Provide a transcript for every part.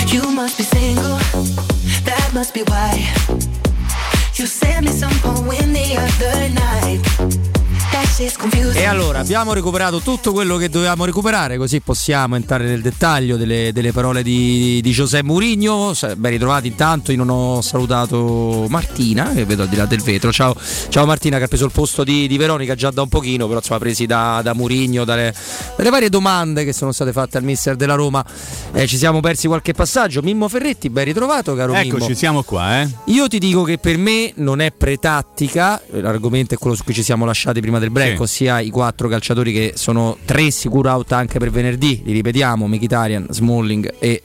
You must be single, that must be why you sent me some poem the other night. E allora abbiamo recuperato tutto quello che dovevamo recuperare, così possiamo entrare nel dettaglio delle parole di José Mourinho. Ben ritrovati. Intanto io non ho salutato Martina, che vedo al di là del vetro. Ciao Martina, che ha preso il posto di Veronica già da un pochino, però insomma presi da Mourinho, dalle varie domande che sono state fatte al mister della Roma. Ci siamo persi qualche passaggio. Mimmo Ferretti, ben ritrovato, caro Mimmo. Eccoci, siamo qua. Io ti dico che per me non è pretattica, l'argomento è quello su cui ci siamo lasciati prima del break, sì. Ossia i 4 calciatori che sono 3 sicuro out anche per venerdì, li ripetiamo: Mkhitaryan, Smalling e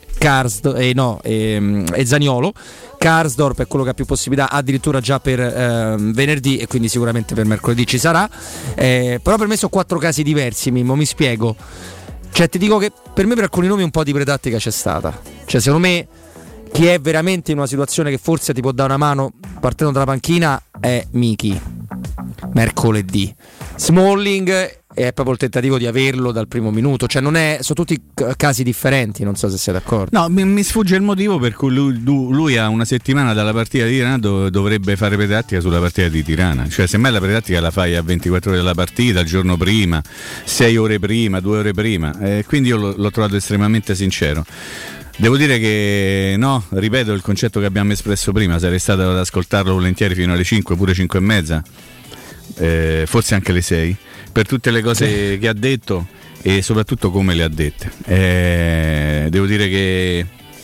Zaniolo. Karsdorp è quello che ha più possibilità addirittura già per venerdì, e quindi sicuramente per mercoledì ci sarà, però per me sono 4 casi diversi, Mimmo, mi spiego. Cioè ti dico che per me per alcuni nomi un po' di pretattica c'è stata. Cioè secondo me chi è veramente in una situazione che forse ti può dare una mano partendo dalla panchina è Miki mercoledì. Smalling è proprio il tentativo di averlo dal primo minuto, cioè non è, sono tutti casi differenti, non so se sei d'accordo. No, mi sfugge il motivo per cui lui ha una settimana dalla partita di Tirana dovrebbe fare pretattica sulla partita di Tirana. Cioè semmai la pretattica la fai a 24 ore della partita, il giorno prima, 6 ore prima, 2 ore prima, quindi io l'ho trovato estremamente sincero. Devo dire che no, ripeto il concetto che abbiamo espresso prima, sarei stato ad ascoltarlo volentieri fino alle 5, pure 5 e mezza, forse anche le 6, per tutte le cose che ha detto e soprattutto come le ha dette. Devo dire che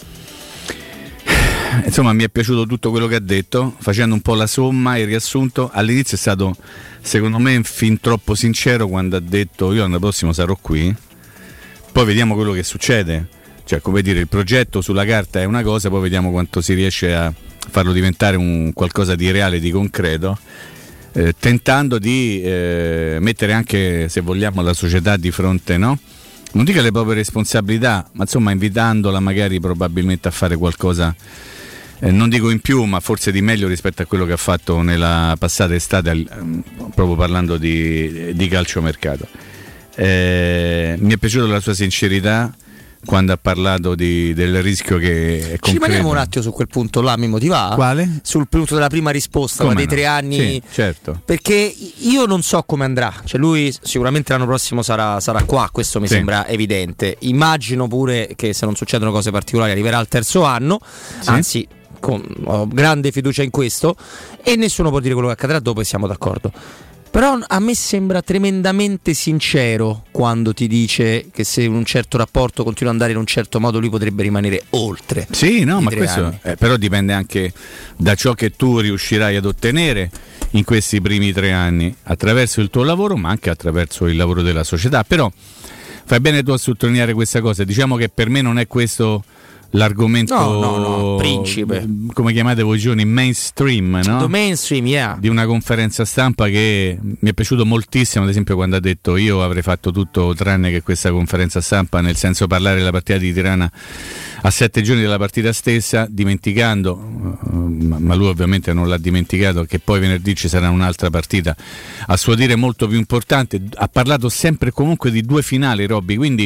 insomma mi è piaciuto tutto quello che ha detto, facendo un po' la somma e il riassunto. All'inizio è stato secondo me fin troppo sincero quando ha detto: io l'anno prossimo sarò qui, poi vediamo quello che succede. Cioè, come dire, il progetto sulla carta è una cosa, poi vediamo quanto si riesce a farlo diventare un qualcosa di reale, di concreto, tentando di mettere anche, se vogliamo, la società di fronte, no? Non dico alle proprie responsabilità, ma insomma invitandola magari probabilmente a fare qualcosa, non dico in più, ma forse di meglio rispetto a quello che ha fatto nella passata estate, proprio parlando di calciomercato. Mi è piaciuta la sua sincerità quando ha parlato del rischio che è concreto. Ci rimaniamo un attimo su quel punto là, mi motiva? Quale? Sul punto della prima risposta, dei 3 anni. Sì, certo. Perché io non so come andrà. Cioè lui sicuramente l'anno prossimo sarà qua, questo mi sembra evidente. Immagino pure che se non succedono cose particolari arriverà al 3° anno, anzi ho grande fiducia in questo, e nessuno può dire quello che accadrà dopo, e siamo d'accordo. Però a me sembra tremendamente sincero quando ti dice che se un certo rapporto continua ad andare in un certo modo lui potrebbe rimanere oltre. Sì, no, ma questo però dipende anche da ciò che tu riuscirai ad ottenere in questi primi 3 anni attraverso il tuo lavoro, ma anche attraverso il lavoro della società. Però fai bene tu a sottolineare questa cosa. Diciamo che per me non è questo l'argomento, no, principe, come chiamate voi giorni, mainstream, no? The mainstream, yeah. Di una conferenza stampa che mi è piaciuto moltissimo, ad esempio quando ha detto: io avrei fatto tutto tranne che questa conferenza stampa, nel senso parlare della partita di Tirana a 7 giorni dalla partita stessa, dimenticando, ma lui ovviamente non l'ha dimenticato, che poi venerdì ci sarà un'altra partita a suo dire molto più importante. Ha parlato sempre comunque di 2 finali, Robby, quindi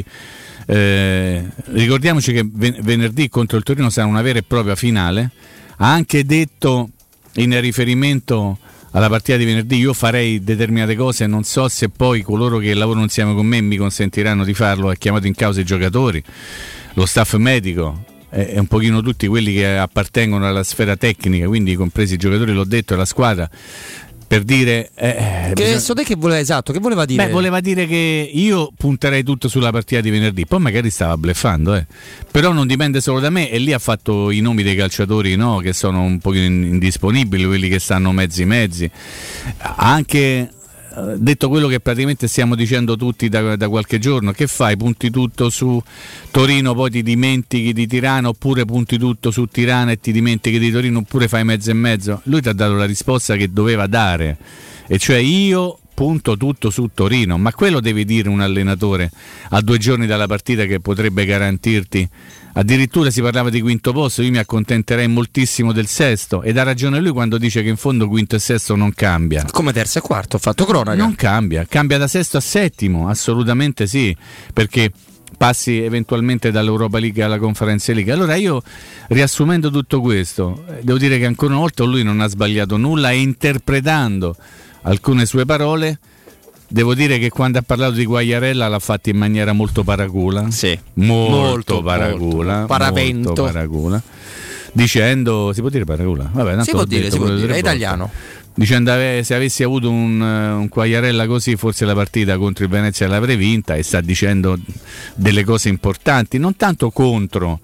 ricordiamoci che venerdì contro il Torino sarà una vera e propria finale. Ha anche detto, in riferimento alla partita di venerdì: io farei determinate cose, non so se poi coloro che lavorano insieme con me mi consentiranno di farlo. Ha chiamato in causa i giocatori, lo staff medico e un pochino tutti quelli che appartengono alla sfera tecnica, quindi compresi i giocatori, l'ho detto, e la squadra, per dire che voleva dire? Beh, voleva dire che io punterei tutto sulla partita di venerdì, poi magari stava bluffando, però non dipende solo da me. E lì ha fatto i nomi dei calciatori, no, che sono un po' indisponibili, quelli che stanno mezzi, ha anche detto quello che praticamente stiamo dicendo tutti da qualche giorno: che fai? Punti tutto su Torino, poi ti dimentichi di Tirana, oppure punti tutto su Tirana e ti dimentichi di Torino, oppure fai mezzo e mezzo? Lui ti ha dato la risposta che doveva dare, e cioè: io punto tutto su Torino. Ma quello deve dire un allenatore a 2 giorni dalla partita, che potrebbe garantirti. Addirittura si parlava di quinto posto, io mi accontenterei moltissimo del sesto, ed ha ragione lui quando dice che in fondo quinto e sesto non cambia. Come terzo e quarto, ho fatto cronaca. Non cambia da sesto a settimo, assolutamente sì, perché passi eventualmente dall'Europa League alla Conference League. Allora io, riassumendo tutto questo, devo dire che ancora una volta lui non ha sbagliato nulla, e interpretando alcune sue parole devo dire che quando ha parlato di Quagliarella l'ha fatto in maniera molto paracula, sì, molto paracula, paravento, molto paracula, dicendo, si può dire paracula? Vabbè, tanto si può dire, è italiano. Dicendo se avessi avuto un Quagliarella così forse la partita contro il Venezia l'avrei vinta, e sta dicendo delle cose importanti, non tanto contro,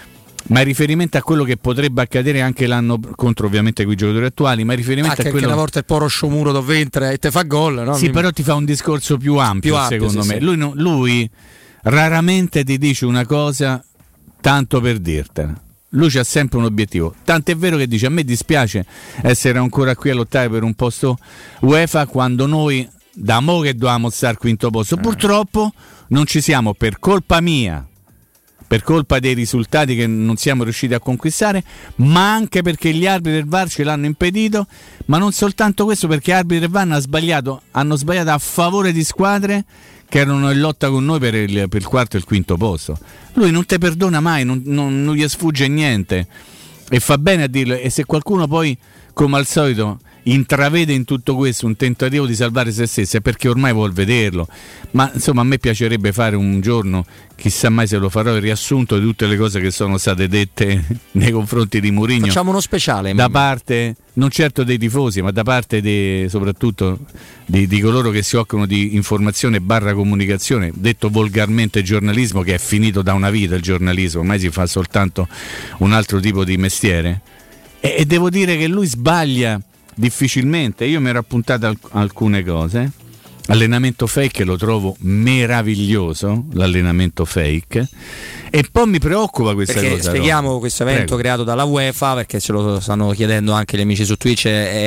ma in riferimento a quello che potrebbe accadere anche l'anno contro, ovviamente con i giocatori attuali, ma in riferimento a quello che una volta il poro Sciomuro dove entra e te fa gol, no? Sì, però ti fa un discorso più ampio secondo me. Sì. Lui raramente ti dice una cosa tanto per dirtela. Lui c'ha sempre un obiettivo, tant'è vero che dice: a me dispiace essere ancora qui a lottare per un posto UEFA quando noi da mo' che dovevamo stare al quinto posto, purtroppo non ci siamo, per colpa mia, per colpa dei risultati che non siamo riusciti a conquistare, ma anche perché gli arbitri del VAR ce l'hanno impedito, ma non soltanto questo, perché gli arbitri del VAR hanno sbagliato a favore di squadre che erano in lotta con noi per il quarto e il quinto posto. Lui non te perdona mai, non gli sfugge niente, e fa bene a dirlo. E se qualcuno poi, come al solito, intravede in tutto questo un tentativo di salvare se stesso, è perché ormai vuol vederlo. Ma insomma, a me piacerebbe fare un giorno, chissà mai se lo farò, il riassunto di tutte le cose che sono state dette nei confronti di Mourinho. Facciamo uno speciale da parte non certo dei tifosi, ma da parte soprattutto di coloro che si occupano di informazione / comunicazione, detto volgarmente giornalismo, che è finito da una vita il giornalismo, ormai si fa soltanto un altro tipo di mestiere, e devo dire che lui sbaglia difficilmente. Io mi ero appuntato alcune cose. Allenamento fake lo trovo meraviglioso, l'allenamento fake, e poi mi preoccupa questa perché cosa. Spieghiamo questo evento creato dalla UEFA, perché ce lo stanno chiedendo anche gli amici su Twitch,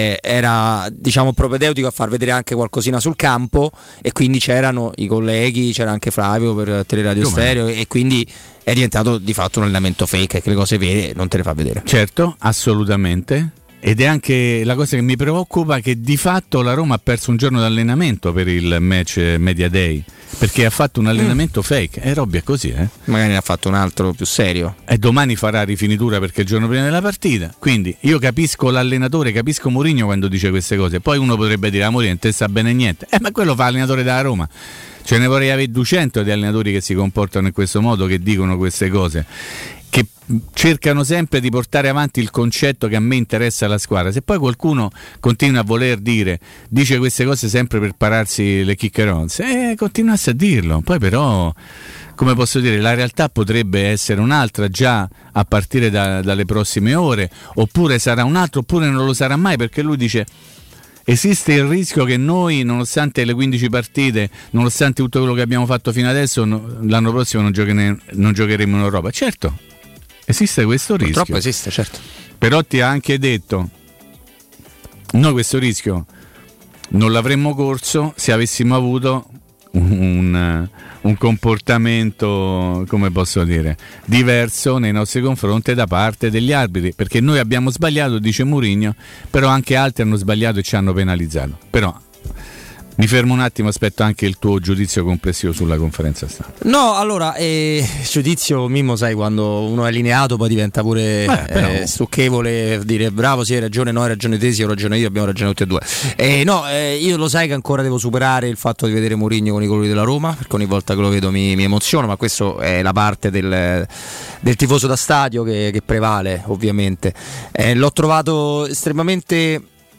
era diciamo propedeutico a far vedere anche qualcosina sul campo, e quindi c'erano i colleghi, c'era anche Flavio per Teleradio Stereo, e quindi è diventato di fatto un allenamento fake, che le cose vere non te le fa vedere. Certo, assolutamente. Ed è anche la cosa che mi preoccupa, che di fatto la Roma ha perso un giorno d'allenamento per il match Media Day, perché ha fatto un allenamento fake. Robby è così, magari ne ha fatto un altro più serio, e domani farà rifinitura perché è il giorno prima della partita. Quindi io capisco l'allenatore, capisco Mourinho quando dice queste cose. Poi uno potrebbe dire: Mourinho non te sta bene niente, ma quello fa allenatore della Roma. Ce ne vorrei avere 200 di allenatori che si comportano in questo modo, che dicono queste cose, che cercano sempre di portare avanti il concetto che a me interessa la squadra. Se poi qualcuno continua a voler dice queste cose sempre per pararsi le chiccheronze, continuasse a dirlo. Poi però, come posso dire, la realtà potrebbe essere un'altra già a partire dalle prossime ore, oppure sarà un altro, oppure non lo sarà mai, perché lui dice: esiste il rischio che noi, nonostante le 15 partite, nonostante tutto quello che abbiamo fatto fino adesso, l'anno prossimo non giocheremo in Europa. Certo, esiste questo rischio. Purtroppo esiste, certo. Però ti ha anche detto: noi questo rischio non l'avremmo corso se avessimo avuto un comportamento, come posso dire, diverso nei nostri confronti da parte degli arbitri, perché noi abbiamo sbagliato, dice Mourinho, però anche altri hanno sbagliato e ci hanno penalizzato. Però mi fermo un attimo, aspetto anche il tuo giudizio complessivo sulla conferenza stampa. No, allora, giudizio, Mimmo, sai, quando uno è allineato poi diventa pure stucchevole dire: bravo, sì, hai ragione, no, hai ragione te, sì, ho ragione io, abbiamo ragione tutti e due. Io lo sai che ancora devo superare il fatto di vedere Mourinho con i colori della Roma, perché ogni volta che lo vedo mi emoziono, ma questo è la parte del tifoso da stadio che prevale, ovviamente. L'ho trovato estremamente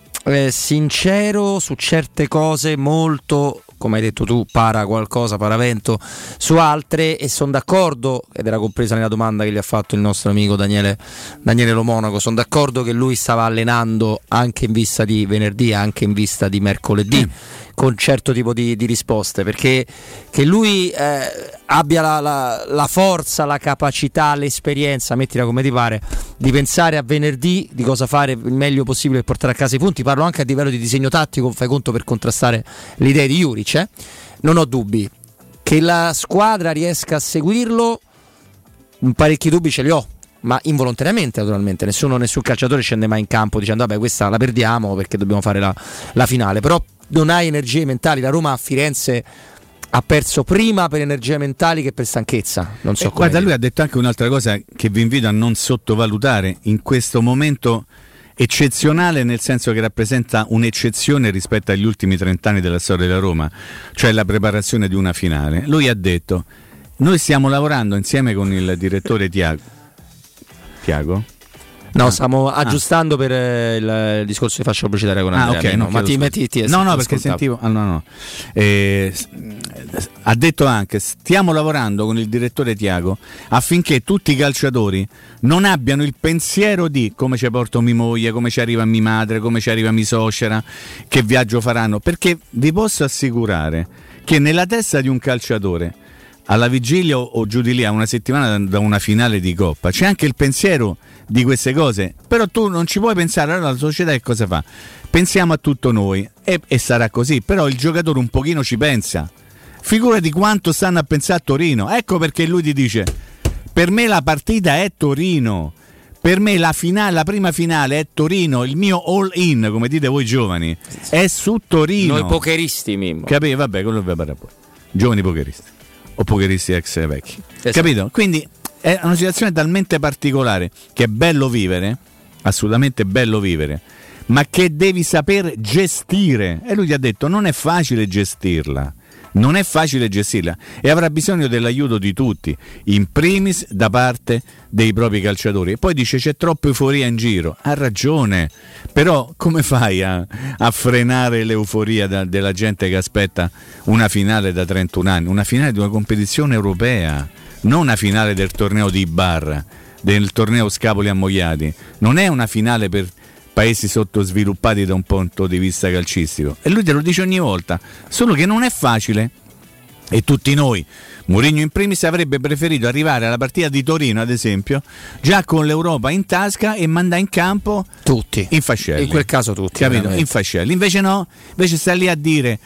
sincero su certe cose, molto, come hai detto tu, paravento su altre, e sono d'accordo, ed era compresa nella domanda che gli ha fatto il nostro amico Daniele Lo Monaco, sono d'accordo che lui stava allenando anche in vista di venerdì, anche in vista di mercoledì, con certo tipo di risposte, perché che lui abbia la forza, la capacità, l'esperienza, mettila come ti pare, di pensare a venerdì di cosa fare il meglio possibile per portare a casa i punti. Parlo anche a livello di disegno tattico, fai conto, per contrastare le idee di Juric, non ho dubbi che la squadra riesca a seguirlo. Parecchi dubbi ce li ho, ma involontariamente, naturalmente. Nessun calciatore scende mai in campo dicendo: vabbè, questa la perdiamo perché dobbiamo fare la finale. Però non hai energie mentali. La Roma a Firenze ha perso prima per energie mentali che per stanchezza. Non so guarda, lui ha detto anche un'altra cosa che vi invito a non sottovalutare in questo momento eccezionale, nel senso che rappresenta un'eccezione rispetto agli ultimi 30 anni della storia della Roma, cioè la preparazione di una finale. Lui ha detto: noi stiamo lavorando insieme con il direttore Tiago. No, stiamo aggiustando per il discorso di fascia pubblicitaria con Andrea. Ok, ma ti metti no, perché sentivo. Ha detto anche: stiamo lavorando con il direttore Tiago affinché tutti i calciatori non abbiano il pensiero di come ci porto mia moglie, come ci arriva mia madre, come ci arriva mia suocera, che viaggio faranno, perché vi posso assicurare che nella testa di un calciatore alla vigilia o giù di lì a una settimana da una finale di Coppa c'è anche il pensiero di queste cose, però tu non ci puoi pensare. Allora la società che cosa fa? Pensiamo a tutto noi e sarà così, però il giocatore un pochino ci pensa. Figurati quanto stanno a pensare a Torino. Ecco perché lui ti dice: per me la partita è Torino, per me la prima finale è Torino, il mio all in, come dite voi giovani, è su Torino. Noi pokeristi, Mimmo. Capito? Vabbè, quello vi pare poi. Giovani pokeristi o pokeristi ex vecchi. Esatto. Capito? Quindi è una situazione talmente particolare che è bello vivere, assolutamente bello vivere, ma che devi saper gestire. E lui ti ha detto: non è facile gestirla. Non è facile gestirla e avrà bisogno dell'aiuto di tutti, in primis da parte dei propri calciatori. E poi dice: c'è troppa euforia in giro. Ha ragione, però come fai a frenare l'euforia della gente che aspetta una finale da 31 anni, una finale di una competizione europea, non una finale del torneo di Bar, del torneo Scapoli Ammogliati, non è una finale per paesi sottosviluppati da un punto di vista calcistico, e lui te lo dice ogni volta, solo che non è facile. E tutti noi, Mourinho in primis, avrebbe preferito arrivare alla partita di Torino, ad esempio, già con l'Europa in tasca e mandare in campo tutti, in fascelli, in quel caso tutti, capito? Veramente. In fascelli. Invece no, invece sta lì a dire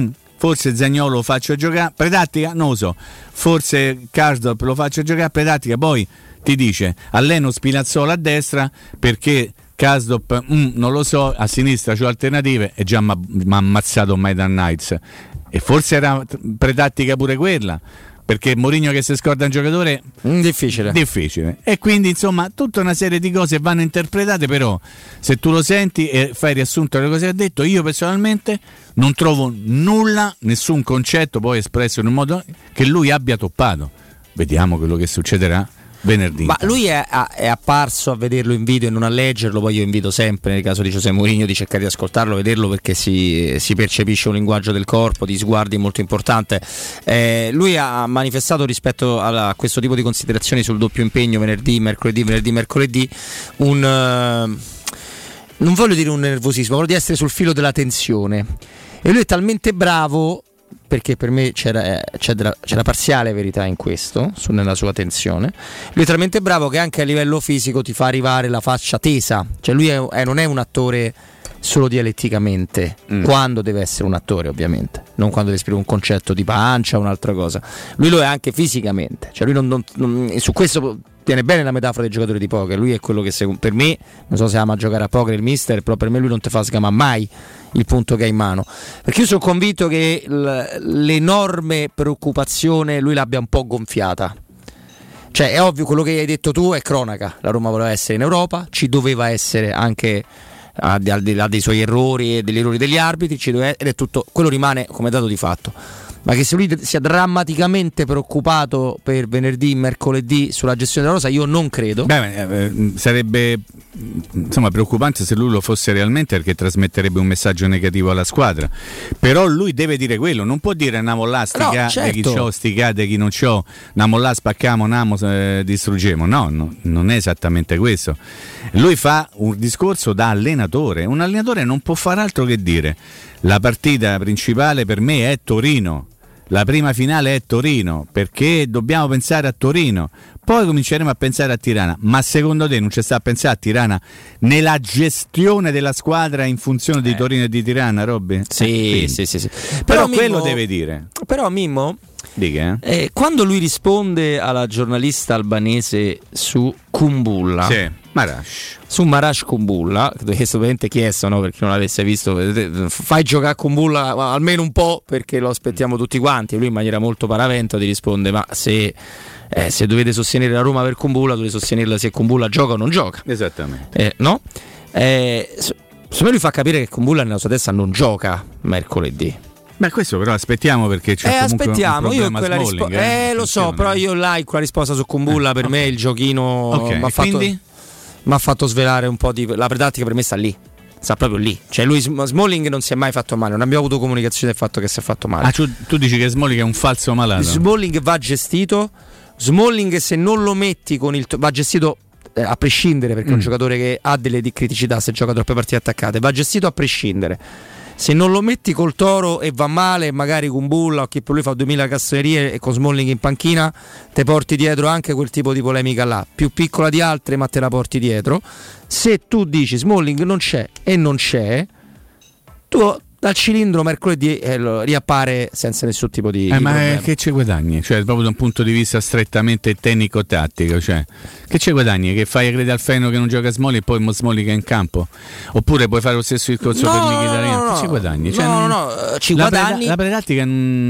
forse Zaniolo lo faccio giocare pretattica, non lo so, forse Karsdorp lo faccio giocare pretattica, poi ti dice alleno Spinazzola a destra perché Karsdorp non lo so, a sinistra c'ho alternative, e già mi ha ammazzato Maidan Knights, e forse era pretattica pure quella, perché Mourinho che si scorda un giocatore difficile, e quindi insomma tutta una serie di cose vanno interpretate. Però se tu lo senti e fai riassunto delle cose che ha detto, io personalmente non trovo nulla, nessun concetto poi espresso in un modo che lui abbia toppato. Vediamo quello che succederà venerdì. Ma lui è apparso a vederlo in video e non a leggerlo. Poi io invito sempre, nel caso di José Mourinho, di cercare di ascoltarlo, vederlo, perché si percepisce un linguaggio del corpo, di sguardi molto importante. Lui ha manifestato rispetto a questo tipo di considerazioni sul doppio impegno venerdì, mercoledì non voglio dire un nervosismo, voglio di essere sul filo della tensione, e lui è talmente bravo, perché per me c'era parziale verità in questo, nella sua tensione. Lui è talmente bravo che anche a livello fisico ti fa arrivare la faccia tesa, cioè lui non è un attore solo dialetticamente, quando deve essere un attore, ovviamente, non quando deve esprimere un concetto di pancia o un'altra cosa. Lui lo è anche fisicamente, cioè lui non su questo tiene bene la metafora dei giocatori di poker. Lui è quello che per me, non so se ama giocare a poker il mister, però per me lui non ti fa sgamare mai il punto che ha in mano, perché io sono convinto che l'enorme preoccupazione lui l'abbia un po' gonfiata. Cioè è ovvio, quello che hai detto tu è cronaca, la Roma voleva essere in Europa, ci doveva essere anche al di là dei suoi errori e degli errori degli arbitri, ed è tutto, quello rimane come dato di fatto. Ma che se lui sia drammaticamente preoccupato per venerdì, mercoledì sulla gestione della rosa, io non credo. Sarebbe insomma preoccupante se lui lo fosse realmente, perché trasmetterebbe un messaggio negativo alla squadra. Però lui deve dire quello, non può dire andiamo là, certo, chi c'ho, sticate chi non c'ho, andiamo là, spacchiamo, andiamo, distruggiamo. No, non è esattamente questo. Lui fa un discorso da allenatore. Un allenatore non può fare altro che dire: la partita principale per me è Torino, la prima finale è Torino, perché dobbiamo pensare a Torino, poi cominceremo a pensare a Tirana. Ma secondo te non ci sta a pensare a Tirana nella gestione della squadra in funzione di Torino e di Tirana, Robby? Sì. Però Mimmo, quello deve dire. Però Mimmo, dica, quando lui risponde alla giornalista albanese su Kumbulla, sì, su Marash Kumbulla, che è stato chiesto, no? Per chi non l'avesse visto, fai giocare Kumbulla almeno un po', perché lo aspettiamo tutti quanti. E lui in maniera molto paravento ti risponde: ma se dovete sostenere la Roma per Kumbulla, dovete sostenerla se Kumbulla gioca o non gioca. Esattamente. No? Secondo me lui fa capire che Kumbulla nella sua testa non gioca mercoledì. Beh, questo però aspettiamo, perché c'è comunque aspettiamo, un io problema quella Smalling, lo so, però io là in quella risposta su Kumbulla per me il giochino mi ha fatto svelare un po' di la pretattica, per me sta lì. Sta proprio lì. Cioè lui Smalling non si è mai fatto male, non abbiamo avuto comunicazione del fatto che si è fatto male. Tu dici che Smalling è un falso malato? Smalling va gestito. Smalling se non lo metti va gestito a prescindere, perché è un giocatore che ha delle criticità se gioca troppe partite attaccate, va gestito a prescindere. Se non lo metti col Toro e va male, magari con Bulla o chi per lui fa 2000 cassonerie e con Smalling in panchina, te porti dietro anche quel tipo di polemica là, più piccola di altre, ma te la porti dietro. Se tu dici Smalling non c'è e non c'è, tu dal cilindro mercoledì riappare senza nessun tipo di ma che ci guadagni? Cioè, proprio da un punto di vista strettamente tecnico-tattico, cioè, che ci guadagni? Che fai credere al Feno che non gioca Smalling e poi Smalling è in campo? Oppure puoi fare lo stesso discorso per Mkhitaryan? No, che ci guadagni? Cioè, ci guadagni. La pretattica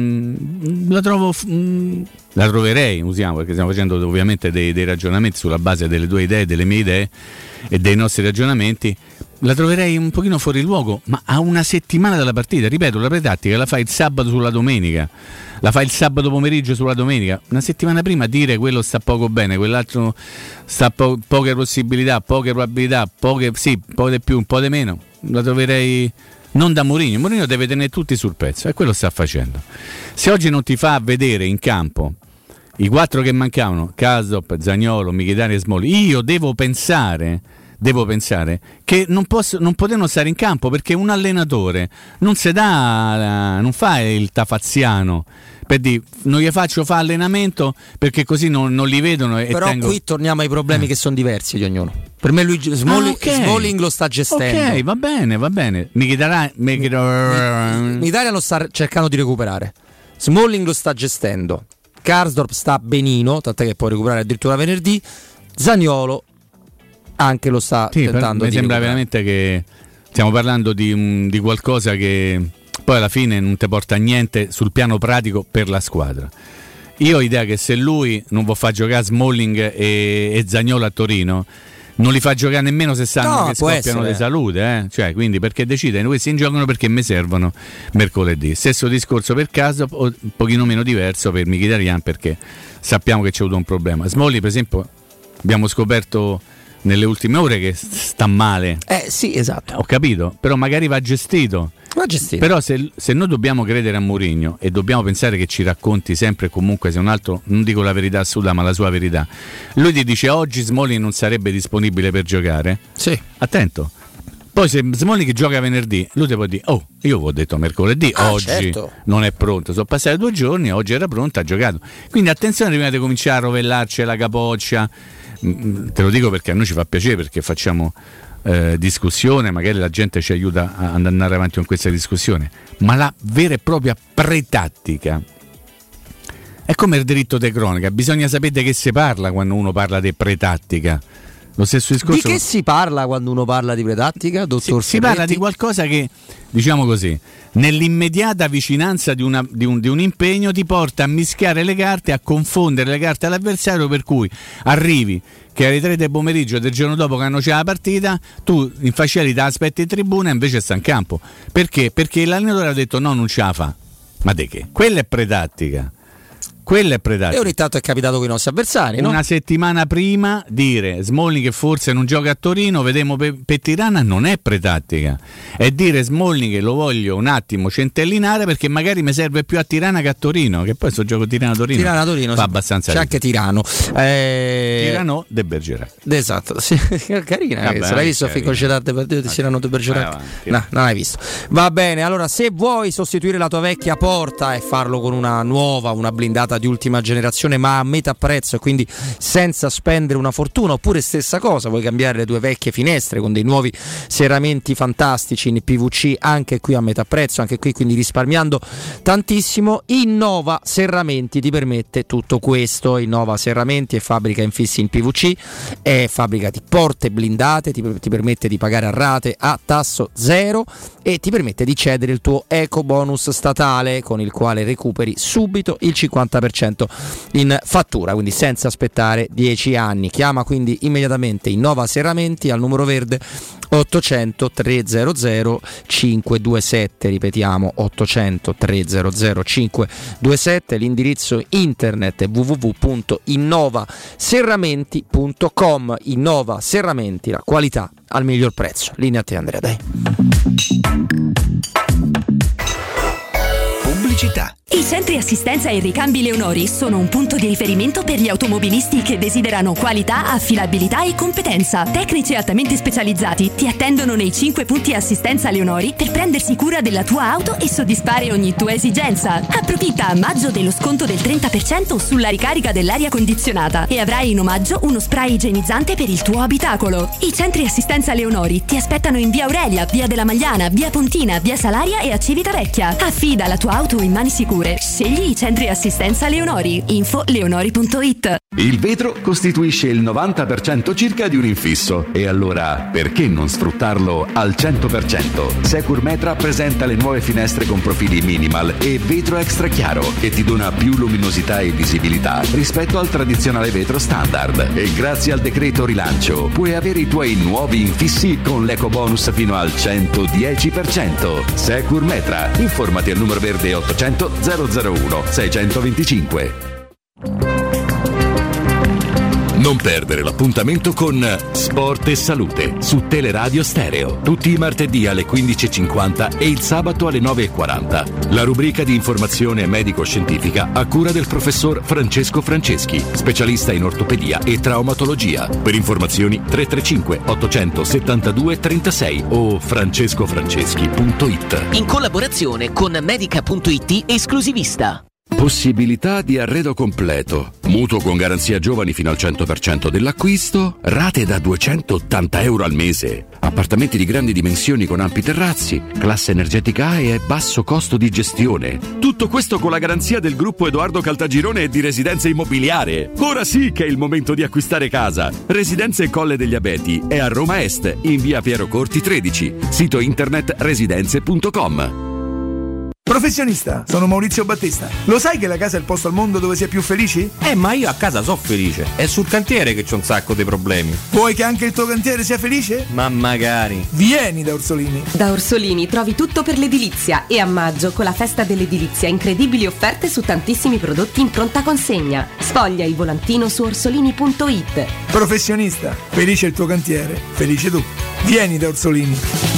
la trovo... la troverei, usiamo, perché stiamo facendo ovviamente dei ragionamenti sulla base delle tue idee, delle mie idee e dei nostri ragionamenti. La troverei un pochino fuori luogo, ma a una settimana dalla partita. Ripeto, la pretattica la fai il sabato sulla domenica, la fai il sabato pomeriggio sulla domenica. Una settimana prima dire quello sta poco bene, quell'altro sta poche possibilità, poche probabilità, un po' di più, un po' di meno. La troverei non da Mourinho. Mourinho deve tenere tutti sul pezzo e quello sta facendo. Se oggi non ti fa vedere in campo i 4 che mancavano, Karsdorp, Zaniolo, Mkhitaryan e Smalling, io devo pensare che non potevano stare in campo, perché un allenatore non fa il tafaziano per dire non gli faccio fare allenamento perché così non li vedono. Però qui torniamo ai problemi che sono diversi di ognuno. Per me lui Smalling lo sta gestendo. Ok, va bene. Mkhitaryan lo sta cercando di recuperare. Smalling lo sta gestendo. Karsdorp sta benino, tant'è che può recuperare addirittura venerdì. Zaniolo anche lo sta tentando. Mi sembra veramente che stiamo parlando di qualcosa che poi alla fine non ti porta a niente sul piano pratico per la squadra. Io ho idea che se lui non può far giocare Smalling e Zaniolo a Torino, non li fa giocare nemmeno se sanno che scoppiano di salute, cioè, quindi perché decide questi in giocano perché mi servono mercoledì. Stesso discorso per caso, un pochino meno diverso per Mkhitaryan, perché sappiamo che c'è avuto un problema. Smalling per esempio abbiamo scoperto nelle ultime ore che sta male. Sì, esatto. Ho capito, però magari va gestito. Però se noi dobbiamo credere a Mourinho e dobbiamo pensare che ci racconti sempre e comunque, se un altro, non dico la verità assoluta, ma la sua verità, lui ti dice oggi Smalling non sarebbe disponibile per giocare. Sì. Attento. Poi se Smalling gioca venerdì, lui ti può dire oh, io vi ho detto mercoledì, oggi non è pronto, sono passati 2 giorni, oggi era pronto, ha giocato. Quindi attenzione prima di cominciare a rovellarci la capoccia. Te lo dico perché a noi ci fa piacere, perché facciamo discussione, magari la gente ci aiuta ad andare avanti con questa discussione, ma la vera e propria pretattica è come il diritto di cronaca, bisogna sapere che si parla quando uno parla di pretattica. Lo stesso discorso. Di che si parla quando uno parla di pretattica, dottor? Si parla di qualcosa che, diciamo così, nell'immediata vicinanza di un impegno ti porta a mischiare le carte, a confondere le carte all'avversario, per cui arrivi che alle 3 del pomeriggio del giorno dopo che hanno c'è la partita, tu in facilità aspetti in tribuna e invece sta in campo. Perché? Perché l'allenatore ha detto no, non ce la fa. Ma di che? Quella è pretattica. E ogni tanto è capitato con i nostri avversari, no? Una settimana prima dire Smalling che forse non gioca a Torino, vedremo per Tirana, non è pretattica. È dire Smalling che lo voglio un attimo centellinare perché magari mi serve più a Tirana che a Torino, che poi sto gioco Tirana-Torino fa abbastanza c'è anche Tirano. Tirano de Bergerac. Esatto, sì. Carina. Se l'hai visto Fico Cedate per dire Tirano de Bergerac? No, non l'hai visto. Va bene, allora se vuoi sostituire la tua vecchia porta e farlo con una nuova, una blindata blindata di ultima generazione ma a metà prezzo e quindi senza spendere una fortuna, oppure stessa cosa, vuoi cambiare le tue vecchie finestre con dei nuovi serramenti fantastici in PVC, anche qui a metà prezzo, anche qui quindi risparmiando tantissimo. Innova Serramenti ti permette tutto questo. Innova Serramenti è fabbrica infissi in PVC, è fabbrica di porte blindate, ti permette di pagare a rate a tasso zero e ti permette di cedere il tuo eco bonus statale con il quale recuperi subito il 50% in fattura, quindi senza aspettare 10 anni. Chiama quindi immediatamente Innova Serramenti al numero verde 800 300 527, ripetiamo 800 300 527, l'indirizzo internet è www.innovaserramenti.com. Innova Serramenti, la qualità al miglior prezzo. Linea a te, Andrea, dai. Pubblicità. I centri assistenza e ricambi Leonori sono un punto di riferimento per gli automobilisti che desiderano qualità, affidabilità e competenza. Tecnici altamente specializzati ti attendono nei 5 punti assistenza Leonori per prendersi cura della tua auto e soddisfare ogni tua esigenza. Approfitta a maggio dello sconto del 30% sulla ricarica dell'aria condizionata e avrai in omaggio uno spray igienizzante per il tuo abitacolo. I centri assistenza Leonori ti aspettano in via Aurelia, via della Magliana, via Pontina, via Salaria e a Civitavecchia. Affida la tua auto in mani sicure. Scegli i centri assistenza Leonori. Info leonori.it. Il vetro costituisce il 90% circa di un infisso e allora perché non sfruttarlo al 100%? Securmetra presenta le nuove finestre con profili minimal e vetro extra chiaro che ti dona più luminosità e visibilità rispetto al tradizionale vetro standard, e grazie al decreto rilancio puoi avere i tuoi nuovi infissi con l'eco bonus fino al 110%. Securmetra, informati al numero verde 800 001 625. Non perdere l'appuntamento con Sport e Salute su Teleradio Stereo, tutti i martedì alle 15.50 e il sabato alle 9.40. La rubrica di informazione medico-scientifica a cura del professor Francesco Franceschi, specialista in ortopedia e traumatologia. Per informazioni 335 872 36 o francescofranceschi.it. In collaborazione con Medica.it esclusivista. Possibilità di arredo completo, mutuo con garanzia giovani fino al 100% dell'acquisto, rate da €280 al mese, appartamenti di grandi dimensioni con ampi terrazzi, classe energetica A e basso costo di gestione. Tutto questo con la garanzia del gruppo Edoardo Caltagirone e di Residenza Immobiliare. Ora sì che è il momento di acquistare casa. Residenze Colle degli Abeti è a Roma Est, in via Piero Corti 13, sito internet residenze.com. Professionista, sono Maurizio Battista. Lo sai che la casa è il posto al mondo dove si è più felici? Ma io a casa so felice. È sul cantiere che c'ho un sacco di problemi. Vuoi che anche il tuo cantiere sia felice? Ma magari. Vieni da Orsolini. Da Orsolini trovi tutto per l'edilizia e a maggio, con la festa dell'edilizia, incredibili offerte su tantissimi prodotti in pronta consegna. Sfoglia il volantino su orsolini.it. Professionista, felice il tuo cantiere, felice tu. Vieni da Orsolini.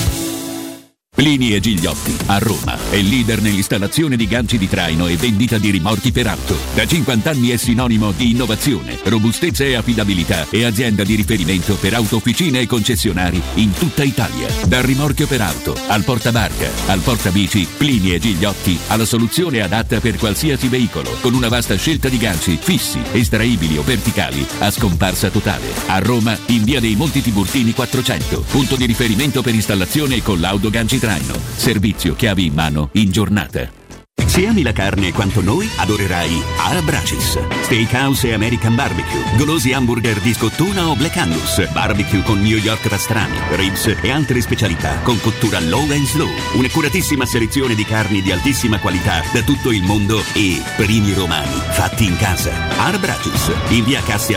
Plini e Gigliotti, a Roma, è leader nell'installazione di ganci di traino e vendita di rimorchi per auto. Da 50 anni è sinonimo di innovazione, robustezza e affidabilità e azienda di riferimento per autofficine e concessionari in tutta Italia. Dal rimorchio per auto, al portabarca, al portabici, Plini e Gigliotti ha la soluzione adatta per qualsiasi veicolo, con una vasta scelta di ganci fissi, estraibili o verticali, a scomparsa totale. A Roma, in via dei Monti Tiburtini 400, punto di riferimento per installazione e collaudo ganci traino. Servizio chiavi in mano in giornata. Se ami la carne quanto noi, adorerai Arabracis. Steakhouse e American Barbecue, golosi hamburger di scottuna o Black Angus, barbecue con New York pastrami, ribs e altre specialità con cottura low and slow. Un'accuratissima selezione di carni di altissima qualità da tutto il mondo e primi romani fatti in casa. Arabracis, in via Cassia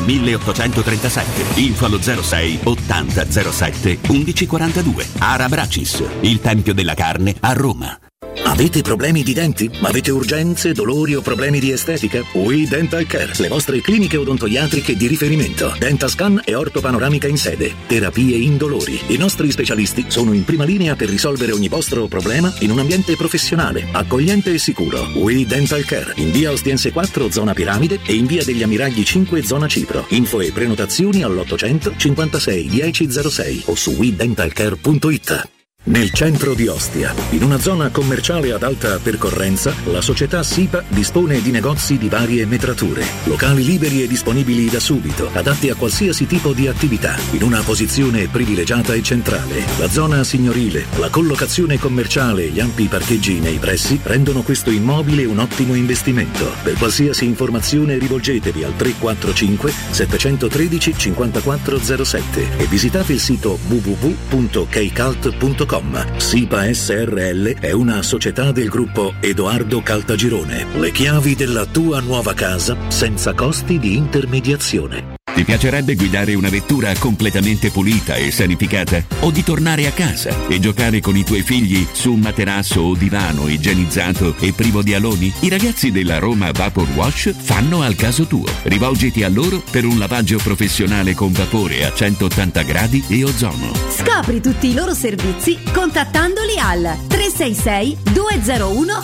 1837, info allo 06 80 07 1142. Arabracis, il tempio della carne a Roma. Avete problemi di denti? Avete urgenze, dolori o problemi di estetica? We Dental Care, le vostre cliniche odontoiatriche di riferimento. Dentascan e ortopanoramica in sede. Terapie indolori. I nostri specialisti sono in prima linea per risolvere ogni vostro problema in un ambiente professionale, accogliente e sicuro. We Dental Care, in via Ostiense 4, zona Piramide, e in via degli Ammiragli 5, zona Cipro. Info e prenotazioni all'800 56 1006 o su WeDentalCare.it. Nel centro di Ostia, in una zona commerciale ad alta percorrenza, la società SIPA dispone di negozi di varie metrature, locali liberi e disponibili da subito, adatti a qualsiasi tipo di attività, in una posizione privilegiata e centrale. La zona signorile, la collocazione commerciale e gli ampi parcheggi nei pressi rendono questo immobile un ottimo investimento. Per qualsiasi informazione rivolgetevi al 345 713 5407 e visitate il sito www.kcalt.com. SIPA SRL è una società del gruppo Edoardo Caltagirone. Le chiavi della tua nuova casa senza costi di intermediazione. Ti piacerebbe guidare una vettura completamente pulita e sanificata? O di tornare a casa e giocare con i tuoi figli su un materasso o divano igienizzato e privo di aloni? I ragazzi della Roma Vapor Wash fanno al caso tuo. Rivolgiti a loro per un lavaggio professionale con vapore a 180 gradi e ozono. Scopri tutti i loro servizi contattandoli al 366 201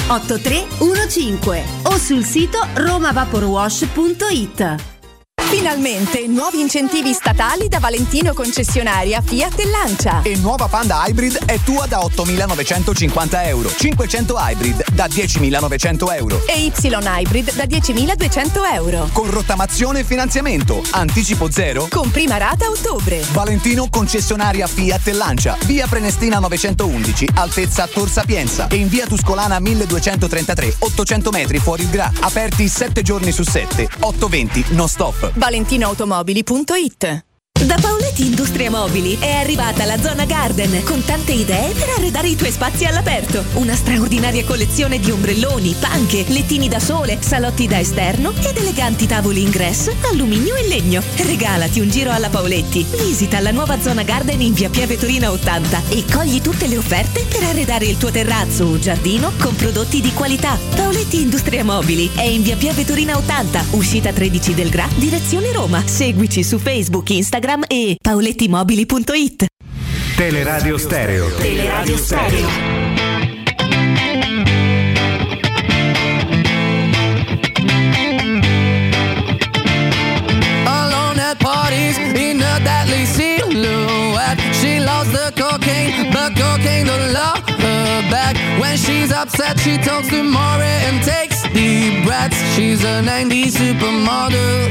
8315 o sul sito romavaporwash.it. Finalmente nuovi incentivi statali da Valentino concessionaria Fiat e Lancia. E nuova Panda Hybrid è tua da 8.950 euro, 500 Hybrid da 10.900 euro e Y Hybrid da 10.200 euro. Con rottamazione e finanziamento, anticipo zero, con prima rata a ottobre. Valentino concessionaria Fiat e Lancia, via Prenestina 911, altezza Tor Sapienza, e in via Tuscolana 1233, 800 metri fuori il Gra. Aperti 7 giorni su 7, 8/20 non stop. ValentinoAutomobili.it. Da Paoletti Industria Mobili è arrivata la Zona Garden con tante idee per arredare i tuoi spazi all'aperto. Una straordinaria collezione di ombrelloni, panche, lettini da sole, salotti da esterno ed eleganti tavoli ingresso, alluminio e legno. Regalati un giro alla Paoletti. Visita la nuova Zona Garden in via Pieve Torina 80 e cogli tutte le offerte per arredare il tuo terrazzo o giardino con prodotti di qualità. Paoletti Industria Mobili è in via Pieve Torina 80, uscita 13 del Gra, direzione Roma. Seguici su Facebook, Instagram e paolettimobili.it. Teleradio Stereo. Teleradio Stereo. Alone at parties in a deadly silhouette. She loves the cocaine, but cocaine don't love her back. When she's upset, she talks to Maury and takes deep breaths. She's a 90s supermodel.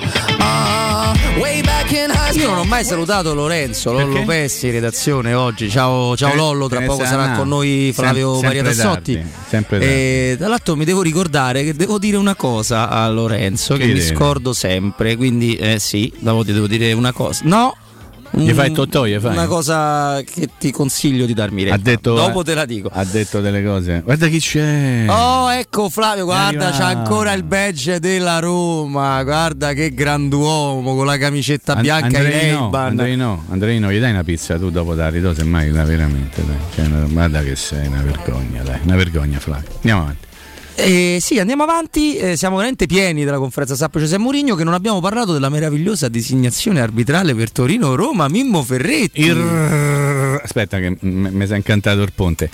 Io non ho mai salutato Lorenzo Lollo Pessi in redazione oggi. Ciao Lollo, tra poco sarà con noi Flavio Maria Tassotti. E dall'altro mi devo ricordare che devo dire una cosa a Lorenzo che mi scordo sempre. Quindi sì, devo dire una cosa. No. Gli fai Totò, una cosa che ti consiglio di darmi retta. Dopo te la dico. Ha detto delle cose. Guarda chi c'è. Oh, ecco Flavio, guarda, c'ha ancora il badge della Roma. Guarda che grand'uomo con la camicetta bianca in Ray-Ban. Andrei no, gli dai una pizza tu dopo da ridò, semmai veramente, dai. Cioè, guarda che sei una vergogna, dai. Una vergogna, Flavio. Andiamo avanti. Sì, andiamo avanti, siamo veramente pieni della conferenza stampa José Mourinho, che non abbiamo parlato della meravigliosa designazione arbitrale per Torino-Roma, Mimmo Ferretti. Aspetta che mi si è incantato il ponte.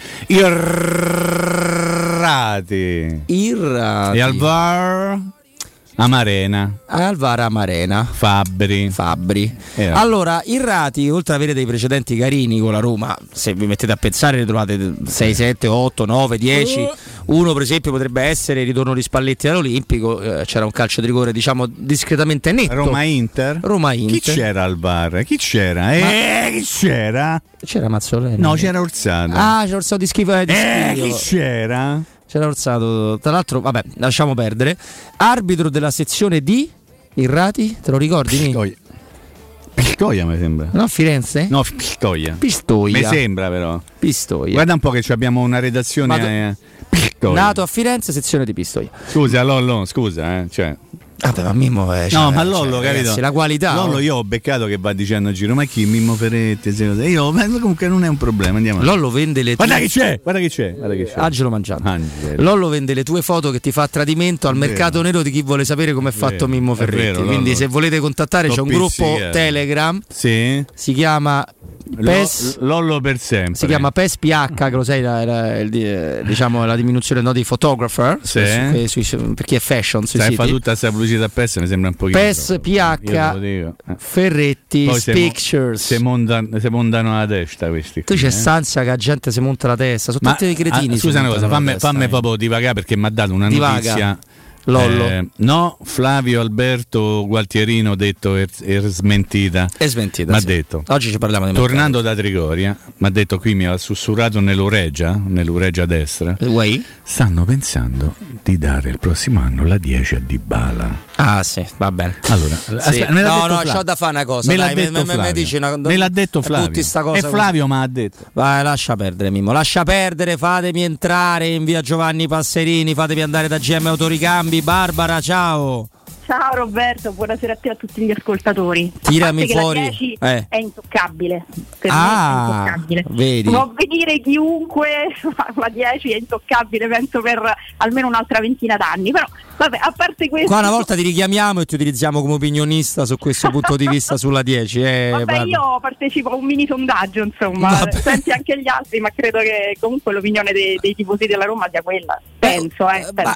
Irrati. E al VAR Amarena. Alvaro Amarena. Fabbri. Allora, Irrati, oltre ad avere dei precedenti carini con la Roma, se vi mettete a pensare ne trovate 6, 7, 8, 9, 10. Uno per esempio potrebbe essere il ritorno di Spalletti all'Olimpico, c'era un calcio di rigore diciamo discretamente netto. Roma-Inter. Chi c'era al VAR? Chi c'era? Chi c'era? C'era Mazzoleni. No, c'era Orsato. C'era Orsato di schifo. Chi c'era? C'era Orsato, tra l'altro, vabbè, lasciamo perdere. Arbitro della sezione D, Irrati, te lo ricordi? Pistoia mi sembra. No, Firenze? No, Pistoia. Mi sembra però. Pistoia. Guarda un po' che abbiamo una redazione Pistoia. Nato a Firenze, sezione di Pistoia. Scusa Lollo, cioè. Vabbè, ma Mimmo è ma Lollo, capito? La qualità. Lollo io ho beccato che va dicendo a giro, ma chi? Mimmo Ferretti? Io, ma comunque non è un problema, andiamo. Lollo vende le tue. Guarda chi c'è. Angelo Mangiante. Lollo vende le tue foto che ti fa a tradimento al mercato nero di chi vuole sapere come è fatto Mimmo Ferretti. Vero, quindi Lollo. Se volete contattare c'è un gruppo Telegram. Sì. Si chiama PES, Lollo per sempre. Si chiama PES PH, che lo sai, diciamo la diminuzione di photographer, sì. per chi è fashion sui siti. Fa tutta questa pubblicità pubblicità PES mi sembra un pochino. PES, PH, Ferretti, Pictures. Se montano la testa questi. Tu c'è stanza che la gente si monta la testa, sono tutti dei cretini. Scusa una cosa, fammi proprio divagare perché mi ha dato una notizia. Lollo. No, Flavio Alberto Gualtierino detto smentita. È smentita. Mi ha sì. detto. Oggi ci parliamo di tornando da Trigoria, mi ha detto qui mi ha sussurrato nell'ureggia destra. Stanno pensando di dare il prossimo anno la 10 a Dybala. Ah sì, va bene. Allora, sì. c'ho da fare una cosa. Me l'ha detto Flavio. Sta cosa e Flavio mi ha detto. Vai, lascia perdere Mimmo, lascia perdere, fatemi entrare in via Giovanni Passerini, fatemi andare da GM Autoricambi. Barbara, ciao. Ciao Roberto, buonasera a te e a tutti gli ascoltatori. Tirami fuori. La 10 è intoccabile. Per me è intoccabile. Vedi. Può venire chiunque, la 10 è intoccabile, penso per almeno un'altra ventina d'anni. Però vabbè, a parte questo. Qua una volta ti richiamiamo e ti utilizziamo come opinionista su questo punto di vista sulla 10. Vabbè, io partecipo a un mini sondaggio, insomma. Senti anche gli altri, ma credo che comunque l'opinione dei tifosi della Roma sia quella. Penso.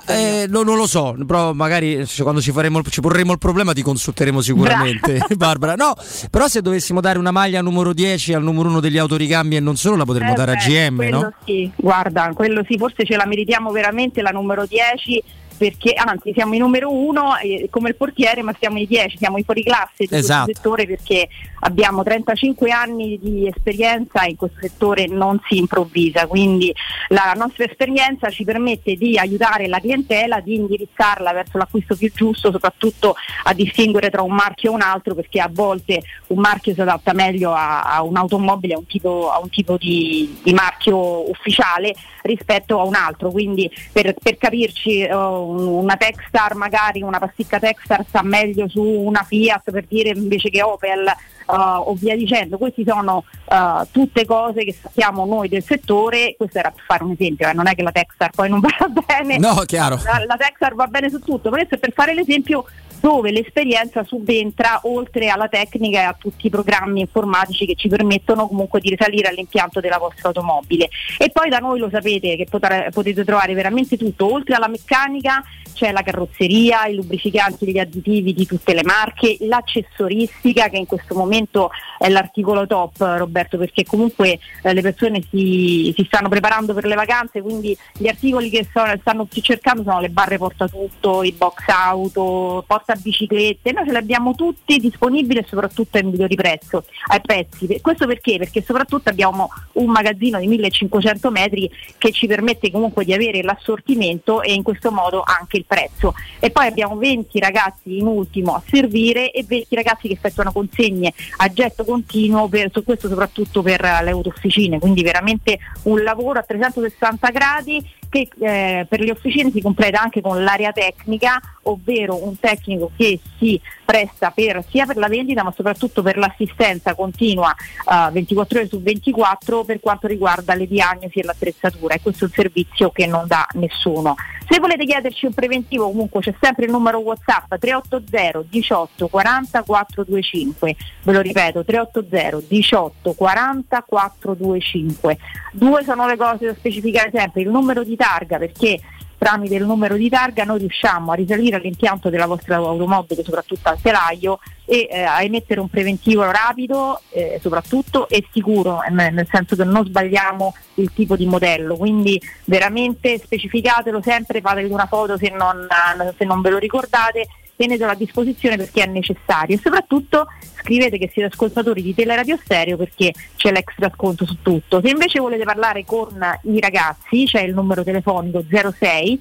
Non lo so, però magari quando ci porremo il problema ti consulteremo sicuramente. Barbara, no, però se dovessimo dare una maglia numero 10 al numero 1 degli autoricambi e non solo la potremmo dare a GM, no? Sì, guarda, quello sì, forse ce la meritiamo veramente la numero 10. Perché anzi siamo i numero 1 come il portiere, ma siamo i 10, siamo i fuoriclasse di questo settore, perché abbiamo 35 anni di esperienza e in questo settore non si improvvisa, quindi la nostra esperienza ci permette di aiutare la clientela, di indirizzarla verso l'acquisto più giusto, soprattutto a distinguere tra un marchio e un altro, perché a volte un marchio si adatta meglio a un'automobile, a un tipo di marchio ufficiale rispetto a un altro, quindi per capirci una Techstar, magari una pasticca Techstar sta meglio su una Fiat, per dire, invece che Opel, o via dicendo. Questi sono tutte cose che sappiamo noi del settore. Questo era per fare un esempio, non è che la Techstar poi non va bene, no, chiaro. La Techstar va bene su tutto, questo è per fare l'esempio dove l'esperienza subentra oltre alla tecnica e a tutti i programmi informatici che ci permettono comunque di risalire all'impianto della vostra automobile. E poi da noi lo sapete che potete trovare veramente tutto, oltre alla meccanica c'è la carrozzeria, i lubrificanti, gli additivi di tutte le marche, l'accessoristica, che in questo momento è l'articolo top, Roberto, perché comunque le persone si stanno preparando per le vacanze, quindi gli articoli che stanno più cercando sono le barre portatutto, i box auto, portabiciclette. Noi ce li abbiamo tutti disponibili e soprattutto in migliori prezzi. Questo perché soprattutto abbiamo un magazzino di 1500 metri che ci permette comunque di avere l'assortimento e in questo modo anche il prezzo. E poi abbiamo 20 ragazzi in ultimo a servire e 20 ragazzi che effettuano consegne a getto continuo, su questo soprattutto per le autofficine, quindi veramente un lavoro a 360 gradi che per le officine si completa anche con l'area tecnica, ovvero un tecnico che si presta sia per la vendita ma soprattutto per l'assistenza continua 24 ore su 24 per quanto riguarda le diagnosi e l'attrezzatura, e questo è un servizio che non dà nessuno. Se volete chiederci un preventivo, comunque c'è sempre il numero WhatsApp 380 18 40 425, ve lo ripeto, 380 18 40 425. Due sono le cose da specificare sempre: il numero di targa, perché tramite il numero di targa noi riusciamo a risalire all'impianto della vostra automobile, soprattutto al telaio, e a emettere un preventivo rapido, soprattutto, e sicuro, nel senso che non sbagliamo il tipo di modello, quindi veramente specificatelo sempre, fatevi una foto se non ve lo ricordate, tenetelo a disposizione perché è necessario, e soprattutto scrivete che siete ascoltatori di Teleradio Stereo perché c'è l'extra sconto su tutto. Se invece volete parlare con i ragazzi c'è il numero telefonico 06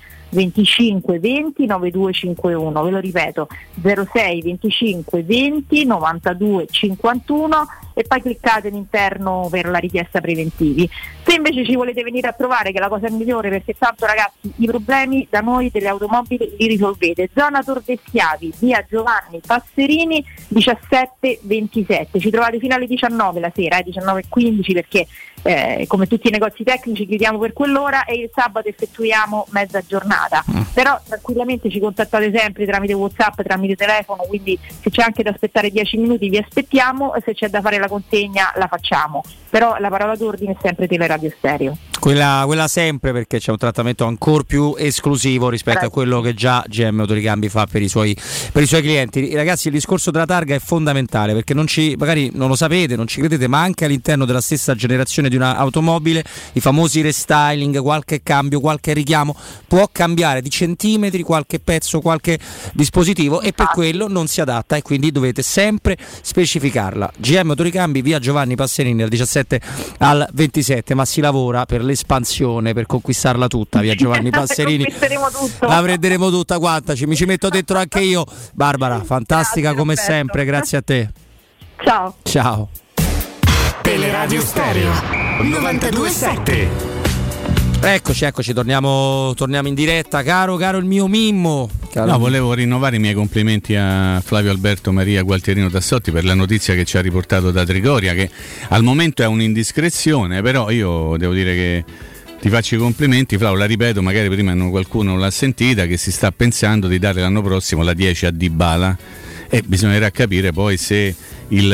25 20 9251, ve lo ripeto, 06 25 20 92 51, e poi cliccate all'interno per la richiesta preventivi. Se invece ci volete venire a trovare, che è la cosa migliore, perché tanto ragazzi i problemi da noi delle automobili li risolvete, zona Tor de Schiavi, via Giovanni Passerini 1727, ci trovate fino alle 19 la sera, 19:15, perché come tutti i negozi tecnici chiudiamo per quell'ora e il sabato effettuiamo mezza giornata, però tranquillamente ci contattate sempre tramite WhatsApp, tramite telefono, quindi se c'è anche da aspettare 10 minuti vi aspettiamo, e se c'è da fare la consegna la facciamo, però la parola d'ordine è sempre Teleradio Stereo. Quella sempre, perché c'è un trattamento ancora più esclusivo rispetto a quello che già GM Autoricambi fa per i suoi clienti. Ragazzi, il discorso della targa è fondamentale, perché magari non lo sapete, non ci credete, ma anche all'interno della stessa generazione di un'automobile i famosi restyling, qualche cambio, qualche richiamo può cambiare di centimetri qualche pezzo, qualche dispositivo, e per quello non si adatta, e quindi dovete sempre specificarla. GM Autoricambi, via Giovanni Passerini, dal 17 al 27, ma si lavora per l'espansione, per conquistarla tutta, via Giovanni Passerini. La prenderemo tutta quanta, mi ci metto dentro anche io. Barbara, fantastica come sempre, grazie a te. Ciao. Teleradio Stereo 92.7. Eccoci, torniamo in diretta, caro il mio Mimmo. No, volevo rinnovare i miei complimenti a Flavio Alberto Maria Gualtierino Tassotti per la notizia che ci ha riportato da Trigoria, che al momento è un'indiscrezione, però io devo dire che ti faccio i complimenti, Flavio, la ripeto, magari prima qualcuno non l'ha sentita, che si sta pensando di dare l'anno prossimo la 10 a Dybala, e bisognerà capire poi se il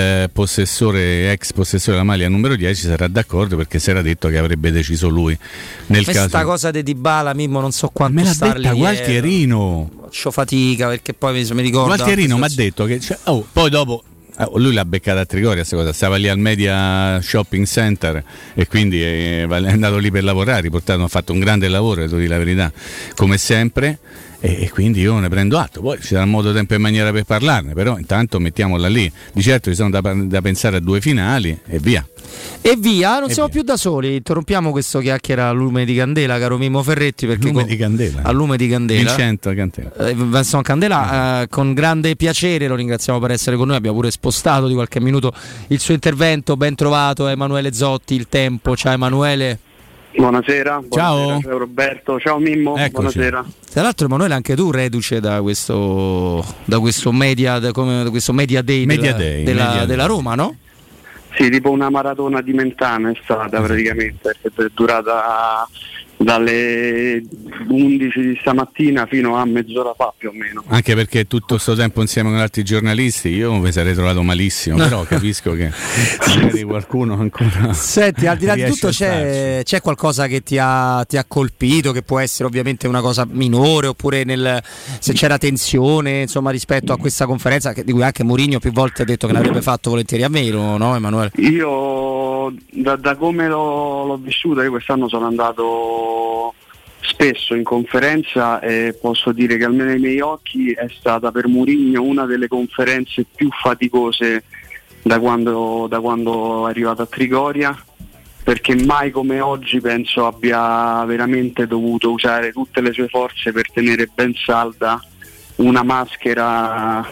ex possessore della maglia numero 10 sarà d'accordo, perché si era detto che avrebbe deciso lui. Questa cosa di Dybala, Mimmo, non so quanto me l'ha starli detta Gualtierino. Faccio fatica, perché poi mi ricordo Gualtierino mi ha detto che poi dopo lui l'ha beccata a Trigoria questa cosa, stava lì al Media Shopping Center e quindi è andato lì per lavorare, ha fatto un grande lavoro, devo dire la verità, come sempre. E quindi io ne prendo atto, poi ci sarà modo, tempo e maniera per parlarne, però intanto mettiamola lì. Di certo ci sono da pensare a 2 finali e via. Non siamo più da soli, interrompiamo questo chiacchiera a lume di candela, caro Mimmo Ferretti, perché lume di candela. A lume di candela. Vincent Candela, con grande piacere lo ringraziamo per essere con noi, abbiamo pure spostato di qualche minuto il suo intervento. Ben trovato Emanuele Zotti, Il Tempo. Ciao Emanuele. Buonasera. Ciao Roberto, ciao Mimmo. Eccoci. Buonasera. Tra l'altro Emanuele, anche tu reduce da questo media day della Roma, no? Sì, tipo una maratona di Mentana è stata praticamente, che è durata dalle 11 di stamattina fino a mezz'ora fa più o meno. Anche perché tutto questo tempo insieme con altri giornalisti io mi sarei trovato malissimo, però capisco che magari qualcuno ancora. Senti, al di là di tutto c'è qualcosa che ti ha colpito, che può essere ovviamente una cosa minore, oppure se c'era tensione, insomma, rispetto a questa conferenza di cui anche Mourinho più volte ha detto che l'avrebbe fatto volentieri a meno, no Emanuele? Io da come l'ho vissuta, io quest'anno sono andato spesso in conferenza e posso dire che almeno ai miei occhi è stata per Mourinho una delle conferenze più faticose da quando è arrivato a Trigoria, perché mai come oggi penso abbia veramente dovuto usare tutte le sue forze per tenere ben salda una maschera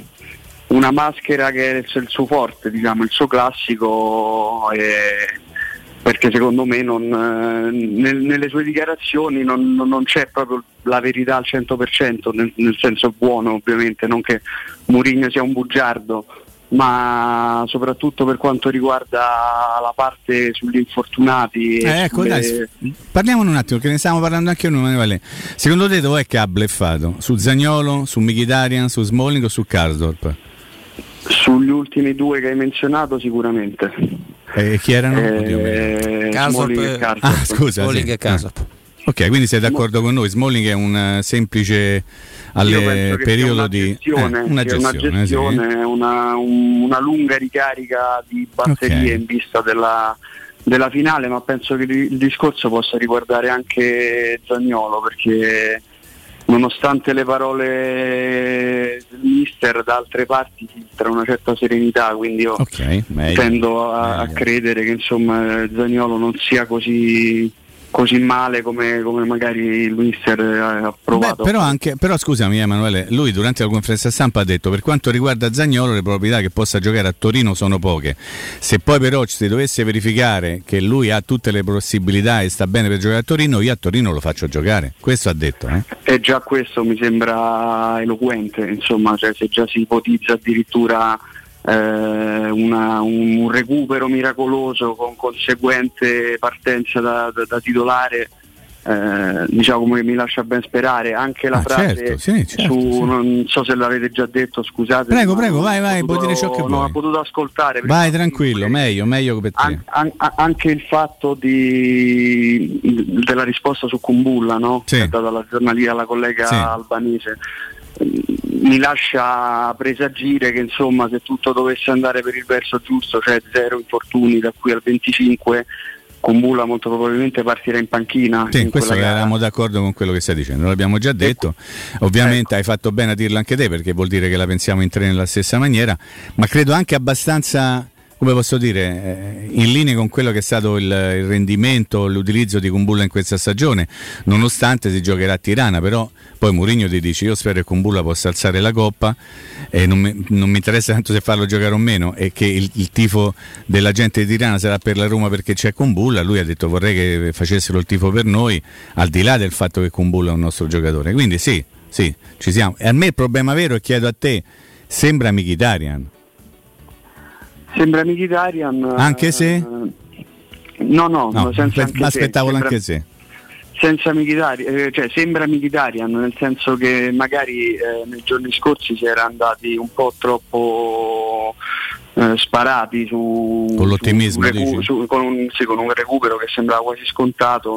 che è il suo forte, diciamo, il suo classico, perché secondo me nelle sue dichiarazioni non c'è proprio la verità al 100%, nel senso buono ovviamente, non che Mourinho sia un bugiardo, ma soprattutto per quanto riguarda la parte sugli infortunati. Ecco, dai, parliamone un attimo, che ne stiamo parlando anche noi, Emanuele. Secondo te dov'è che ha bleffato? Su Zaniolo, su Mkhitaryan, su Smalling o su Karsdorp? Sugli ultimi 2 che hai menzionato sicuramente. Chi erano? Smalling e Karsdorp. Scusa, Smalling e Karsdorp. Ok, quindi sei d'accordo con noi? Smalling è un semplice periodo di una gestione, una lunga ricarica di batterie in vista della finale, ma penso che il discorso possa riguardare anche Zaniolo, perché nonostante le parole del mister, da altre parti filtra una certa serenità, quindi io tendo a credere che insomma Zaniolo non sia così male come magari il mister ha provato. Però scusami Emanuele, lui durante la conferenza stampa ha detto: per quanto riguarda Zaniolo le probabilità che possa giocare a Torino sono poche, se poi però si dovesse verificare che lui ha tutte le possibilità e sta bene per giocare a Torino, io a Torino lo faccio giocare. Questo ha detto, E già questo mi sembra eloquente, insomma, cioè, se già si ipotizza addirittura un recupero miracoloso con conseguente partenza da titolare, diciamo che mi lascia ben sperare. Anche la frase non so se l'avete già detto, scusate, prego vai, puoi dire ciò che vuoi. Non ho potuto ascoltare, vai tranquillo, meglio per te. Anche il fatto della risposta su Kumbulla, no? Che ha dato alla giornalista, alla collega albanese, mi lascia presagire che insomma, se tutto dovesse andare per il verso giusto, cioè 0 infortuni da qui al 25, Kumbulla molto probabilmente partirà in panchina. Sì, in questo eravamo d'accordo con quello che stai dicendo, l'abbiamo già detto. Ovviamente hai fatto bene a dirlo anche te, perché vuol dire che la pensiamo in tre nella stessa maniera, ma credo anche abbastanza, come posso dire, in linea con quello che è stato il rendimento, l'utilizzo di Kumbulla in questa stagione, nonostante si giocherà a Tirana. Però poi Mourinho ti dice: io spero che Kumbulla possa alzare la coppa, e non mi interessa tanto se farlo giocare o meno, e che il tifo della gente di Tirana sarà per la Roma perché c'è Kumbulla. Lui ha detto: vorrei che facessero il tifo per noi, al di là del fatto che Kumbulla è un nostro giocatore. Quindi sì, ci siamo. E a me il problema vero, e chiedo a te, sembra Mkhitaryan. Sembra Mkhitaryan, anche se? No, senza anche aspettavo se. Anche se. Senza Mkhitaryan, cioè sembra Mkhitaryan, nel senso che magari nei giorni scorsi si era andati un po' troppo sparati con l'ottimismo, con un recupero che sembrava quasi scontato.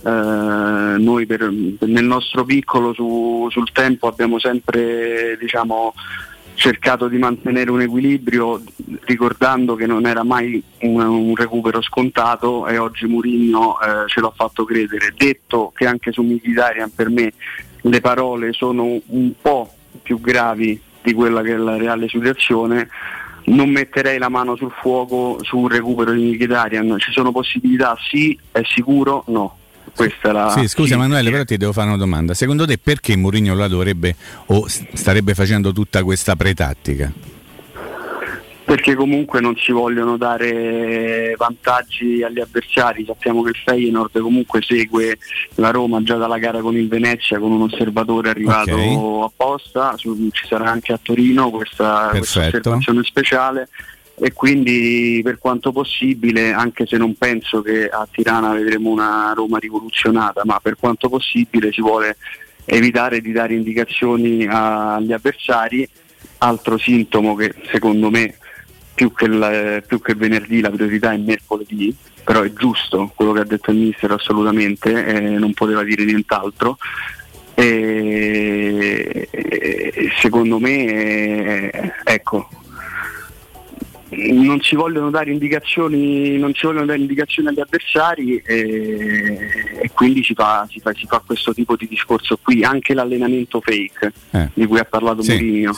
Noi nel nostro piccolo sul tempo abbiamo sempre, diciamo, cercato di mantenere un equilibrio, ricordando che non era mai un recupero scontato, e oggi Mourinho ce l'ha fatto credere. Detto che anche su Mkhitaryan per me le parole sono un po' più gravi di quella che è la reale situazione, non metterei la mano sul fuoco su un recupero di Mkhitaryan. Ci sono possibilità? Sì. È sicuro? No. Questa è la... Sì, scusa Emanuele, però ti devo fare una domanda. Secondo te perché Mourinho la dovrebbe o starebbe facendo tutta questa pretattica? Perché comunque non si vogliono dare vantaggi agli avversari. Sappiamo che il Feyenoord comunque segue la Roma già dalla gara con il Venezia, con un osservatore arrivato apposta. Ci sarà anche a Torino questa osservazione speciale. E quindi, per quanto possibile, anche se non penso che a Tirana vedremo una Roma rivoluzionata, ma per quanto possibile si vuole evitare di dare indicazioni agli avversari. Altro sintomo che secondo me più che venerdì la priorità è mercoledì, però è giusto quello che ha detto il mister, assolutamente, non poteva dire nient'altro. E secondo me ecco, non si vogliono dare indicazioni agli avversari, e quindi si fa questo tipo di discorso qui. Anche l'allenamento fake di cui ha parlato Mourinho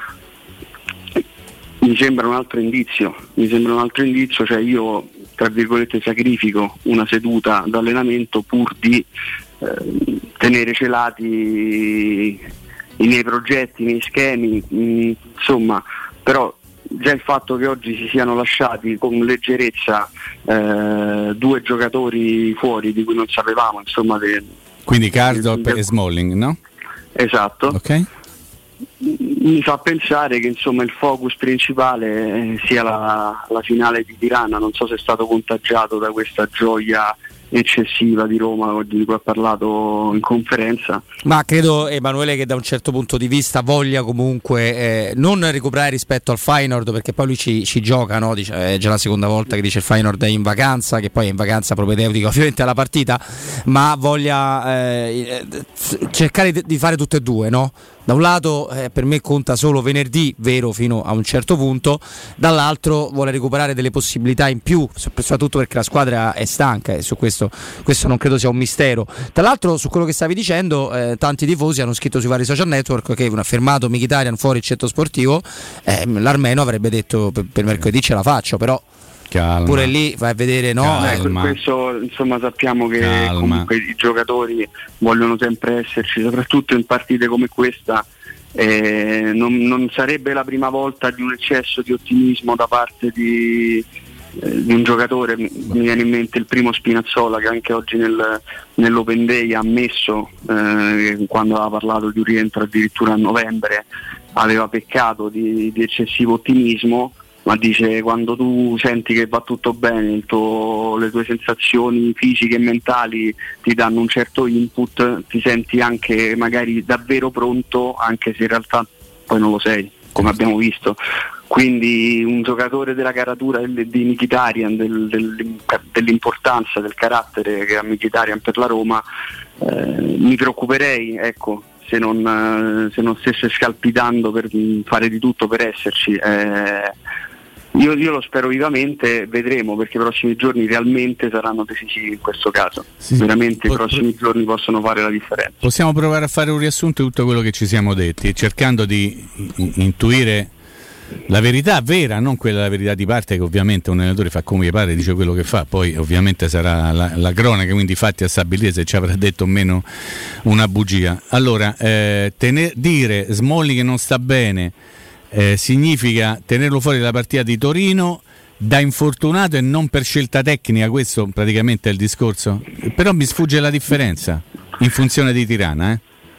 mi sembra un altro indizio, cioè io tra virgolette sacrifico una seduta d'allenamento pur di tenere celati i miei progetti, i miei schemi, insomma. Però già il fatto che oggi si siano lasciati con leggerezza 2 giocatori fuori di cui non sapevamo, insomma, quindi Karsdorp e Smalling, no? Esatto. Ok. Mi fa pensare che insomma il focus principale sia la finale di Tirana. Non so se è stato contagiato da questa gioia eccessiva di Roma di cui ha parlato in conferenza, ma credo, Emanuele, che da un certo punto di vista voglia comunque non recuperare rispetto al Feyenoord, perché poi lui ci gioca, no? Dice, è già la seconda volta che dice il Feyenoord è in vacanza, che poi è in vacanza propedeutica ovviamente alla partita, ma voglia cercare di fare tutte e due, no? Da un lato per me conta solo venerdì, vero, fino a un certo punto, dall'altro vuole recuperare delle possibilità in più, soprattutto perché la squadra è stanca, e su questo non credo sia un mistero. Tra l'altro, su quello che stavi dicendo, tanti tifosi hanno scritto sui vari social network che una fermato Mkhitaryan fuori il centro sportivo, l'armeno avrebbe detto per mercoledì ce la faccio, però calma. Pure lì vai a vedere, no? Questo insomma sappiamo che comunque i giocatori vogliono sempre esserci, soprattutto in partite come questa. Non sarebbe la prima volta di un eccesso di ottimismo da parte di un giocatore. Mi viene in mente il primo Spinazzola, che anche oggi nell'Open Day ha ammesso, quando aveva parlato di un rientro addirittura a novembre, aveva peccato di eccessivo ottimismo. ma dice quando tu senti che va tutto bene, le tue sensazioni fisiche e mentali ti danno un certo input, ti senti anche magari davvero pronto, anche se in realtà poi non lo sei, come abbiamo visto. Quindi un giocatore della caratura di Mkhitaryan, dell'importanza del carattere che ha Mkhitaryan per la Roma, mi preoccuperei, ecco, se non stesse scalpitando per fare di tutto per esserci. Io lo spero vivamente, vedremo, perché i prossimi giorni realmente saranno decisivi in questo caso. Sì, veramente i prossimi giorni possono fare la differenza. Possiamo provare a fare un riassunto di tutto quello che ci siamo detti, cercando di intuire la verità vera, non quella la verità di parte, che ovviamente un allenatore fa come gli pare, dice quello che fa, poi ovviamente sarà la cronaca, quindi i fatti a stabilire se ci avrà detto o meno una bugia. Allora, dire Smalling che non sta bene significa tenerlo fuori dalla partita di Torino da infortunato e non per scelta tecnica, questo praticamente è il discorso. Però mi sfugge la differenza in funzione di Tirana,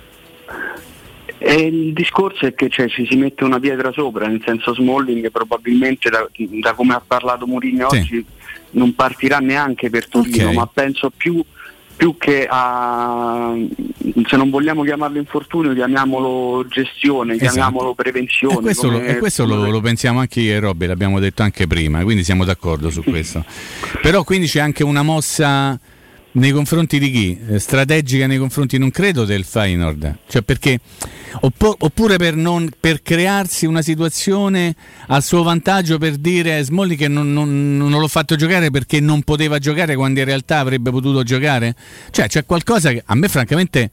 E il discorso è che ci si mette una pietra sopra, nel senso Smalling probabilmente da come ha parlato Mourinho oggi non partirà neanche per Torino, ma penso più che a, se non vogliamo chiamarlo infortunio, chiamiamolo gestione, chiamiamolo prevenzione. E questo lo pensiamo anche io e Robby, l'abbiamo detto anche prima, quindi siamo d'accordo su questo. Però quindi c'è anche una mossa nei confronti di chi? Strategica nei confronti, non credo, del Feyenoord, cioè perché oppure per crearsi una situazione al suo vantaggio, per dire Smalling che non l'ho fatto giocare perché non poteva giocare quando in realtà avrebbe potuto giocare. Cioè c'è qualcosa che a me francamente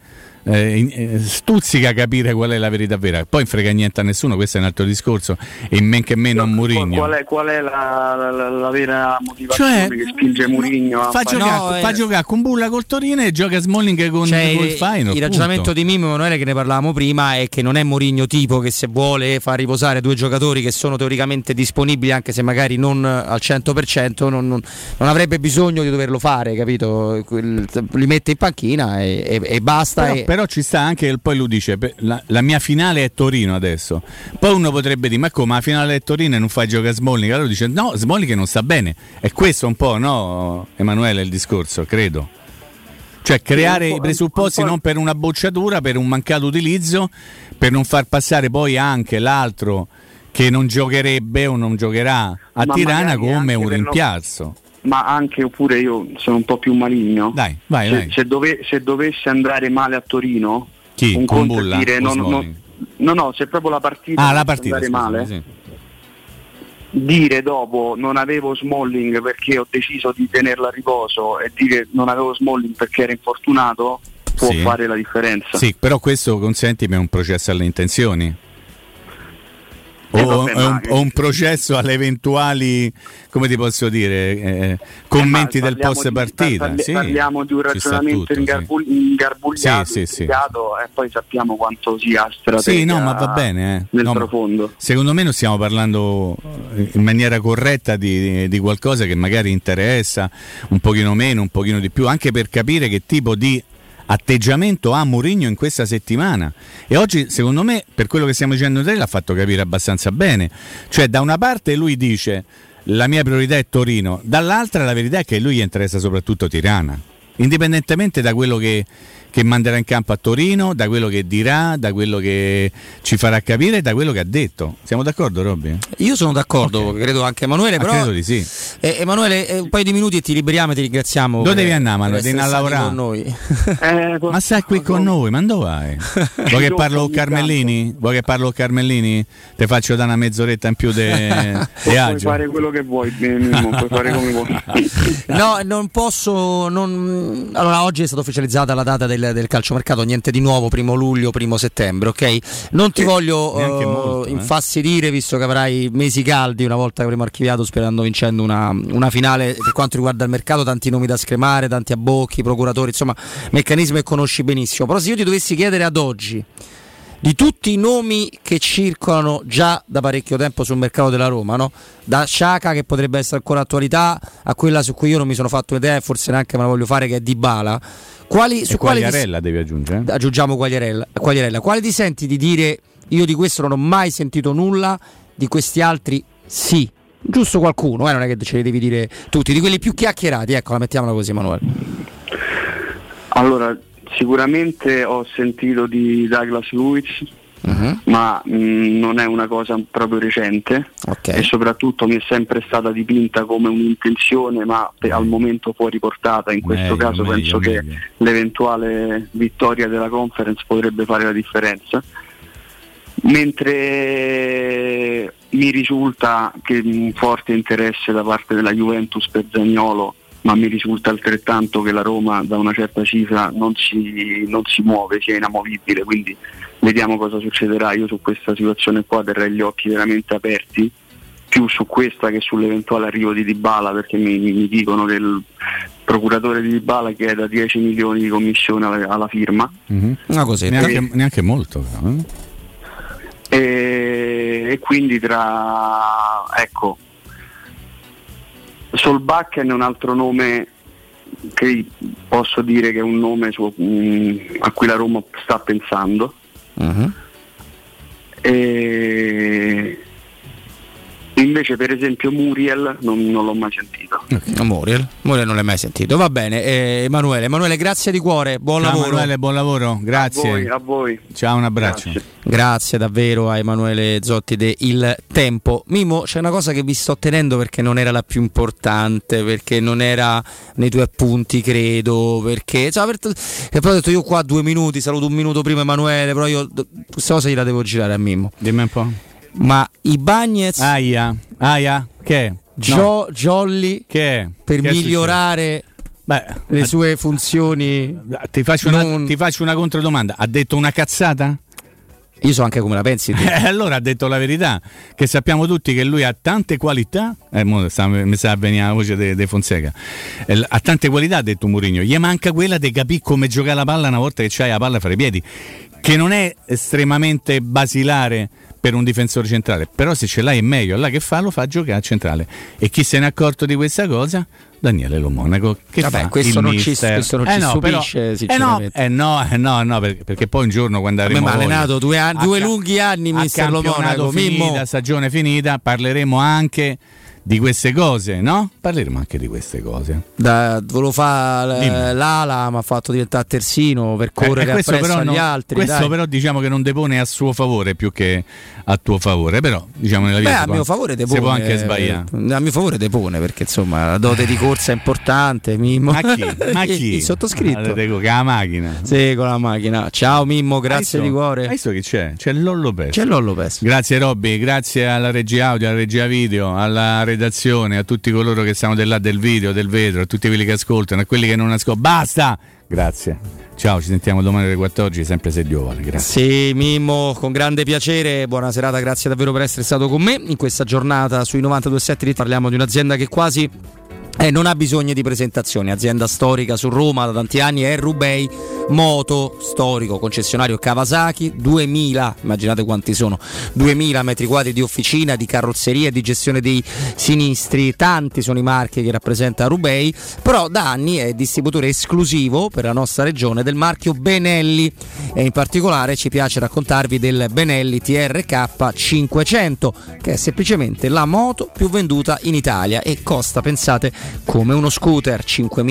stuzzica capire qual è la verità vera. Poi frega niente a nessuno, questo è un altro discorso, e men che meno Mourinho. Qual è la vera motivazione che spinge Mourinho a fa giocare con Bulla col Torino e gioca Smalling con il Feyenoord. Il ragionamento di Mimmo Emanuele, che ne parlavamo prima, è che non è Mourinho tipo che se vuole fa riposare due giocatori che sono teoricamente disponibili, anche se magari non al 100%, non avrebbe bisogno di doverlo fare, capito? Li mette in panchina e basta. Però ci sta anche, poi lui dice la mia finale è Torino adesso, poi uno potrebbe dire ma come la finale è Torino e non fai giocare Smalling? Allora dice no, Smalling non sta bene, e questo un po', no Emanuele, il discorso, credo, cioè creare i presupposti non per una bocciatura, per un mancato utilizzo, per non far passare poi anche l'altro che non giocherebbe o non giocherà a Tirana come un rimpiazzo. Ma anche, oppure io sono un po' più maligno. Vai. Se dovesse andare male a Torino, chi? Un con conto Bulla, dire no, se proprio la partita andare male, sì. Dire dopo non avevo Smalling perché ho deciso di tenerla a riposo, e dire non avevo Smalling perché era infortunato può fare la differenza. Sì, però questo, consentimi, è un processo alle intenzioni. O un processo alle eventuali, come ti posso dire, commenti del post partita. Parliamo di un ragionamento ingarbugliato, e poi sappiamo quanto sia strategico. Sì, no, ma va bene. Nel profondo. Secondo me non stiamo parlando in maniera corretta di qualcosa che magari interessa un pochino meno, un pochino di più, anche per capire che tipo di atteggiamento ha Mourinho in questa settimana. E oggi, secondo me, per quello che stiamo dicendo l'ha fatto capire abbastanza bene. Cioè, da una parte lui dice la mia priorità è Torino, dall'altra la verità è che lui gli interessa soprattutto Tirana, indipendentemente da quello che manderà in campo a Torino, da quello che dirà, da quello che ci farà capire, da quello che ha detto. Siamo d'accordo, Robby? Io sono d'accordo, credo anche Emanuele, però credo di sì. Emanuele, un paio di minuti e ti liberiamo e ti ringraziamo. Dove devi andare, Emanuele? Devi andare a lavorare con noi. Ma stai qui con noi, ma dove vai? Vuoi che parlo con Carmellini? Vuoi che parlo con Carmellini? Te faccio da una mezz'oretta in più di agio. Puoi fare quello che vuoi, puoi fare come vuoi. No, non posso. Allora, oggi è stata ufficializzata la data del calciomercato, niente di nuovo, 1 luglio, 1 settembre, ok? Non ti voglio infastidire, visto che avrai mesi caldi una volta che avremo archiviato, sperando vincendo una finale. Per quanto riguarda il mercato, tanti nomi da scremare, tanti abbocchi, procuratori, insomma, meccanismi che conosci benissimo. Però se io ti dovessi chiedere ad oggi, di tutti i nomi che circolano già da parecchio tempo sul mercato della Roma, no? Da Xhaka, che potrebbe essere ancora attualità, a quella su cui io non mi sono fatto un'idea e forse neanche me la voglio fare, che è Dybala. Quagliarella devi aggiungere? Aggiungiamo Quagliarella. Quale ti senti di dire io di questo non ho mai sentito nulla, di questi altri sì? giusto qualcuno, non è che ce li devi dire tutti, di quelli più chiacchierati, ecco, la mettiamola così, Emanuele. Allora, sicuramente ho sentito di Douglas Luiz, ma non è una cosa proprio recente, e soprattutto mi è sempre stata dipinta come un'intenzione, ma al momento fuori portata. In questo caso penso che l'eventuale vittoria della Conference potrebbe fare la differenza, mentre mi risulta che un forte interesse da parte della Juventus per Zaniolo, ma mi risulta altrettanto che la Roma da una certa cifra non si muove, sia inamovibile, quindi vediamo cosa succederà. Io su questa situazione qua terrei gli occhi veramente aperti, più su questa che sull'eventuale arrivo di Dybala, perché mi dicono che il procuratore di Dybala chiede 10 milioni di commissione alla firma. Una cosetta. Neanche molto, e quindi Solbakken è un altro nome che posso dire che è un nome a cui la Roma sta pensando. E invece per esempio Muriel non l'ho mai sentito. Muriel non l'hai mai sentito, va bene. Emanuele, grazie di cuore, buon lavoro. Emanuele, buon lavoro, grazie a voi. Ciao, un abbraccio. Grazie davvero a Emanuele Zotti de Il Tempo. Mimmo, c'è una cosa che vi sto tenendo perché non era la più importante, perché non era nei tuoi appunti, credo, perché e poi ho detto io qua 2 minuti, saluto 1 minuto prima Emanuele, però io questa cosa gliela devo girare a Mimmo. Dimmi un po'. Ma i Bagnez Aia, che? Jolly che? Per migliorare le sue funzioni. Ti faccio una controdomanda. Ha detto una cazzata? Io so anche come la pensi. Allora ha detto la verità, che sappiamo tutti che lui ha tante qualità. Mi sa venire la voce di Fonseca. Ha tante qualità, ha detto Mourinho. Gli manca quella di capire come giocare la palla una volta che c'hai la palla fra i piedi, che non è estremamente basilare per un difensore centrale, però se ce l'hai è meglio. Allora che fa? Lo fa giocare a centrale. E chi se n'è accorto di questa cosa? Daniele Lo Monaco. Che fa? Questo non ci stupisce, sinceramente. No, perché poi un giorno quando avremo allenato 2 lunghi anni mister Lo Monaco, stagione finita, parleremo anche di queste cose, no? Parleremo anche di queste cose. Volevo fare l'ala, ma ha fatto diventare terzino per correre appresso agli altri. Questo però diciamo che non depone a suo favore più che a tuo favore, però diciamo nella vita a mio favore depone, si può anche sbagliare. A mio favore depone, perché insomma la dote di corsa è importante. Mimmo. Ma chi? Il sottoscritto. Con la macchina. Sì, con la macchina. Ciao Mimmo, grazie di cuore. Hai visto che c'è? C'è Lollo Pes. Grazie Robby, grazie alla regia audio, alla regia video, alla redazione, a tutti coloro che stanno del video, del vetro, a tutti quelli che ascoltano, a quelli che non ascoltano. Basta! Grazie. Ciao, ci sentiamo domani alle 14, sempre se Dio vuole. Grazie. Sì, Mimmo, con grande piacere. Buona serata, grazie davvero per essere stato con me. In questa giornata sui 92.7 parliamo di un'azienda che quasi non ha bisogno di presentazioni, azienda storica su Roma da tanti anni, è Rubei Moto, storico concessionario Kawasaki, 2000, immaginate quanti sono, 2000 metri quadri di officina, di carrozzeria e di gestione dei sinistri, tanti sono i marchi che rappresenta Rubei, però da anni è distributore esclusivo per la nostra regione del marchio Benelli, e in particolare ci piace raccontarvi del Benelli TRK 500, che è semplicemente la moto più venduta in Italia e costa, pensate, come uno scooter,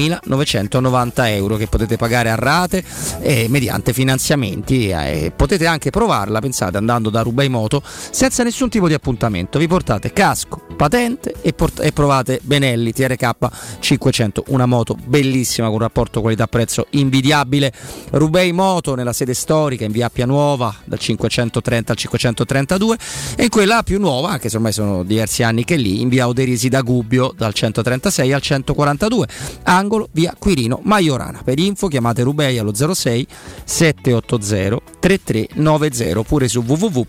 5.990 euro, che potete pagare a rate mediante finanziamenti, potete anche provarla, pensate, andando da Rubei Moto senza nessun tipo di appuntamento. Vi portate casco, patente e provate Benelli TRK 500, una moto bellissima con un rapporto qualità-prezzo invidiabile. Rubei Moto nella sede storica in via Appia Nuova dal 530 al 532, e in quella più nuova, anche se ormai sono diversi anni che è lì, in via Oderisi da Gubbio dal 136 al 142, angolo via Quirino Maiorana. Per info chiamate Rubei allo 06 780 3390, oppure su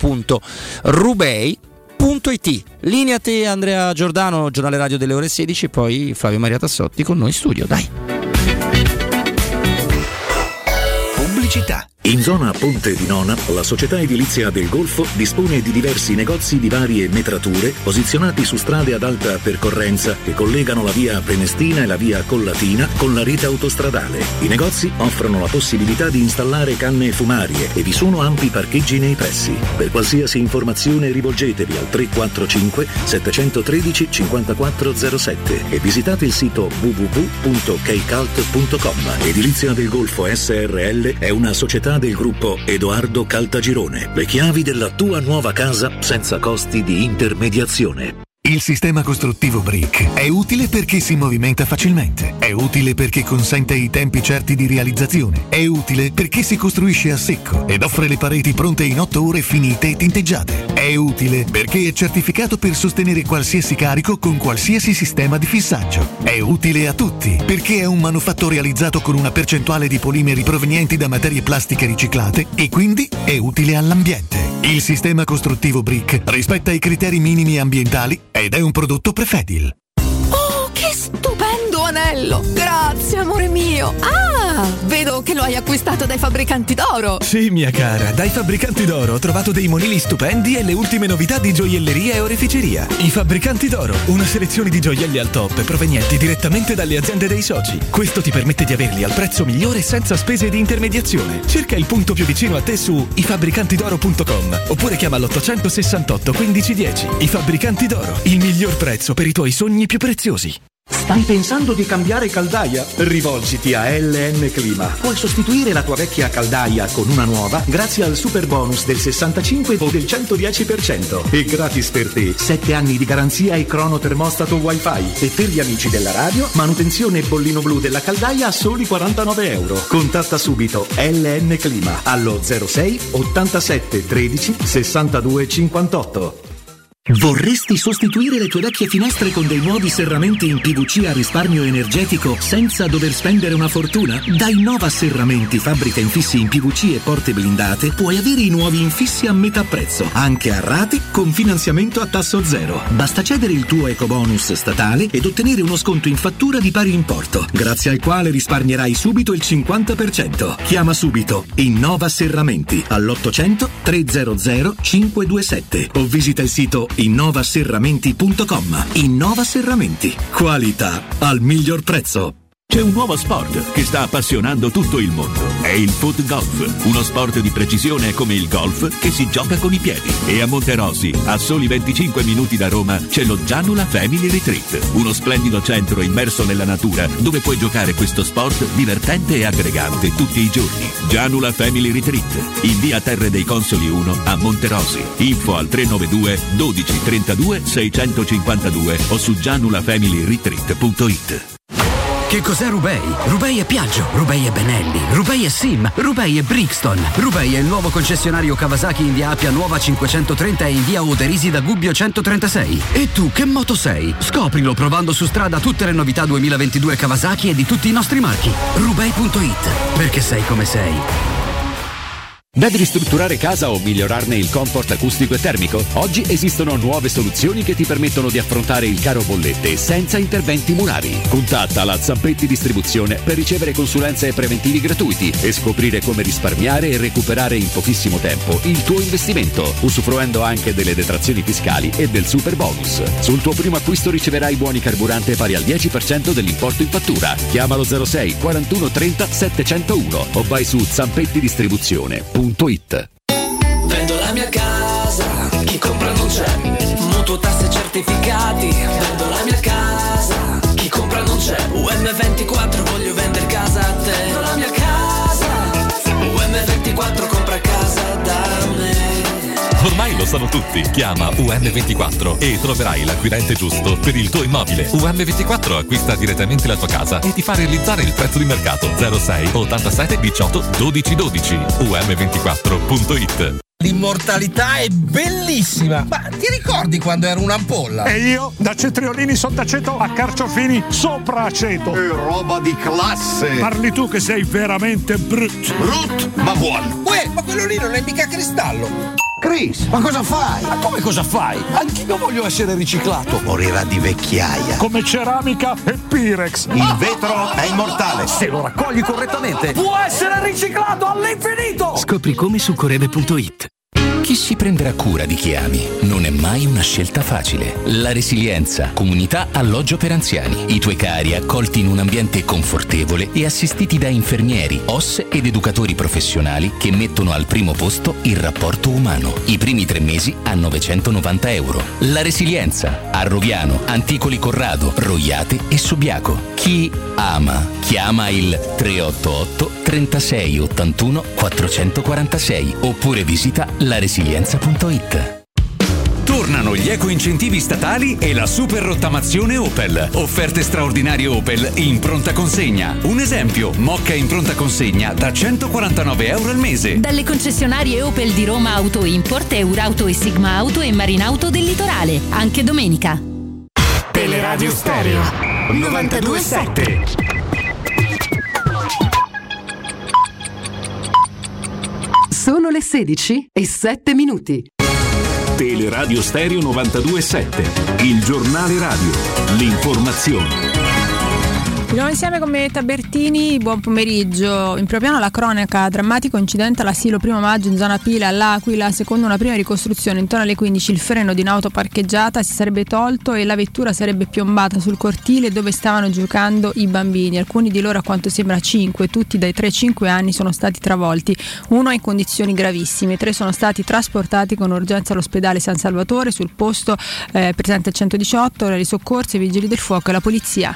www.rubei.it. Linea a te Andrea Giordano, giornale radio delle ore 16, poi Flavio Maria Tassotti con noi in studio, dai. Pubblicità. In zona Ponte di Nona, la società edilizia del Golfo dispone di diversi negozi di varie metrature posizionati su strade ad alta percorrenza che collegano la via Prenestina e la via Collatina con la rete autostradale. I negozi offrono la possibilità di installare canne fumarie e vi sono ampi parcheggi nei pressi. Per qualsiasi informazione rivolgetevi al 345 713 5407 e visitate il sito www.keicalt.com. Edilizia del Golfo SRL è una società del gruppo Edoardo Caltagirone. Le chiavi della tua nuova casa senza costi di intermediazione. Il sistema costruttivo Brick è utile perché si movimenta facilmente, è utile perché consente i tempi certi di realizzazione, è utile perché si costruisce a secco ed offre le pareti pronte in 8 ore finite e tinteggiate, è utile perché è certificato per sostenere qualsiasi carico con qualsiasi sistema di fissaggio, è utile a tutti perché è un manufatto realizzato con una percentuale di polimeri provenienti da materie plastiche riciclate e quindi è utile all'ambiente. Il sistema costruttivo Brick rispetta i criteri minimi ambientali ed è un prodotto Prefedil. Oh, che stupendo anello! Grazie, amore mio! Ah, vedo che lo hai acquistato dai fabbricanti d'oro! Sì, mia cara, dai fabbricanti d'oro ho trovato dei monili stupendi e le ultime novità di gioielleria e oreficeria. I fabbricanti d'oro, una selezione di gioielli al top provenienti direttamente dalle aziende dei soci. Questo ti permette di averli al prezzo migliore senza spese di intermediazione. Cerca il punto più vicino a te su ifabbricantidoro.com oppure chiama l'868 1510. I fabbricanti d'oro, il miglior prezzo per i tuoi sogni più preziosi. Stai pensando di cambiare caldaia? Rivolgiti a LN Clima. Puoi sostituire la tua vecchia caldaia con una nuova grazie al super bonus del 65 o del 110% e gratis per te 7 anni di garanzia e crono termostato wifi e per gli amici della radio manutenzione bollino blu della caldaia a soli €49. Contatta subito LN Clima allo 06 87 13 62 58. Vorresti sostituire le tue vecchie finestre con dei nuovi serramenti in PVC a risparmio energetico senza dover spendere una fortuna? Da Innova Serramenti, fabbrica infissi in PVC e porte blindate, puoi avere i nuovi infissi a metà prezzo, anche a rate con finanziamento a tasso zero. Basta cedere il tuo ecobonus statale ed ottenere uno sconto in fattura di pari importo, grazie al quale risparmierai subito il 50%. Chiama subito Innova Serramenti all'800 300 527 o visita il sito innovaserramenti.com. Innova Serramenti. Qualità al miglior prezzo. C'è un nuovo sport che sta appassionando tutto il mondo. È il foot golf, uno sport di precisione come il golf che si gioca con i piedi. E a Monterosi, a soli 25 minuti da Roma, c'è lo Gianula Family Retreat, uno splendido centro immerso nella natura dove puoi giocare questo sport divertente e aggregante tutti i giorni. Gianula Family Retreat, in via Terre dei Consoli 1 a Monterosi. Info al 392 12 32 652 o su gianulafamilyretreat.it. Che cos'è Rubei? Rubei è Piaggio, Rubei è Benelli, Rubei è Sim, Rubei è Brixton. Rubei è il nuovo concessionario Kawasaki in via Appia Nuova 530 e in via Oderisi da Gubbio 136. E tu che moto sei? Scoprilo provando su strada tutte le novità 2022 Kawasaki e di tutti i nostri marchi. Rubei.it, perché sei come sei. Devi ristrutturare casa o migliorarne il comfort acustico e termico? Oggi esistono nuove soluzioni che ti permettono di affrontare il caro bollette senza interventi murari. Contatta la Zampetti Distribuzione per ricevere consulenze e preventivi gratuiti e scoprire come risparmiare e recuperare in pochissimo tempo il tuo investimento, usufruendo anche delle detrazioni fiscali e del super bonus. Sul tuo primo acquisto riceverai buoni carburante pari al 10% dell'importo in fattura. Chiamalo 06 41 30 701 o vai su zampettidistribuzione.it. Vendo la mia casa, chi compra non c'è. Mutuo, tasse, certificati. Vendo la mia casa, chi compra non c'è. UM24 voglio vendere casa a te. Vendo la mia casa, UM24 compra casa da me. Ormai lo sanno tutti. Chiama UM24 e troverai l'acquirente giusto per il tuo immobile. UM24 acquista direttamente la tua casa e ti fa realizzare il prezzo di mercato. 06 87 18 12 12. UM24.it. L'immortalità è bellissima, ma ti ricordi quando ero un'ampolla? E io da cetriolini sotto aceto a carciofini sopra aceto. Roba di classe. Parli tu che sei veramente brut. Brut, ma buono. Uè, ma quello lì non è mica cristallo. Chris, ma cosa fai? Ma come cosa fai? Anch'io voglio essere riciclato. Morirà di vecchiaia. Come ceramica e Pirex. Il vetro è immortale. Se lo raccogli correttamente, può essere riciclato all'infinito. Scopri come su coreve.it. Chi si prenderà cura di chi ami? Non è mai una scelta facile. La Resilienza, comunità alloggio per anziani. I tuoi cari accolti in un ambiente confortevole e assistiti da infermieri, OS ed educatori professionali che mettono al primo posto il rapporto umano. I primi 3 mesi a €990. La Resilienza, a Roviano, Anticoli Corrado, Roiate e Subiaco. Chi ama, chiama il 388 36 81 446 oppure visita laresilienza.it. Tornano gli eco-incentivi statali e la super rottamazione Opel. Offerte straordinarie Opel in pronta consegna. Un esempio, Mokka in pronta consegna da €149 al mese. Dalle concessionarie Opel di Roma Auto Import, Eurauto e Sigma Auto e Marinauto del Litorale. Anche domenica. Teleradio Stereo 92.7. Sono le 16:07. Teleradio Stereo 92.7, il giornale radio, l'informazione. Di nuovo insieme con Meta Bertini, buon pomeriggio. In primo piano la cronaca, drammatico incidente all'asilo 1 maggio in zona Pila all'Aquila. Secondo una prima ricostruzione, intorno alle 15 il freno di un'auto parcheggiata si sarebbe tolto e la vettura sarebbe piombata sul cortile dove stavano giocando i bambini. Alcuni di loro, a quanto sembra 5, tutti dai 3-5 anni, sono stati travolti. Uno è in condizioni gravissime, 3 sono stati trasportati con urgenza all'ospedale San Salvatore. Sul posto presente il 118, i soccorsi, i vigili del fuoco e la polizia.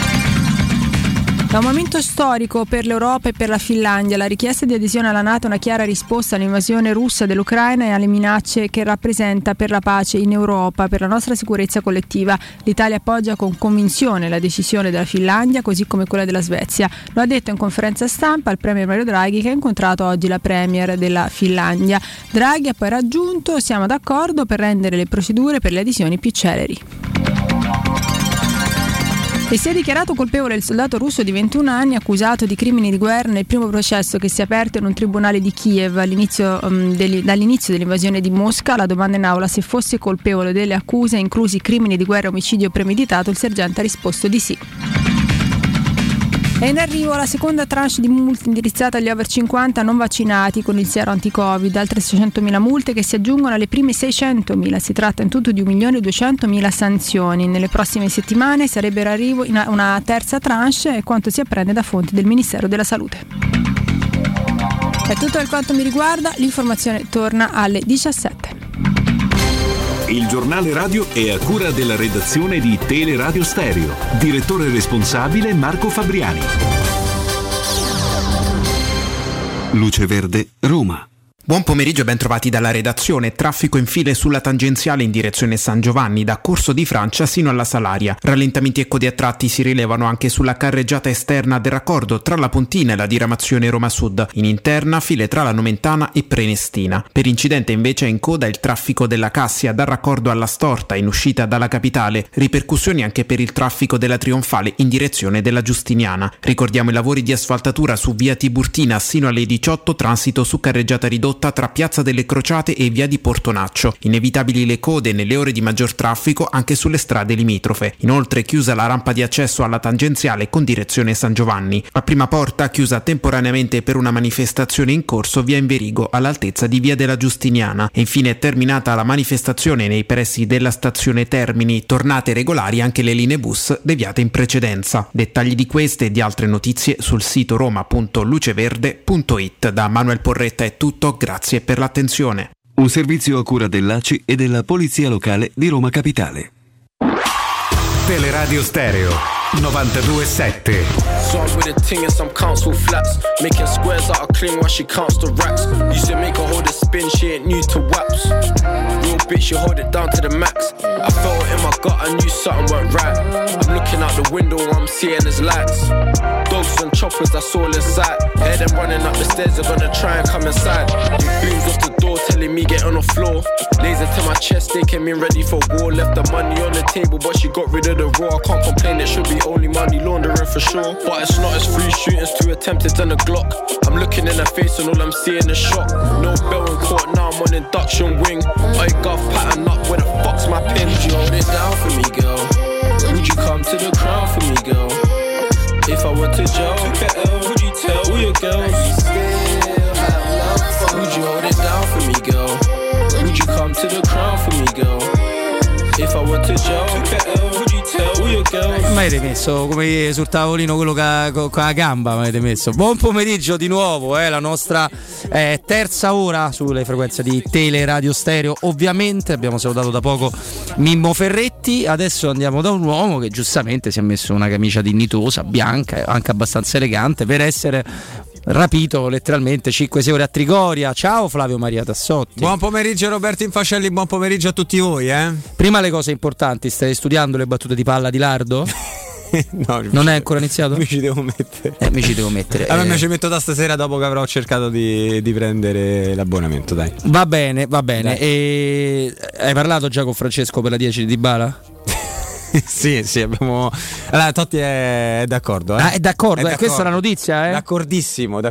Da un momento storico per l'Europa e per la Finlandia, la richiesta di adesione alla NATO è una chiara risposta all'invasione russa dell'Ucraina e alle minacce che rappresenta per la pace in Europa, per la nostra sicurezza collettiva. L'Italia appoggia con convinzione la decisione della Finlandia, così come quella della Svezia. Lo ha detto in conferenza stampa il premier Mario Draghi, che ha incontrato oggi la premier della Finlandia. Draghi ha poi raggiunto: siamo d'accordo per rendere le procedure per le adesioni più celeri. E si è dichiarato colpevole il soldato russo di 21 anni accusato di crimini di guerra nel primo processo che si è aperto in un tribunale di Kiev dall'inizio dell'invasione di Mosca. La domanda in aula se fosse colpevole delle accuse, inclusi crimini di guerra e omicidio premeditato, il sergente ha risposto di sì. È in arrivo la seconda tranche di multe indirizzate agli over 50 non vaccinati con il siero anti-Covid, altre 600.000 multe che si aggiungono alle prime 600.000. Si tratta in tutto di 1.200.000 sanzioni. Nelle prossime settimane sarebbe in arrivo una terza tranche, e quanto si apprende da fonti del Ministero della Salute. È tutto per quanto mi riguarda, l'informazione torna alle 17. Il giornale radio è a cura della redazione di Teleradio Stereo. Direttore responsabile Marco Fabriani. Luce Verde, Roma. Buon pomeriggio e ben trovati dalla redazione. Traffico in file sulla tangenziale in direzione San Giovanni, da Corso di Francia sino alla Salaria. Rallentamenti e code a tratti si rilevano anche sulla carreggiata esterna del raccordo tra la Pontina e la diramazione Roma Sud. In interna file tra la Nomentana e Prenestina. Per incidente invece è in coda il traffico della Cassia dal raccordo alla Storta in uscita dalla capitale. Ripercussioni anche per il traffico della Trionfale in direzione della Giustiniana. Ricordiamo i lavori di asfaltatura su via Tiburtina sino alle 18, transito su carreggiata ridotta tra Piazza delle Crociate e via di Portonaccio. Inevitabili le code nelle ore di maggior traffico anche sulle strade limitrofe. Inoltre chiusa la rampa di accesso alla tangenziale con direzione San Giovanni. A Prima Porta chiusa temporaneamente per una manifestazione in corso via Inverigo all'altezza di via della Giustiniana. E infine è terminata la manifestazione nei pressi della stazione Termini. Tornate regolari anche le linee bus deviate in precedenza. Dettagli di queste e di altre notizie sul sito roma.luceverde.it. Da Manuel Porretta è tutto. Grazie per l'attenzione. Un servizio a cura dell'ACI e della Polizia Locale di Roma Capitale. Teleradio Stereo 92.7. Songs with a ting and some council flats. Making squares out of clean while she counts the racks. Used to make her hold a spin, she ain't new to waps. Real bitch, you hold it down to the max. I felt it in my forgot I knew something went right. I'm looking out the window, all I'm seeing is lights. Dogs and choppers, that's all in sight. Hear them running up the stairs, they're gonna try and come inside. Booms off the door telling me get on the floor. Laser to my chest, they came in ready for war. Left the money on the table, but she got rid of the raw. I can't complain, it should be only money laundering for sure. But it's not, as 3 shootings, 2 attempted and a Glock. I'm looking in her face and all I'm seeing is shock. No bell in court, now I'm on induction wing. I got pattern up, where the fuck's my pin? Would you hold it down for me, girl? Would you come to the crown for me, girl? If I went to jail, would you tell all your girls? Would you hold it down for me, girl? Would you come to the crown for me, girl? If I went to jail, would you tell all your girls? Ma avete messo come sul tavolino quello con la gamba, ma avete messo. Buon pomeriggio di nuovo, la nostra terza ora sulle frequenze di Teleradio Stereo. Ovviamente abbiamo salutato da poco Mimmo Ferretti, adesso andiamo da un uomo che giustamente si è messo una camicia dignitosa, bianca, anche abbastanza elegante, per essere rapito letteralmente 5-6 ore a Trigoria. Ciao Flavio Maria Tassotti. Buon pomeriggio Roberto Infascelli, buon pomeriggio a tutti voi. Prima le cose importanti, stai studiando le battute di palla di Lardo? No, non è ancora iniziato? Mi ci devo mettere. Allora mi ci metto da stasera dopo che avrò cercato di prendere l'abbonamento, dai. Va bene. E hai parlato già con Francesco per la 10 di Dybala? Sì, abbiamo. Allora, Totti è d'accordo. È d'accordo. Questa è la notizia, D'accordissimo.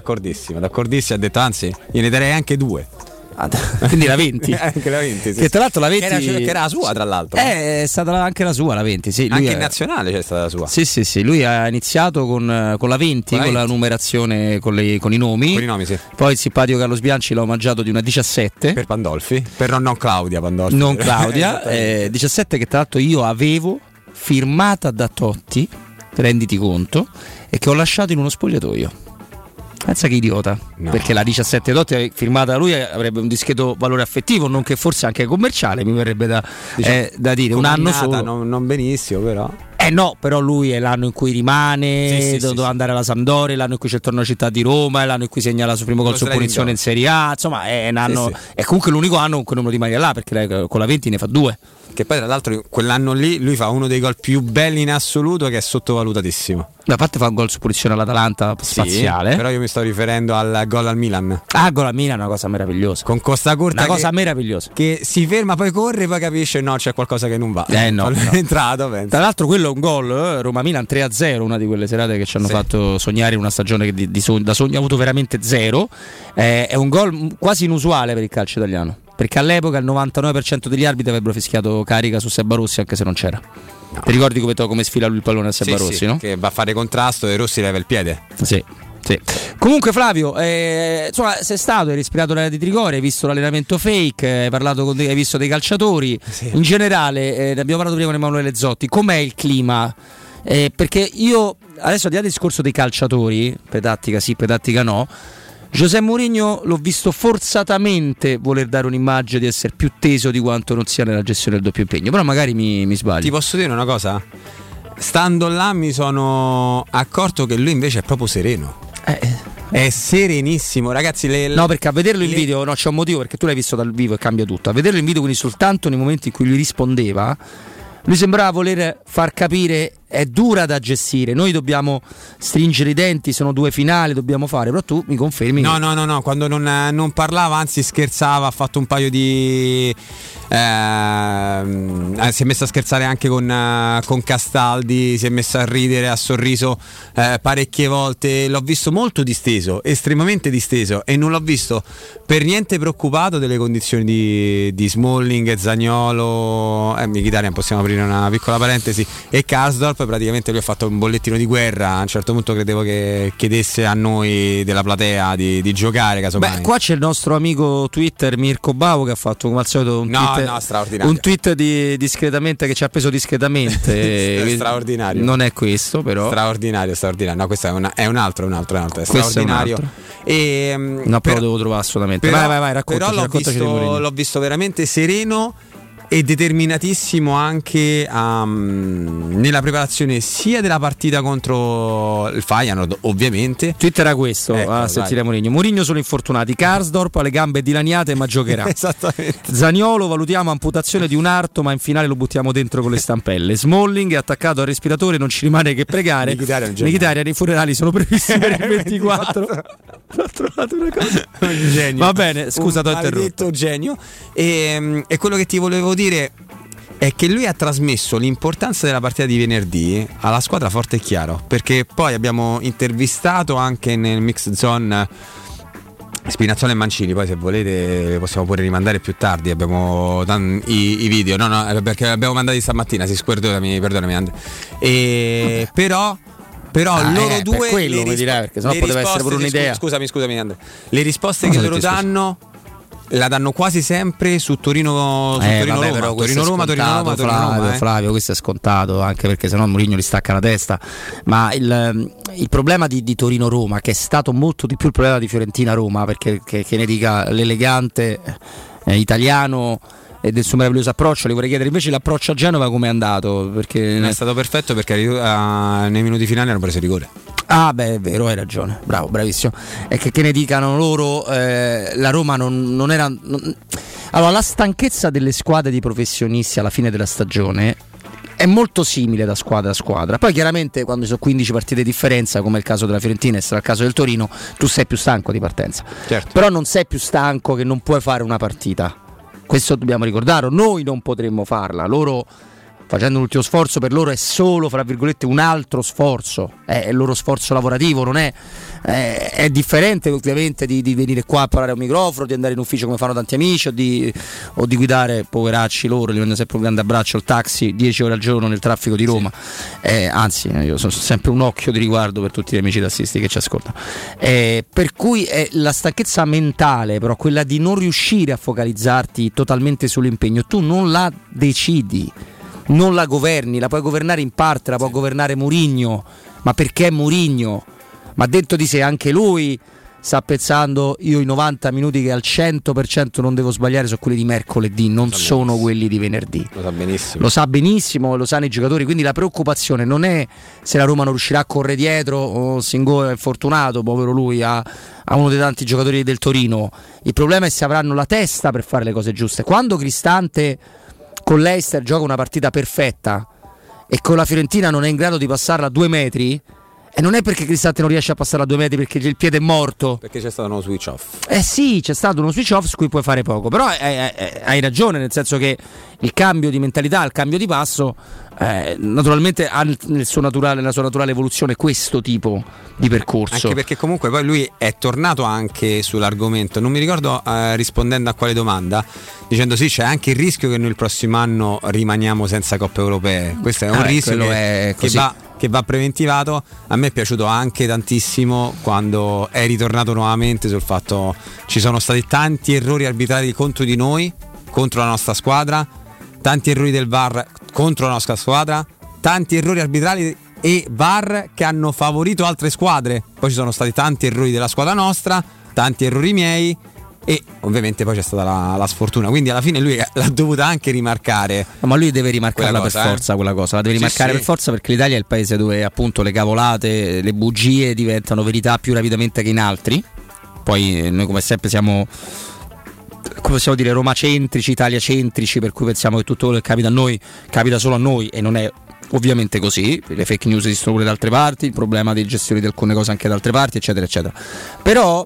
Ha detto, anzi, gliene darei anche 2. Quindi la 20. Anche la 20, sì. Che tra l'altro la 20 che era la sua, tra l'altro. È stata anche la sua la 20, sì. Anche in nazionale c'è stata la sua. Sì. Lui ha iniziato con la 20, con la numerazione con i nomi. Con i nomi, sì. Poi il simpatico Carlo Sbianci l'ha omaggiato di una 17. Per Pandolfi. Per non Claudia Pandolfi. Non Claudia. 17 che tra l'altro io avevo firmata da Totti, renditi conto, e che ho lasciato in uno spogliatoio. Pensa che idiota, no. Perché la 17 Totti firmata da lui avrebbe un discreto valore affettivo, nonché forse anche commerciale, mi verrebbe da dire. Un anno solo, non benissimo, però. No, però lui è l'anno in cui rimane, doveva andare alla Sampdoria, l'anno in cui c'è torno Città di Roma, è l'anno in cui segna il suo primo gol su punizione in Serie A, insomma è un anno, è comunque l'unico anno con cui non rimane là, perché con la 20 ne fa 2. Che poi tra l'altro quell'anno lì lui fa uno dei gol più belli in assoluto, che è sottovalutatissimo. Da parte fa un gol su punizione all'Atalanta spaziale. Però io mi sto riferendo al gol al Milan. Gol al Milan è una cosa meravigliosa. Con Costa Curta. Una cosa meravigliosa. Che si ferma, poi corre, poi capisce no, c'è qualcosa che non va. No. È entrato, penso. Tra l'altro quello è un gol, Roma-Milan 3-0, una di quelle serate che ci hanno fatto sognare in una stagione che da sogno ha avuto veramente zero. È un gol quasi inusuale per il calcio italiano, perché all'epoca il 99% degli arbitri avrebbero fischiato carica su Seba Rossi anche se non c'era. No. Ti ricordi come sfila lui il pallone a Seba Rossi, no? Che va a fare contrasto e Rossi leva il piede. Sì. Comunque Flavio, insomma, sei stato, hai respirato l'aria di Trigoria, hai visto l'allenamento fake, hai parlato hai visto dei calciatori. In generale, ne abbiamo parlato prima con Emanuele Zotti. Com'è il clima? Perché io adesso, al di là del discorso dei calciatori, pedattica sì, pedattica no, José Mourinho l'ho visto forzatamente voler dare un'immagine di essere più teso di quanto non sia nella gestione del doppio impegno, però magari mi sbaglio. Ti posso dire una cosa? Stando là mi sono accorto che lui invece è proprio sereno. È serenissimo, ragazzi. No, perché a vederlo in video c'è un motivo, perché tu l'hai visto dal vivo e cambia tutto. A vederlo in video, quindi soltanto nei momenti in cui lui rispondeva, lui sembrava voler far capire è dura da gestire, noi dobbiamo stringere i denti, sono 2 finali, dobbiamo fare, però tu mi confermi? No, quando non parlava, anzi scherzava, ha fatto un paio di si è messo a scherzare anche con Castaldi, si è messo a ridere, ha sorriso parecchie volte, l'ho visto molto disteso, estremamente disteso, e non l'ho visto per niente preoccupato delle condizioni di Smalling, Zaniolo, Mkhitaryan, possiamo aprire una piccola parentesi, e Karsdorp. Praticamente lui ha fatto un bollettino di guerra. A un certo punto credevo che chiedesse a noi della platea di giocare, casomai. Beh, qua c'è il nostro amico Twitter Mirko Bavo, che ha fatto come al solito un tweet discretamente, che ci ha preso discretamente. Straordinario. Non è questo, però. Straordinario. No, questo è un altro. È straordinario. Però lo devo trovare assolutamente. Vai, raccontaci. Però l'ho visto veramente sereno. e determinatissimo anche nella preparazione sia della partita contro il Feyenoord, ovviamente. Twitter era questo, sentire Mourinho sono infortunati, Karsdorp ha le gambe dilaniate ma giocherà. Esattamente. Zaniolo valutiamo amputazione di un arto ma in finale lo buttiamo dentro con le stampelle. Smalling è attaccato al respiratore, non ci rimane che pregare. Mkhitaryan i funerali sono previsti per il 24. Ho trovato una cosa. Genio. Va bene, scusa, t'ho interrotto. Detto genio. E quello che ti volevo dire è che lui ha trasmesso l'importanza della partita di venerdì alla squadra forte e chiaro, perché poi abbiamo intervistato anche nel mix zone Spinazzola e Mancini, poi se volete possiamo pure rimandare più tardi, abbiamo i video, no, perché li abbiamo mandati stamattina, perdonami però loro due quello mi dirà, perché sennò poteva essere pure un'idea. Scusami Andre. Le risposte che loro danno la danno quasi sempre su Torino-Roma. Flavio, questo è scontato, anche perché sennò Mourinho gli stacca la testa. Ma il problema di Torino-Roma, che è stato molto di più il problema di Fiorentina-Roma, perché che ne dica l'elegante italiano e del suo meraviglioso approccio, le vorrei chiedere invece l'approccio a Genova come è andato, perché è stato perfetto, perché nei minuti finali hanno preso rigore. Ah beh, è vero, hai ragione, bravissimo. E che ne dicano loro, la Roma non era... Allora, la stanchezza delle squadre di professionisti alla fine della stagione è molto simile da squadra a squadra. Poi chiaramente quando ci sono 15 partite di differenza, come è il caso della Fiorentina e sarà il caso del Torino, tu sei più stanco di partenza. Certo. Però non sei più stanco che non puoi fare una partita. Questo dobbiamo ricordarlo, noi non potremmo farla, loro facendo l'ultimo sforzo per loro è solo, fra virgolette, un altro sforzo, è il loro sforzo lavorativo, non è differente ovviamente di venire qua a parlare a un microfono, di andare in ufficio come fanno tanti amici o di guidare, poveracci loro, gli mando sempre un grande abbraccio, il taxi 10 ore al giorno nel traffico di Roma. Anzi, io sono sempre un occhio di riguardo per tutti gli amici tassisti che ci ascoltano, per cui è la stanchezza mentale, però quella di non riuscire a focalizzarti totalmente sull'impegno, tu non la decidi, non la governi, la puoi governare in parte, la può governare Mourinho, ma perché Mourinho? Ma dentro di sé anche lui sta pensando, io i 90 minuti che al 100% non devo sbagliare sono quelli di mercoledì, non sono quelli di venerdì. Lo sa benissimo, lo sanno i giocatori, quindi la preoccupazione non è se la Roma non riuscirà a correre dietro, o Singo è fortunato, povero lui, a uno dei tanti giocatori del Torino. Il problema è se avranno la testa per fare le cose giuste. Quando Cristante con l'Eister gioca una partita perfetta e con la Fiorentina non è in grado di passarla a 2 metri, e non è perché Cristante non riesce a passarla a 2 metri perché il piede è morto, perché c'è stato uno switch off. Sì, c'è stato uno switch off su cui puoi fare poco, però hai ragione, nel senso che il cambio di mentalità, il cambio di passo naturalmente ha nella sua naturale evoluzione questo tipo di percorso. Anche perché comunque poi lui è tornato anche sull'argomento, non mi ricordo rispondendo a quale domanda, dicendo sì, c'è anche il rischio che noi il prossimo anno rimaniamo senza coppe europee. Questo è un rischio che va preventivato. A me è piaciuto anche tantissimo quando è ritornato nuovamente sul fatto ci sono stati tanti errori arbitrali contro di noi, contro la nostra squadra, tanti errori del VAR contro la nostra squadra, tanti errori arbitrali e VAR che hanno favorito altre squadre, poi ci sono stati tanti errori della squadra nostra, tanti errori miei e ovviamente poi c'è stata la sfortuna, quindi alla fine lui l'ha dovuta anche rimarcare. Ma lui deve rimarcarla per forza quella cosa, la deve rimarcare per forza, perché l'Italia è il paese dove appunto le cavolate, le bugie diventano verità più rapidamente che in altri. Poi noi come sempre siamo, come possiamo dire, romacentrici, italiacentrici, per cui pensiamo che tutto quello che capita a noi capita solo a noi, e non è ovviamente così. Le fake news esistono pure da altre parti, il problema di gestione di alcune cose anche da altre parti, eccetera eccetera. Però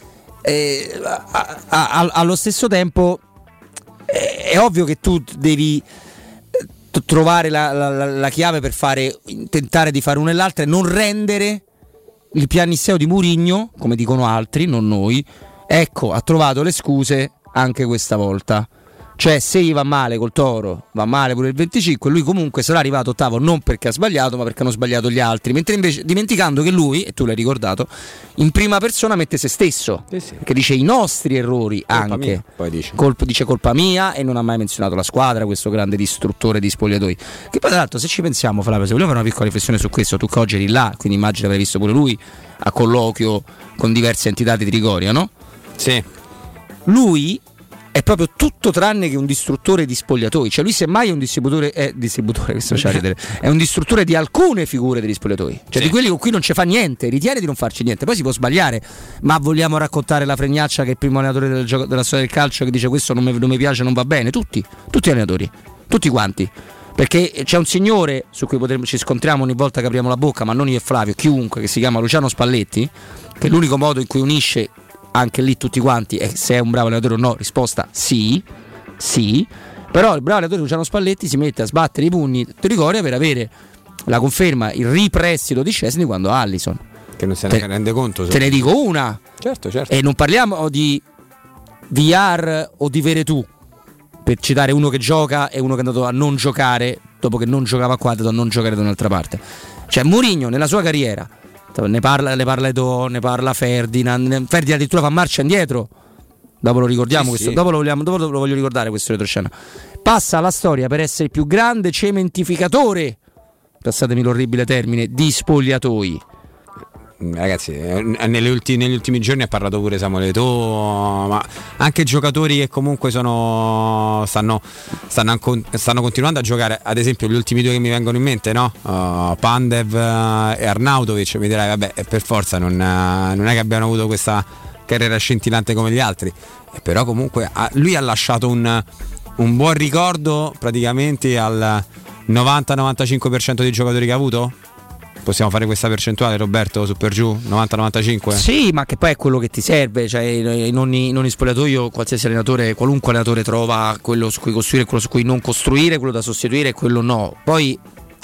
allo stesso tempo è ovvio che tu devi trovare la chiave per tentare di fare una e l'altra e non rendere il pianiseo di Mourinho, come dicono altri, non noi. Ecco, ha trovato le scuse anche questa volta. Cioè, se gli va male col Toro, va male pure il 25, lui comunque sarà arrivato ottavo non perché ha sbagliato, ma perché hanno sbagliato gli altri. Mentre invece, dimenticando che lui, e tu l'hai ricordato, in prima persona mette se stesso, che dice i nostri errori, colpa anche mia, poi dice colpa mia, e non ha mai menzionato la squadra, questo grande distruttore di spogliatoi. Che poi tra l'altro, se ci pensiamo, Flavio, se vogliamo fare una piccola riflessione su questo, tu che oggi eri là, quindi immagino avrai visto pure lui a colloquio con diverse entità di Trigoria, no? Sì. Lui è proprio tutto tranne che un distruttore di spogliatoi. Cioè lui semmai è un distributore, questo c'ha a ridere, è un distruttore di alcune figure degli spogliatoi, cioè di quelli con cui non ci fa niente, ritiene di non farci niente, poi si può sbagliare, ma vogliamo raccontare la Fregnaccia che è il primo allenatore della storia del calcio che dice questo non mi piace, non va bene? Tutti gli allenatori, tutti quanti. Perché c'è un signore su cui ci scontriamo ogni volta che apriamo la bocca, ma non io e Flavio, chiunque, che si chiama Luciano Spalletti, che è l'unico modo in cui unisce anche lì tutti quanti è se è un bravo allenatore o no. Risposta sì, però il bravo allenatore Luciano Spalletti si mette a sbattere i pugni territoria per avere la conferma, il riprestito di Szczęsny quando Alisson, che non se ne rende conto. Te ne dico una, certo. E non parliamo di VR o di Veretù, per citare uno che gioca e uno che è andato a non giocare dopo che non giocava qua, è andato a non giocare da un'altra parte. Cioè Mourinho nella sua carriera ne parla Eto'o, ne parla Ferdinand addirittura fa marcia indietro. Dopo lo ricordiamo questo. Dopo lo voglio ricordare questo retroscena. Passa alla storia per essere il più grande cementificatore, passatemi l'orribile termine, di spogliatoi. Ragazzi, negli ultimi giorni ha parlato pure Samuele Eto'o, ma anche giocatori che comunque stanno continuando a giocare. Ad esempio gli ultimi due che mi vengono in mente, no? Pandev e Arnautovic. Mi dirai vabbè, per forza non è che abbiano avuto questa carriera scintillante come gli altri, però comunque lui ha lasciato un buon ricordo praticamente al 90-95% dei giocatori che ha avuto. Possiamo fare questa percentuale, Roberto, su per giù? 90-95? Sì, ma che poi è quello che ti serve. Cioè in ogni spogliatoio qualsiasi allenatore, qualunque allenatore trova quello su cui costruire, quello su cui non costruire, quello da sostituire e quello no. Poi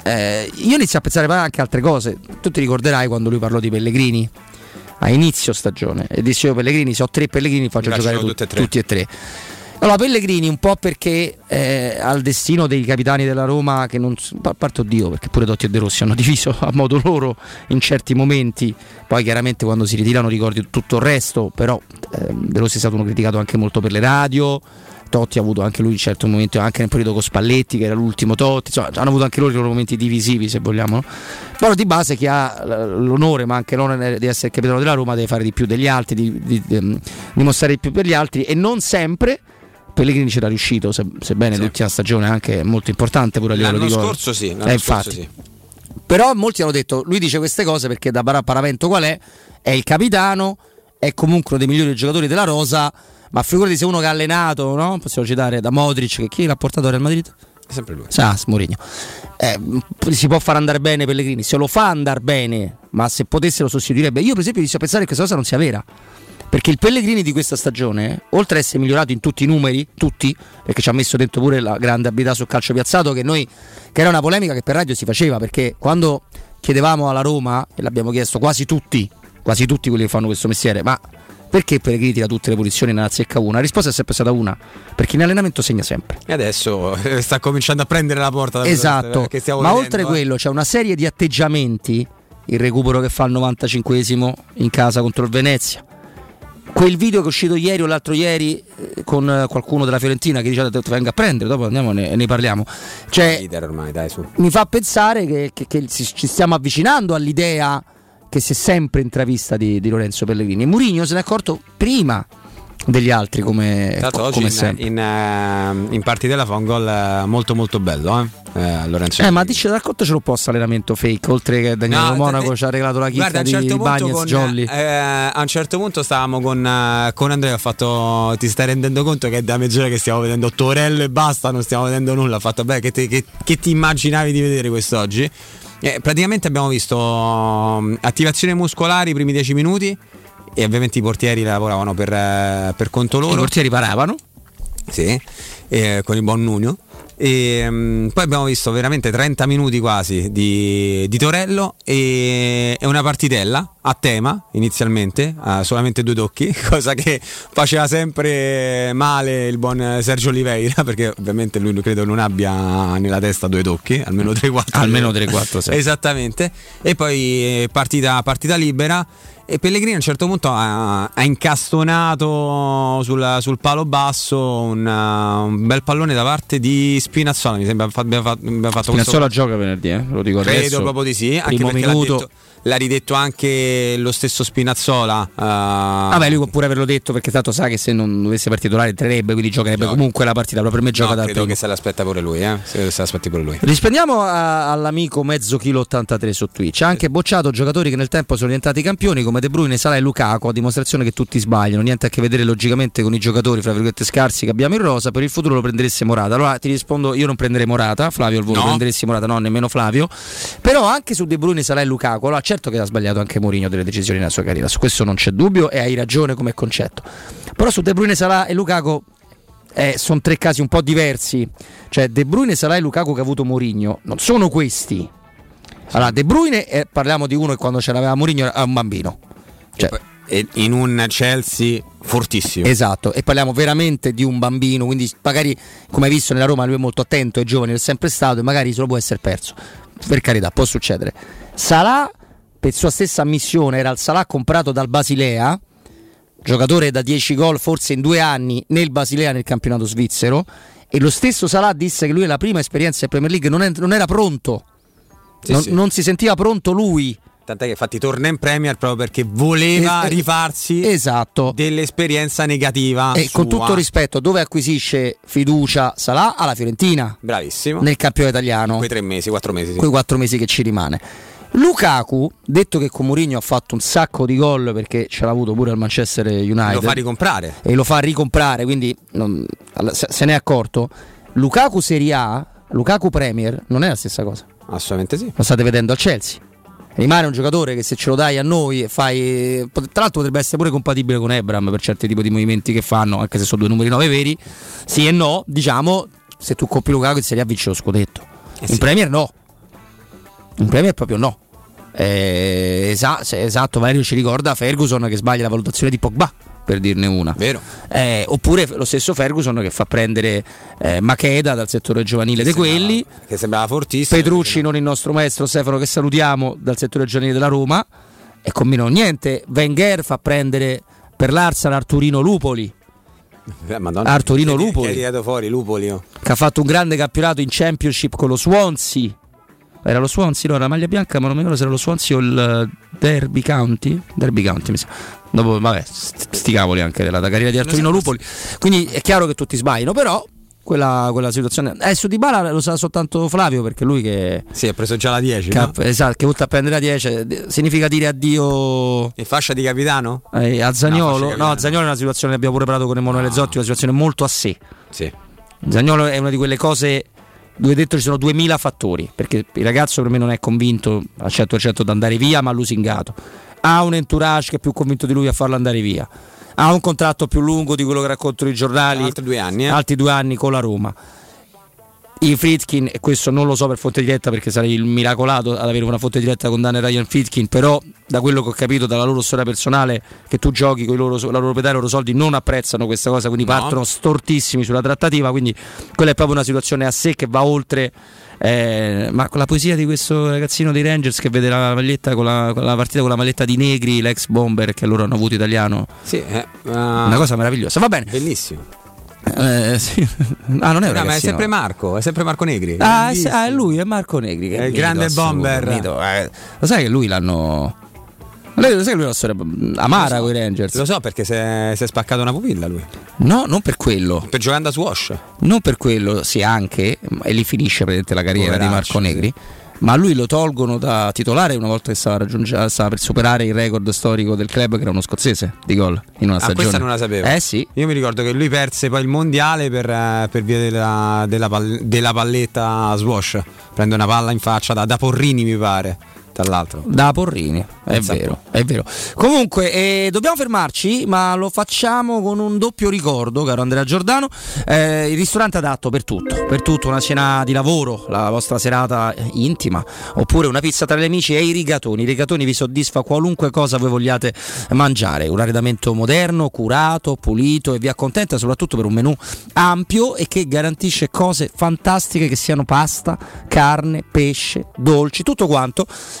io inizio a pensare anche altre cose. Tu ti ricorderai quando lui parlò di Pellegrini a inizio stagione e disse io Pellegrini, se ho 3 Pellegrini faccio giocare tutti e tre. Allora Pellegrini un po' perché al destino dei capitani della Roma, che non parto Dio, perché pure Totti e De Rossi hanno diviso a modo loro in certi momenti, poi chiaramente quando si ritirano ricordi tutto il resto, però De Rossi è stato uno criticato anche molto per le radio, Totti ha avuto anche lui in certo momento, anche nel periodo con Spalletti che era l'ultimo Totti, insomma hanno avuto anche loro i loro momenti divisivi, se vogliamo, no? Però di base chi ha l'onore ma anche l'onore di essere capitano della Roma deve fare di più degli altri, di dimostrare di più per gli altri, e non sempre Pellegrini c'era riuscito, sebbene l'ultima stagione anche molto importante pure a livello di gol. L'anno scorso sì. Però molti hanno detto lui dice queste cose perché da Paravento qual è il capitano, è comunque uno dei migliori giocatori della rosa, ma figurati se uno che ha allenato, no? Possiamo citare da Modric, che chi l'ha portato al Real Madrid? È sempre lui. Mourinho. Si può far andare bene Pellegrini, se lo fa andare bene, ma se potessero sostituire, io per esempio inizio a pensare che questa cosa non sia vera. Perché il Pellegrini di questa stagione, oltre a essere migliorato in tutti i numeri, perché ci ha messo dentro pure la grande abilità sul calcio piazzato, che era una polemica che per radio si faceva, perché quando chiedevamo alla Roma, e l'abbiamo chiesto quasi tutti quelli che fanno questo mestiere, ma perché Pellegrini tira tutte le posizioni e ne azzecca una? La risposta è sempre stata una, perché in allenamento segna sempre. E adesso sta cominciando a prendere la porta. Esatto, ma oltre quello c'è una serie di atteggiamenti, il recupero che fa al 95esimo in casa contro il Venezia, quel video che è uscito ieri o l'altro ieri con qualcuno della Fiorentina che dice ti venga a prendere, dopo andiamo e ne parliamo, cioè ormai, dai, su. Mi fa pensare che ci stiamo avvicinando all'idea che si è sempre intravista di Lorenzo Pellegrini, e Mourinho se ne è accorto prima degli altri come sempre. In partitella fa un gol molto molto bello, Lorenzo. Ma dice racconta ce lo posso allenamento fake, oltre che Daniele Monaco ci ha regalato la chicca di Bagnez Jolly. A un certo punto stavamo con Andrea, ho fatto ti stai rendendo conto che è da mezz'ora che stiamo vedendo Torello e basta, non stiamo vedendo nulla. Ha fatto beh, che ti immaginavi di vedere quest'oggi? Praticamente abbiamo visto attivazione muscolari i primi 10 minuti, e ovviamente i portieri lavoravano per conto loro. I portieri paravano? Sì, con il buon Nuno. E poi abbiamo visto veramente 30 minuti quasi di Torello e una partitella a tema inizialmente, solamente 2 tocchi, cosa che faceva sempre male il buon Sergio Oliveira, perché ovviamente lui credo non abbia nella testa 2 tocchi, almeno 3-4. Almeno 3-4, sì. Esattamente. E poi partita libera. E Pellegrini a un certo punto ha incastonato sul palo basso un bel pallone da parte di Spinazzola. Mi sembra abbia fatto Spinazzola gioca venerdì, lo dico credo adesso. Proprio di sì, anche primo perché minuto. l'ha ridetto anche lo stesso Spinazzola. Vabbè, lui può pure averlo detto, perché tanto sa che se non dovesse partire titolare entrerebbe, quindi giocherebbe comunque la partita. Però per me gioca da credo che se l'aspetta pure lui, se l'aspetti pure lui. Rispondiamo all'amico mezzo chilo 83 su Twitch. Ha anche bocciato giocatori che nel tempo sono diventati campioni come De Bruyne, Salah e Lukaku, a dimostrazione che tutti sbagliano. Niente a che vedere logicamente con i giocatori fra virgolette scarsi che abbiamo in rosa. Per il futuro lo prenderesse Morata. Allora ti rispondo, io non prenderei Morata, Flavio al volo, prenderesti Morata, no, nemmeno Flavio. Però anche su De Bruyne, Salah e Lukaku, allora certo che ha sbagliato anche Mourinho delle decisioni nella sua carriera, su questo non c'è dubbio e hai ragione come concetto. Però su De Bruyne, Salah e Lukaku sono tre casi un po' diversi. Cioè De Bruyne, Salah e Lukaku che ha avuto Mourinho non sono questi. Allora De Bruyne, parliamo di uno che quando ce l'aveva Mourinho era un bambino, cioè, e in un Chelsea fortissimo. Esatto, e parliamo veramente di un bambino, quindi magari come hai visto nella Roma lui è molto attento, è giovane, è sempre stato e magari se lo può essere perso, per carità, può succedere. Salah, per sua stessa ammissione, era il Salah comprato dal Basilea, giocatore da 10 gol forse in 2 anni nel Basilea nel campionato svizzero, e lo stesso Salah disse che lui la prima esperienza in Premier League non era pronto, non si sentiva pronto lui. Tant'è che infatti torna in Premier proprio perché voleva rifarsi dell'esperienza negativa e sua. Con tutto rispetto, dove acquisisce fiducia Salah? Alla Fiorentina. Bravissimo. Nel campionato italiano. Quei 3 mesi, 4 mesi. Quei 4 mesi che ci rimane. Lukaku, detto che con Mourinho ha fatto un sacco di gol perché ce l'ha avuto pure al Manchester United. Lo fa ricomprare. E lo fa ricomprare, quindi se ne è accorto. Lukaku Serie A, Lukaku Premier non è la stessa cosa. Assolutamente sì. Lo state vedendo al Chelsea. Rimane un giocatore che se ce lo dai a noi fai, tra l'altro potrebbe essere pure compatibile con Ebram per certi tipi di movimenti che fanno, anche se sono 2 numeri 9 veri, sì e no, diciamo, se tu compri Lukaku in Serie A vince lo scudetto. In Premier no, in Premier proprio no. Esatto, Valerio ci ricorda Ferguson che sbaglia la valutazione di Pogba, per dirne una. Vero. Oppure lo stesso Ferguson che fa prendere Macheda dal settore giovanile di quelli, che sembrava fortissimo. Petrucci, non il nostro maestro Stefano che salutiamo, dal settore giovanile della Roma, e combinò niente. Wenger fa prendere per l'Arsenal Arturino Lupoli. Madonna, Arturino Lupoli che ha tirato fuori Lupoli, che ha fatto un grande campionato in Championship con lo Swansea. Era lo Swansea, no, era la maglia bianca, ma non mi ricordo se era lo Swansea o il Derby County mi sa. Dopo, vabbè, sti cavoli anche della carriera di Arturino Lupoli. Quindi è chiaro che tutti sbagliano, però quella situazione. Su Dybala lo sa soltanto Flavio, perché lui che ha preso già la 10. Esatto, che oltre a prendere la 10 significa dire addio. E fascia di capitano? A Zaniolo. No, a Zaniolo è una situazione, abbiamo pure parlato con Emanuele Zotti, una situazione molto a sé. Sì. Zaniolo è una di quelle cose dove detto ci sono 2000 fattori, perché il ragazzo per me non è convinto al 100% ad andare via, ma lusingato. Ha un entourage che è più convinto di lui a farlo andare via. Ha un contratto più lungo di quello che raccontano i giornali. Altri 2 anni. Altri 2 anni con la Roma. I Friedkin, e questo non lo so per fonte diretta perché sarei il miracolato ad avere una fonte diretta con Dan e Ryan Friedkin, però da quello che ho capito dalla loro storia personale, che tu giochi con la loro proprietà e i loro soldi, non apprezzano questa cosa, quindi partono stortissimi sulla trattativa, quindi quella è proprio una situazione a sé che va oltre. Ma con la poesia di questo ragazzino dei Rangers che vede la maglietta con la partita con la maglietta di Negri, l'ex bomber che loro hanno avuto italiano, una cosa meravigliosa, va bene, bellissimo. Sì. Non è un ragazzino, ma è sempre Marco Negri. È lui, è Marco Negri, che è il grande bomber. Lo sai che lui l'hanno. Lo sai che lui ha una storia amara con i Rangers? Lo so perché si è spaccato una pupilla lui. No, non per quello. Per giocando a squash. Non per quello, sì, anche, e lì finisce praticamente la carriera di Marco Negri. Ma lui lo tolgono da titolare una volta che stava per superare il record storico del club, che era uno scozzese di gol in una stagione. Questa non la sapevo. Sì. Io mi ricordo che lui perse poi il mondiale per via della palletta squash. Prende una palla in faccia da Porrini, mi pare. Dall'altro. Da Porrini, è vero. Comunque dobbiamo fermarci, ma lo facciamo con un doppio ricordo, caro Andrea Giordano. Il ristorante adatto per tutto, una cena di lavoro, la vostra serata intima, oppure una pizza tra gli amici, e i rigatoni. I rigatoni vi soddisfa qualunque cosa voi vogliate mangiare. Un arredamento moderno, curato, pulito, e vi accontenta soprattutto per un menù ampio e che garantisce cose fantastiche, che siano pasta, carne, pesce, dolci, tutto quanto.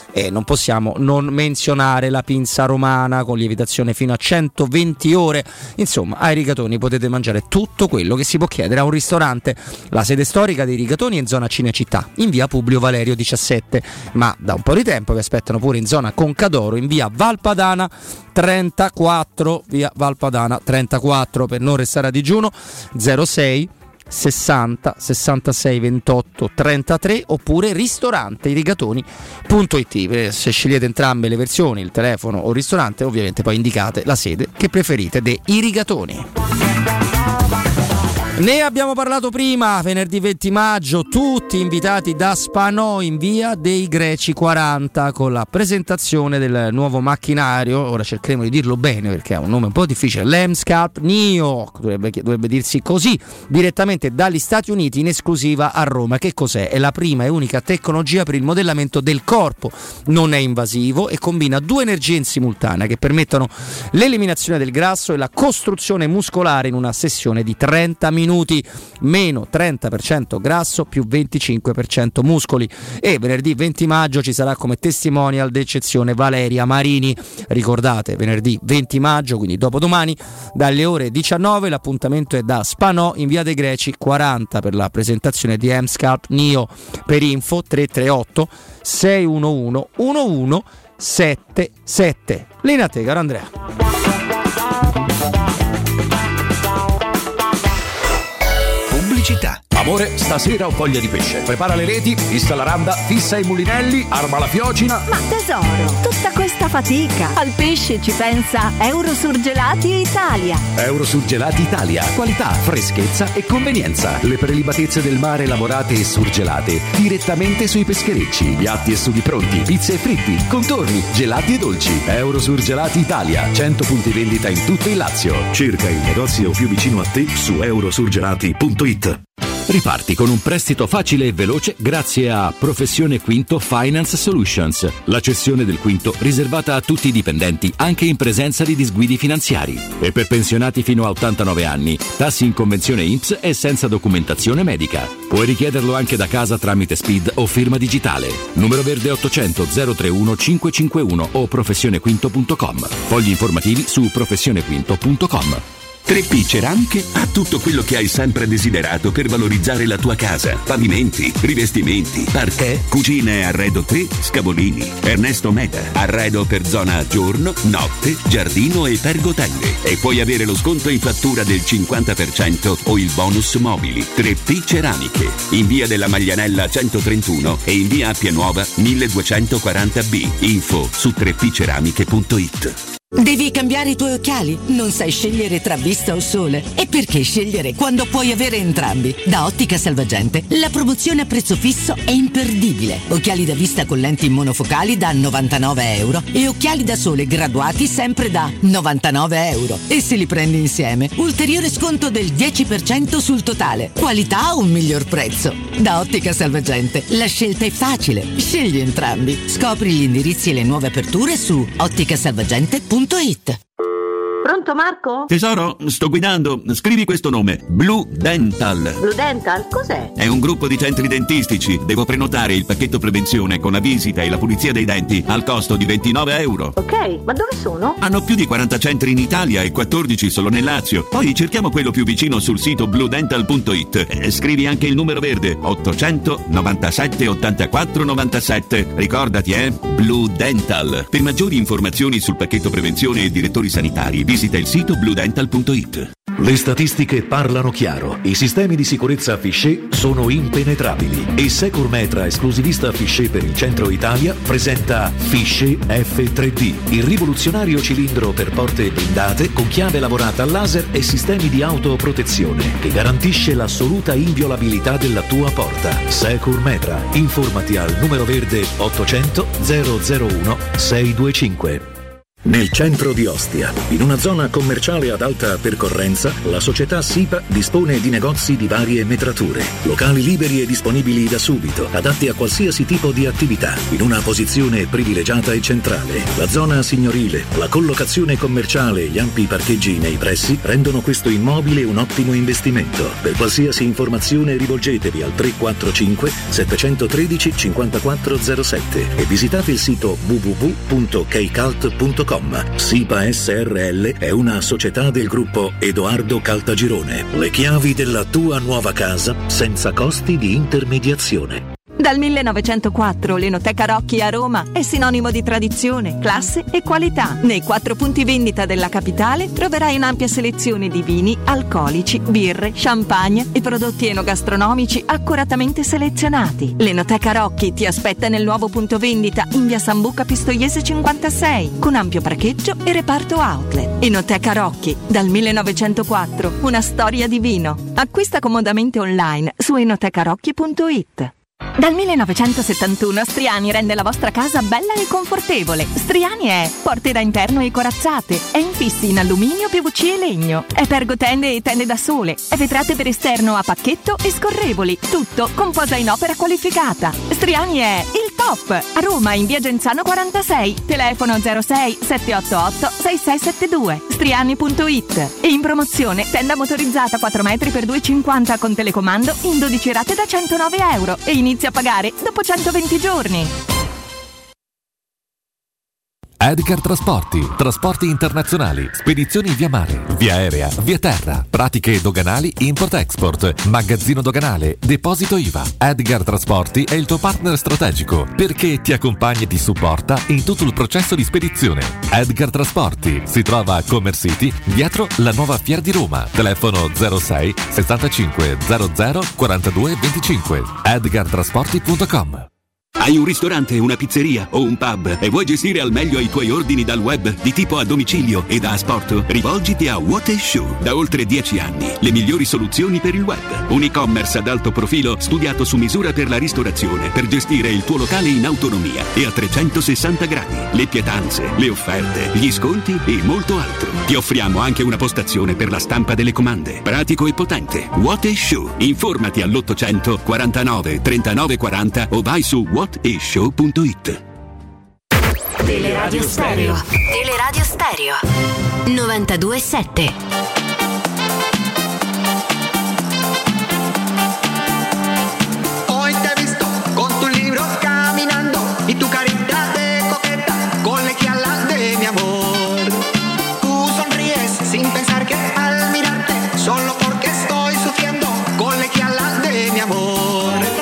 e non possiamo non menzionare la pinza romana con lievitazione fino a 120 ore. Insomma, ai Rigatoni potete mangiare tutto quello che si può chiedere a un ristorante. La sede storica dei Rigatoni è in zona Cinecittà, in via Publio Valerio 17, ma da un po' di tempo vi aspettano pure in zona Concadoro, in via Valpadana 34, via Valpadana 34, per non restare a digiuno 06 60 66 28 33 oppure ristorante irigatoni.it. Se scegliete entrambe le versioni, il telefono o il ristorante, ovviamente poi indicate la sede che preferite dei Rigatoni. Ne abbiamo parlato prima, venerdì 20 maggio, tutti invitati da Spanò in via dei Greci 40 con la presentazione del nuovo macchinario, ora cercheremo di dirlo bene perché ha un nome un po' difficile, l'Emsculpt Neo, dovrebbe dirsi così, direttamente dagli Stati Uniti in esclusiva a Roma. Che cos'è? È la prima e unica tecnologia per il modellamento del corpo, non è invasivo e combina due energie in simultanea che permettono l'eliminazione del grasso e la costruzione muscolare in una sessione di 30 minuti. Meno 30% grasso più 25% muscoli. E venerdì 20 maggio ci sarà come testimonial d'eccezione Valeria Marini. Ricordate, venerdì 20 maggio, quindi dopodomani, dalle ore 19 l'appuntamento è da Spanò in via dei Greci 40 per la presentazione di Emsculpt Neo. Per info 338 611 1177. Linea a te, caro Andrea. Amore, stasera ho voglia di pesce. Prepara le reti, fissa la randa, fissa i mulinelli, arma la fiocina. Ma tesoro, tutta questa fatica. Al pesce ci pensa Eurosurgelati Italia. Eurosurgelati Italia. Qualità, freschezza e convenienza. Le prelibatezze del mare lavorate e surgelate direttamente sui pescherecci. Piatti e sughi pronti, pizze e fritti, contorni, gelati e dolci. Eurosurgelati Italia. 100 punti vendita in tutto il Lazio. Cerca il negozio più vicino a te su eurosurgelati.it. Riparti con un prestito facile e veloce grazie a Professione Quinto Finance Solutions, la cessione del quinto riservata a tutti i dipendenti anche in presenza di disguidi finanziari. E per pensionati fino a 89 anni, tassi in convenzione INPS e senza documentazione medica. Puoi richiederlo anche da casa tramite SPID o firma digitale. Numero verde 800 031 551 o professionequinto.com. Fogli informativi su professionequinto.com. 3P Ceramiche ha tutto quello che hai sempre desiderato per valorizzare la tua casa. Pavimenti, rivestimenti, parquet, cucine e arredo 3, Scavolini. Ernesto Meda, arredo per zona giorno, notte, giardino e pergotelle. E puoi avere lo sconto in fattura del 50% o il bonus mobili. 3P Ceramiche, in via della Maglianella 131 e in via Appia Nuova 1240B. Info su 3pceramiche.it. Devi cambiare i tuoi occhiali? Non sai scegliere tra vista o sole? E perché scegliere quando puoi avere entrambi? Da Ottica Salvagente la promozione a prezzo fisso è imperdibile. Occhiali da vista con lenti monofocali da €99 e occhiali da sole graduati sempre da €99. E se li prendi insieme, ulteriore sconto del 10% sul totale. Qualità o un miglior prezzo? Da Ottica Salvagente la scelta è facile. Scegli entrambi. Scopri gli indirizzi e le nuove aperture su otticasalvagente.it. Pronto Marco? Tesoro, sto guidando. Scrivi questo nome: Blue Dental. Blue Dental? Cos'è? È un gruppo di centri dentistici. Devo prenotare il pacchetto prevenzione con la visita e la pulizia dei denti al costo di €29. Ok, ma dove sono? Hanno più di 40 centri in Italia e 14 solo nel Lazio. Poi cerchiamo quello più vicino sul sito bluedental.it. Scrivi anche il numero verde 800 97 84 97. Ricordati, Blue Dental. Per maggiori informazioni sul pacchetto prevenzione e direttori sanitari, visita il sito bluedental.it. Le statistiche parlano chiaro. I sistemi di sicurezza Fichet sono impenetrabili e Securmetra, esclusivista Fichet per il centro Italia, presenta Fichet F3D, il rivoluzionario cilindro per porte blindate con chiave lavorata a laser e sistemi di autoprotezione che garantisce l'assoluta inviolabilità della tua porta. Securmetra. Informati al numero verde 800 001 625. Nel centro di Ostia, in una zona commerciale ad alta percorrenza, la società SIPA dispone di negozi di varie metrature, locali liberi e disponibili da subito, adatti a qualsiasi tipo di attività, in una posizione privilegiata e centrale. La zona signorile, la collocazione commerciale e gli ampi parcheggi nei pressi rendono questo immobile un ottimo investimento. Per qualsiasi informazione rivolgetevi al 345 713 5407 e visitate il sito www.kcalt.com. SIPA SRL è una società del gruppo Edoardo Caltagirone. Le chiavi della tua nuova casa senza costi di intermediazione. Dal 1904 l'Enoteca Rocchi a Roma è sinonimo di tradizione, classe e qualità. Nei 4 punti vendita della capitale troverai un'ampia selezione di vini, alcolici, birre, champagne e prodotti enogastronomici accuratamente selezionati. L'Enoteca Rocchi ti aspetta nel nuovo punto vendita in via Sambuca Pistoiese 56 con ampio parcheggio e reparto outlet. Enoteca Rocchi, dal 1904, una storia di vino. Acquista comodamente online su enotecarocchi.it. Dal 1971 Striani rende la vostra casa bella e confortevole. Striani è porte da interno e corazzate, è infissi in alluminio, PVC e legno, è pergotende e tende da sole, è vetrate per esterno a pacchetto e scorrevoli, tutto con posa in opera qualificata. Striani è il top! A Roma in via Genzano 46, telefono 06 788 6672, striani.it. E in promozione tenda motorizzata 4 metri per 2,50 con telecomando in 12 rate da €109 e inizia a pagare dopo 120 giorni. Edgar Trasporti, trasporti internazionali, spedizioni via mare, via aerea, via terra, pratiche doganali import-export, magazzino doganale, deposito IVA. Edgar Trasporti è il tuo partner strategico perché ti accompagna e ti supporta in tutto il processo di spedizione. Edgar Trasporti si trova a Commerce City, dietro la nuova Fiera di Roma. Telefono 06 65 00 42 25. edgartrasporti.com. Hai un ristorante, una pizzeria o un pub e vuoi gestire al meglio i tuoi ordini dal web di tipo a domicilio e da asporto? Rivolgiti a What Show. Da oltre 10 anni, le migliori soluzioni per il web. Un e-commerce ad alto profilo studiato su misura per la ristorazione, per gestire il tuo locale in autonomia e a 360 gradi. Le pietanze, le offerte, gli sconti e molto altro. Ti offriamo anche una postazione per la stampa delle comande. Pratico e potente. What Show. Informati all'800 49 39 40 o vai su whatishow.it. Teleradio Stereo. Teleradio Stereo 92.7. Hoy te he visto con tu libro caminando y tu carita de coqueta colegiala de mi amor. Tú sonríes sin pensar que al mirarte solo porque estoy sufriendo colegiala de mi amor.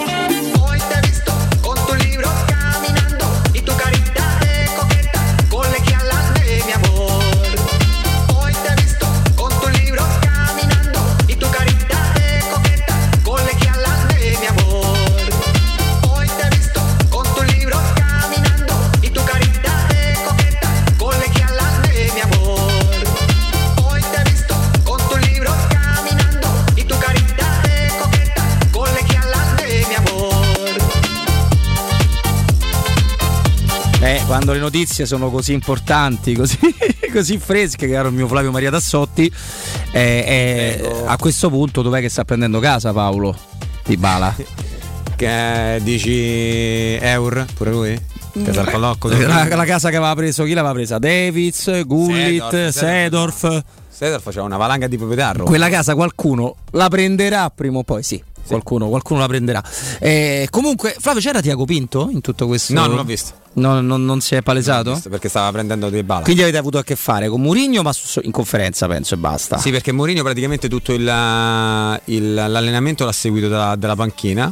Quando le notizie sono così importanti, così fresche, caro il mio Flavio Maria Tassotti, a questo punto dov'è che sta prendendo casa Paolo Dybala? Che dici Eur, pure lui? La casa che aveva preso, chi l'aveva presa? Davids, Gullit, Seedorf. Seedorf faceva una valanga di proprietà a Roma. Quella casa qualcuno la prenderà prima o poi, sì. Qualcuno la prenderà. Comunque, Flavio, c'era Tiago Pinto in tutto questo? No, non l'ho visto. Non si è palesato? Visto, perché stava prendendo Dybala. Quindi avete avuto a che fare con Mourinho, ma in conferenza penso e basta. Sì, perché Mourinho praticamente tutto l'allenamento l'ha seguito dalla panchina.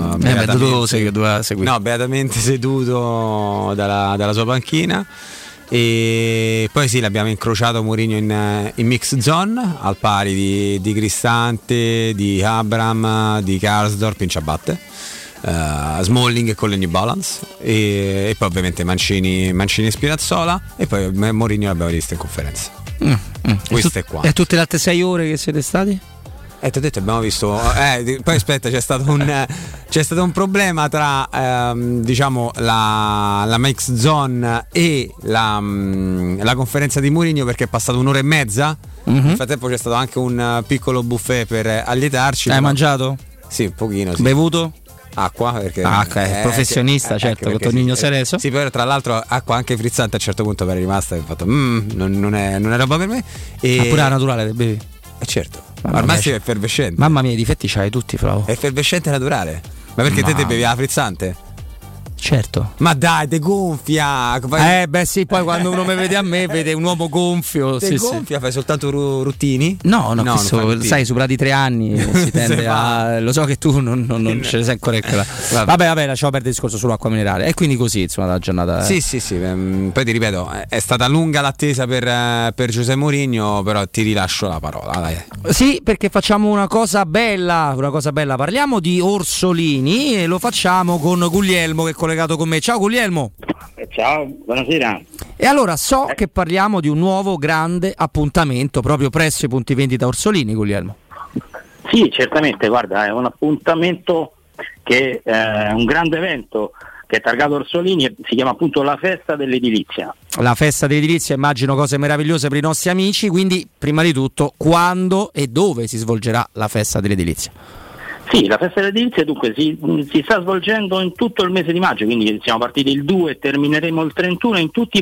Beatamente seduto dalla sua panchina. E poi sì, l'abbiamo incrociato Mourinho in mix zone al pari di Cristante, di Abraham, di Karsdorp in ciabatte, Smalling con le New Balance e poi ovviamente Mancini e Spinazzola, e poi Mourinho l'abbiamo visto in conferenza. Questo è qua. E tutte le altre 6 ore che siete stati? Ti ho detto, abbiamo visto. Poi aspetta, c'è stato un problema tra diciamo la mix zone e la conferenza di Mourinho, perché è passata un'ora e mezza. Nel frattempo c'è stato anche un piccolo buffet per allietarci. Hai mangiato? Sì, un pochino. Sì. Bevuto? Acqua, perché professionista, certo, con Tonino Cereso. Sì, però tra l'altro acqua anche frizzante a un certo punto mi è rimasta e ho fatto non è roba per me. E pure la naturale te bevi? Certo. Al massimo è effervescente. Mamma mia, i difetti c'hai tutti, Flavo. È effervescente naturale. Ma perché te bevi la frizzante? Certo. Ma dai, te gonfia. Beh sì, poi quando uno mi vede a me vede un uomo gonfio. Te gonfia, fai soltanto ruttini? No, sai, superati 3 anni si tende a. Lo so che tu non ce ne sei ancora quella. Vabbè, lasciamo perdere il discorso sull'acqua minerale. E quindi così, insomma, la giornata. Sì. Poi ti ripeto, è stata lunga l'attesa per José Mourinho, però ti rilascio la parola. Dai. Sì, perché facciamo una cosa bella. Parliamo di Orsolini e lo facciamo con Guglielmo, che è collegato con me. Ciao Guglielmo. Ciao, buonasera. E allora so che parliamo di un nuovo grande appuntamento proprio presso i punti vendita Orsolini, Guglielmo. Sì, certamente, guarda, è un appuntamento che è un grande evento che è targato Orsolini e si chiama appunto la festa dell'edilizia. La festa dell'edilizia, immagino cose meravigliose per i nostri amici, quindi prima di tutto quando e dove si svolgerà la festa dell'edilizia? Sì, la festa dell'edilizia dunque si sta svolgendo in tutto il mese di maggio, quindi siamo partiti il 2 e termineremo il 31 in tutti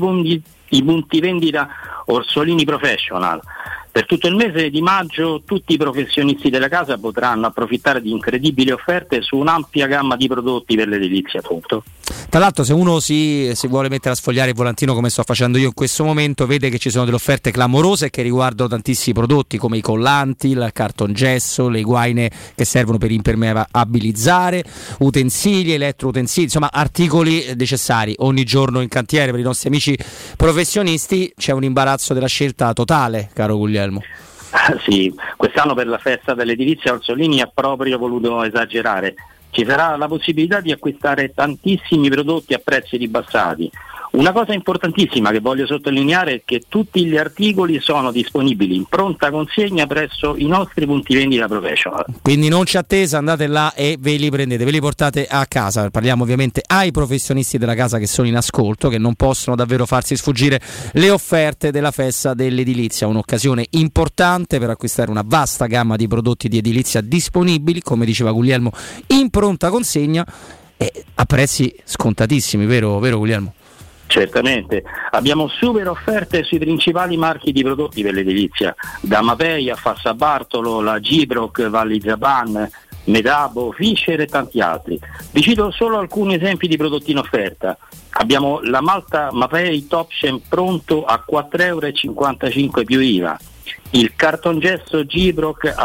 i punti vendita Orsolini Professional. Per tutto il mese di maggio tutti i professionisti della casa potranno approfittare di incredibili offerte su un'ampia gamma di prodotti per l'edilizia, appunto. Tra l'altro, se uno si vuole mettere a sfogliare il volantino come sto facendo io in questo momento, vede che ci sono delle offerte clamorose che riguardano tantissimi prodotti come i collanti, il cartongesso, le guaine che servono per impermeabilizzare, utensili, elettroutensili, insomma articoli necessari ogni giorno in cantiere per i nostri amici professionisti. C'è un imbarazzo della scelta totale, caro Guglielmo. Sì, quest'anno per la festa dell'edilizia Orsolini ha proprio voluto esagerare. Ci sarà la possibilità di acquistare tantissimi prodotti a prezzi ribassati. Una cosa importantissima che voglio sottolineare è che tutti gli articoli sono disponibili in pronta consegna presso i nostri punti vendita Professional. Quindi non c'è attesa, andate là e ve li prendete, ve li portate a casa. Parliamo ovviamente ai professionisti della casa che sono in ascolto, che non possono davvero farsi sfuggire le offerte della festa dell'edilizia. Un'occasione importante per acquistare una vasta gamma di prodotti di edilizia disponibili, come diceva Guglielmo, in pronta consegna e a prezzi scontatissimi, vero Guglielmo? Certamente, abbiamo super offerte sui principali marchi di prodotti per l'edilizia, da Mapei a Fassa Bartolo, la Gibroc, Valli Zaban, Metabo, Fischer e tanti altri. Vi cito solo alcuni esempi di prodotti in offerta. Abbiamo la malta Mapei Topchen pronto a 4,55 € più IVA, il cartongesso Gibroc a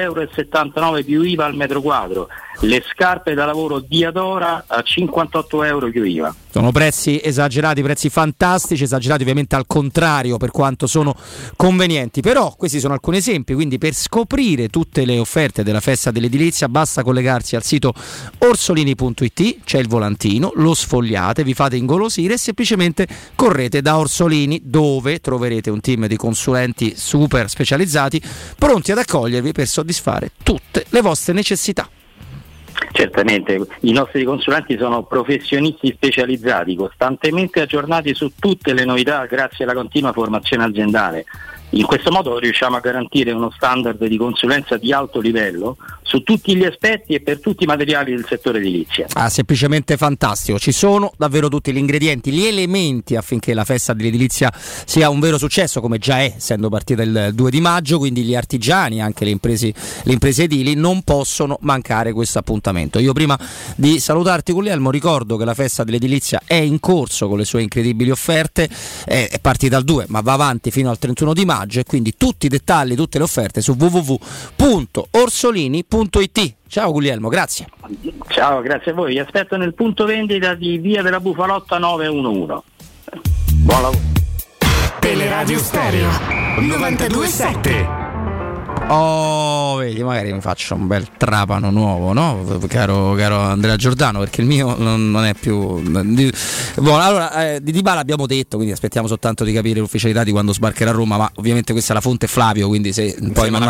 2,79 € più IVA al metro quadro, le scarpe da lavoro Diadora a 58 € più IVA. Sono prezzi esagerati, prezzi fantastici, esagerati ovviamente al contrario per quanto sono convenienti, però questi sono alcuni esempi, quindi per scoprire tutte le offerte della festa dell'edilizia basta collegarsi al sito orsolini.it, c'è il volantino, lo sfogliate, vi fate ingolosire e semplicemente correte da Orsolini, dove troverete un team di consulenti super specializzati pronti ad accogliervi per soddisfare tutte le vostre necessità. Certamente, i nostri consulenti sono professionisti specializzati, costantemente aggiornati su tutte le novità grazie alla continua formazione aziendale. In questo modo riusciamo a garantire uno standard di consulenza di alto livello su tutti gli aspetti e per tutti i materiali del settore edilizia. Semplicemente fantastico, ci sono davvero tutti gli ingredienti, gli elementi affinché la festa dell'edilizia sia un vero successo, come già è, essendo partita il 2 di maggio, quindi gli artigiani, anche le imprese edili non possono mancare questo appuntamento. Io prima di salutarti Guglielmo ricordo che la festa dell'edilizia è in corso con le sue incredibili offerte, è partita il 2 ma va avanti fino al 31 di maggio e quindi tutti i dettagli, tutte le offerte su www.orsolini.it. Ciao Guglielmo, grazie. Ciao, grazie a voi. Vi aspetto nel punto vendita di Via della Bufalotta 911. Buon lavoro. Teleradio Stereo 92.7. Oh, vedi, magari mi faccio un bel trapano nuovo, no? Caro Andrea Giordano, perché il mio non è più. Buono, allora, di Dybala abbiamo detto, quindi aspettiamo soltanto di capire l'ufficialità di quando sbarcherà a Roma, ma ovviamente questa è la fonte Flavio, quindi se poi non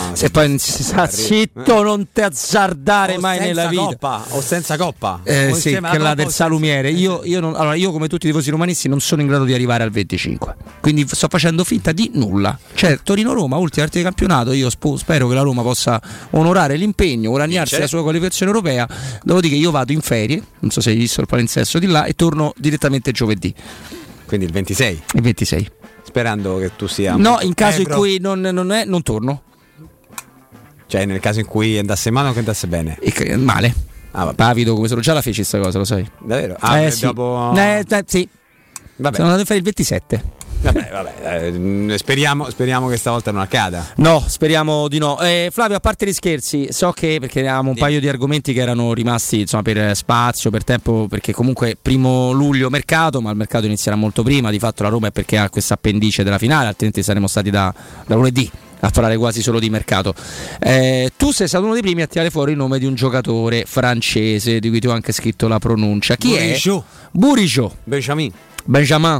zitto, non ti azzardare mai nella vita. Coppa, o senza coppa. Sì, che è la del salumiere. Io come tutti i tifosi romanisti non sono in grado di arrivare al 25. Quindi sto facendo finta di nulla. Cioè, Torino-Roma, ultima partita di campionato, io spero che la Roma possa onorare l'impegno, guadagnarsi la sua qualificazione europea. Dopodiché io vado in ferie, non so se hai visto il palinsesto di là, e torno direttamente giovedì. Quindi il 26? Il 26. Sperando che tu sia... No, in caso in cui non torno. Cioè, nel caso in cui andasse male o che andasse bene? Male. Pavido, come sono già la feci sta cosa, lo sai? Davvero? Sì. Dopo... sì. Vabbè. Sono andato a fare il 27. Vabbè, speriamo che stavolta non accada. No, speriamo di no. Flavio, a parte gli scherzi, so che perché avevamo un paio di argomenti che erano rimasti, insomma, per spazio, per tempo, perché comunque 1 luglio mercato, ma il mercato inizierà molto prima. Di fatto la Roma è perché ha questa appendice della finale, altrimenti saremmo stati da lunedì a parlare quasi solo di mercato. Tu sei stato uno dei primi a tirare fuori il nome di un giocatore francese di cui tu hai anche scritto la pronuncia. Chi Bourigeaud. è? Bourigeaud. Benjamin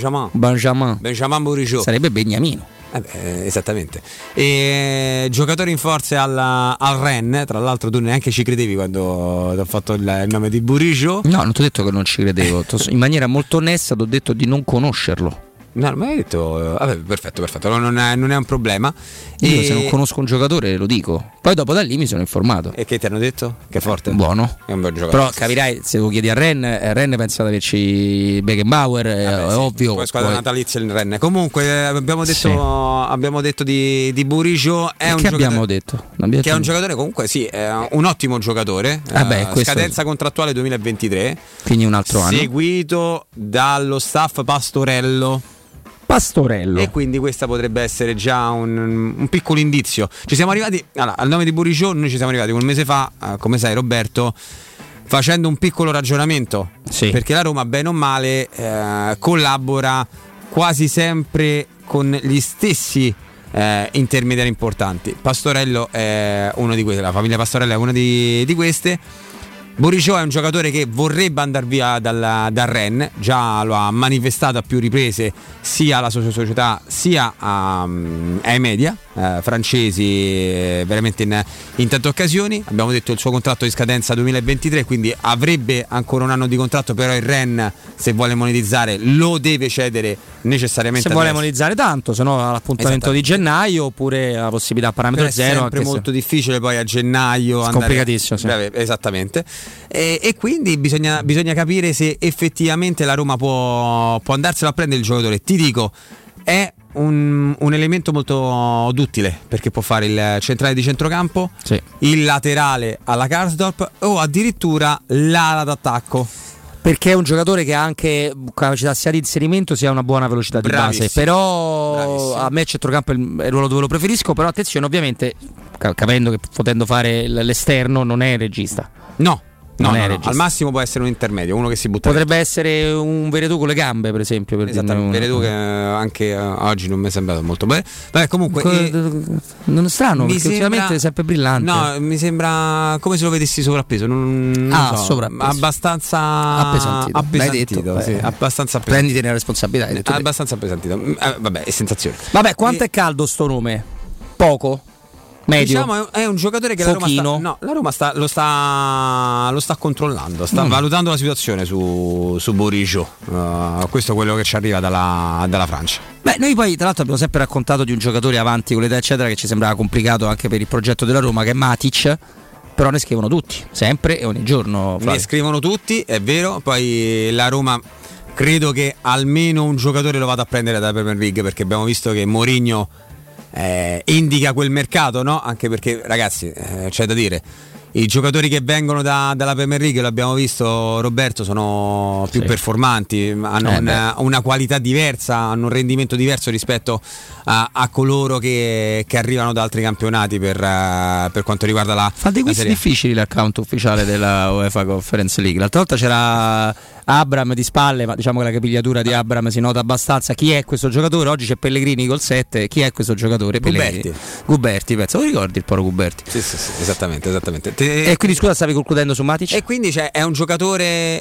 Bourigeaud. Sarebbe Beniamino. Esattamente. Giocatore in forze al Rennes. Tra l'altro tu neanche ci credevi quando ti ho fatto il nome di Bourigeaud. No, non ti ho detto che non ci credevo. In maniera molto onesta ti ho detto di non conoscerlo. No, ma hai detto perfetto, non è un problema. Io se non conosco un giocatore lo dico. Poi dopo da lì mi sono informato. E che ti hanno detto? Che è forte? Buono. È un bel giocatore. Però capirai, se lo chiedi a Rennes pensa ad averci Beckenbauer, è ovvio. Poi squadra natalizia il Rennes. Comunque abbiamo detto di Bourigeaud. Che abbiamo detto? Che è un giocatore comunque è un ottimo giocatore. Scadenza contrattuale 2023. Quindi un altro anno. Seguito dallo staff Pastorello. E quindi questa potrebbe essere già un piccolo indizio. Ci siamo arrivati al nome di Bourigeaud, noi ci siamo arrivati un mese fa, come sai Roberto, facendo un piccolo ragionamento, perché la Roma bene o male collabora quasi sempre con gli stessi intermediari importanti. Pastorello è uno di questi, la famiglia Pastorello è una di queste. Bourigeaud è un giocatore che vorrebbe andare via dal Rennes, già lo ha manifestato a più riprese sia alla sua società sia ai media francesi, veramente in tante occasioni. Abbiamo detto il suo contratto di scadenza 2023, quindi avrebbe ancora un anno di contratto, però il Rennes, se vuole monetizzare, lo deve cedere necessariamente. Se vuole monetizzare tanto, se no all'appuntamento di gennaio, oppure la possibilità a parametro zero. È sempre molto difficile poi a gennaio complicatissimo, esattamente. E quindi bisogna capire se effettivamente la Roma può andarselo a prendere il giocatore. Ti dico, è un elemento molto duttile, perché può fare il centrale di centrocampo, il laterale alla Karsdorp o addirittura l'ala d'attacco. Perché è un giocatore che ha anche capacità sia di inserimento sia una buona velocità di base. Però a me il centrocampo è il ruolo dove lo preferisco. Però attenzione, ovviamente, capendo che potendo fare l'esterno non è il regista. No, al massimo può essere un intermedio, uno che si butta. Potrebbe essere un Veretout con le gambe, per esempio. Veretout che anche oggi non mi è sembrato molto bene. Vabbè, comunque non è strano, perché ultimamente è sempre brillante. No, mi sembra come se lo vedessi sovrappeso. Sovrappeso. Abbastanza appesantito. Abbastanza appesantito. Prenditi la responsabilità. Abbastanza appesantito. Vabbè, è sensazione. Vabbè, quanto è caldo sto nome? Poco? Medio. Diciamo è un giocatore che la Roma lo sta controllando, sta valutando la situazione su Bourigeaud. Questo è quello che ci arriva dalla Francia. Beh, noi poi tra l'altro abbiamo sempre raccontato di un giocatore avanti con l'età eccetera, che ci sembrava complicato anche per il progetto della Roma, che è Matic. Però ne scrivono tutti, sempre e ogni giorno. Ne scrivono tutti, è vero. Poi la Roma credo che almeno un giocatore lo vada a prendere dalla Premier League, perché abbiamo visto che Mourinho indica quel mercato, no? Anche perché, ragazzi, c'è da dire, i giocatori che vengono dalla Premier League, l'abbiamo visto Roberto, sono più performanti, hanno una qualità diversa, hanno un rendimento diverso rispetto a coloro che arrivano da altri campionati per quanto riguarda la fa dei quiz difficili l'account ufficiale della UEFA Conference League. L'altra volta c'era Abram di spalle, ma diciamo che la capigliatura di Abram si nota abbastanza. Chi è questo giocatore? Oggi c'è Pellegrini col 7, chi è questo giocatore? Guberti, penso, lo ricordi il poro Guberti? Sì, esattamente. E quindi scusa, stavi concludendo su Matic? E quindi è un giocatore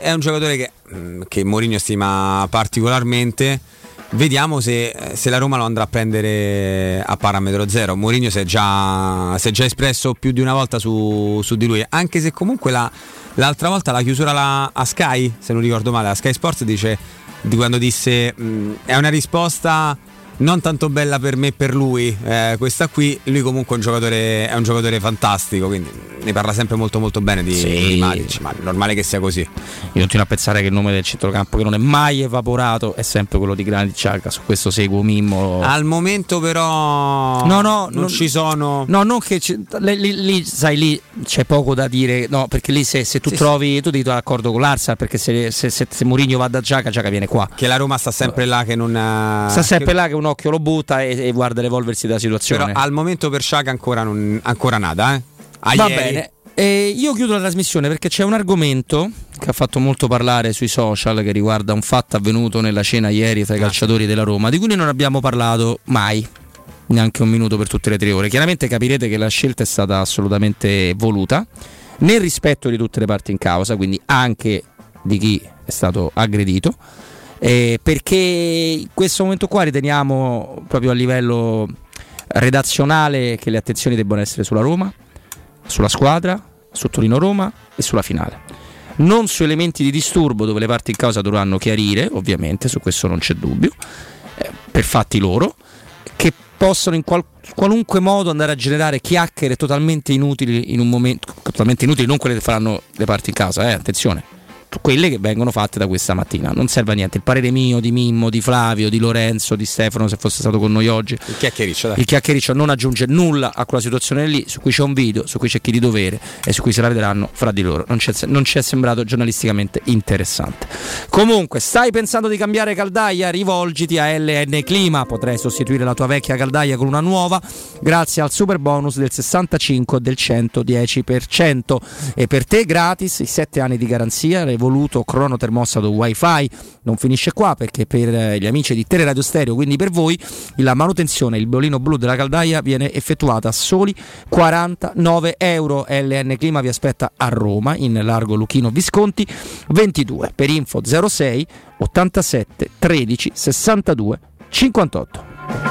che Mourinho stima particolarmente. Vediamo se la Roma lo andrà a prendere a parametro zero. Mourinho si è già espresso più di una volta su di lui, anche se comunque l'altra volta la chiusura a Sky, se non ricordo male, a Sky Sports dice, di quando disse è una risposta non tanto bella per me e per lui, questa qui. Lui comunque è un giocatore fantastico, quindi ne parla sempre molto molto bene di Matic, ma è normale che sia così. Io continuo a pensare che il nome del centrocampo che non è mai evaporato è sempre quello di Granit Xhaka, su questo seguo Mimmo. Al momento però non ci sono. No, non che lì sai, lì c'è poco da dire, no, perché lì se tu trovi, tu devi trovare d'accordo con l'Arsenal, perché se Mourinho va da Xhaka viene qua. Che la Roma sta sempre là, che non sta sempre là, che un occhio lo butta e guarda l'evolversi della situazione. Però al momento per Xhaka ancora nada, Va bene. E io chiudo la trasmissione perché c'è un argomento che ha fatto molto parlare sui social, che riguarda un fatto avvenuto nella cena ieri tra i calciatori della Roma, di cui noi non abbiamo parlato mai, neanche un minuto per tutte le 3 ore. Chiaramente capirete che la scelta è stata assolutamente voluta, nel rispetto di tutte le parti in causa, quindi anche di chi è stato aggredito, perché in questo momento qua riteniamo proprio a livello redazionale che le attenzioni debbano essere sulla Roma, sulla squadra, su Torino-Roma e sulla finale, non su elementi di disturbo dove le parti in causa dovranno chiarire, ovviamente, su questo non c'è dubbio, per fatti loro, che possono in qualunque modo andare a generare chiacchiere totalmente inutili in un momento, totalmente inutili, non quelle che faranno le parti in causa, attenzione, quelle che vengono fatte da questa mattina. Non serve a niente il parere mio, di Mimmo, di Flavio, di Lorenzo, di Stefano, se fosse stato con noi oggi. Il chiacchiericcio non aggiunge nulla a quella situazione lì, su cui c'è un video, su cui c'è chi di dovere e su cui se la vedranno fra di loro. Non ci è sembrato giornalisticamente interessante. Comunque, stai pensando di cambiare caldaia? Rivolgiti a LN Clima, potrai sostituire la tua vecchia caldaia con una nuova grazie al super bonus del 65 e del 110%, e per te gratis i 7 anni di garanzia, voluto crono termostato wifi. Non finisce qua, perché per gli amici di Teleradio Stereo, quindi per voi, la manutenzione, il bollino blu della caldaia viene effettuata a soli 49 euro. LN Clima vi aspetta a Roma, in largo Luchino Visconti 22. Per info 06 87 13 62 58.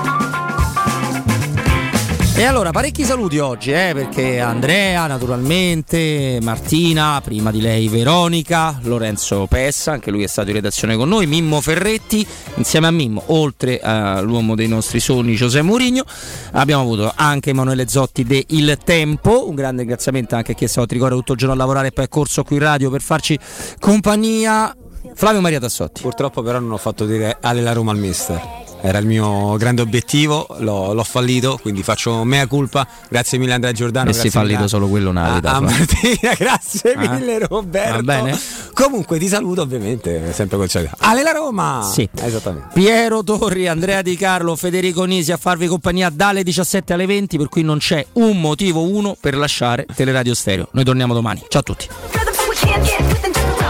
E allora, parecchi saluti oggi, perché Andrea, naturalmente, Martina, prima di lei Veronica, Lorenzo Pessa, anche lui è stato in redazione con noi, Mimmo Ferretti, insieme a Mimmo, oltre all'uomo dei nostri sogni José Mourinho, abbiamo avuto anche Emanuele Zotti de Il Tempo, un grande ringraziamento anche a chi è stato tutto il giorno a lavorare e poi è corso qui in radio per farci compagnia, Flavio Maria Tassotti. Purtroppo però non ho fatto dire Ale la Roma al mister. Era il mio grande obiettivo, l'ho fallito, quindi faccio mea culpa. Grazie mille Andrea Giordano. E si è fallito solo quello a Martina, grazie mille Roberto. Va bene? Comunque ti saluto ovviamente, sempre con ciao. Ale la Roma! Sì. Esattamente. Piero Torri, Andrea Di Carlo, Federico Nisi a farvi compagnia dalle 17 alle 20, per cui non c'è un motivo per lasciare Teleradio Stereo. Noi torniamo domani. Ciao a tutti.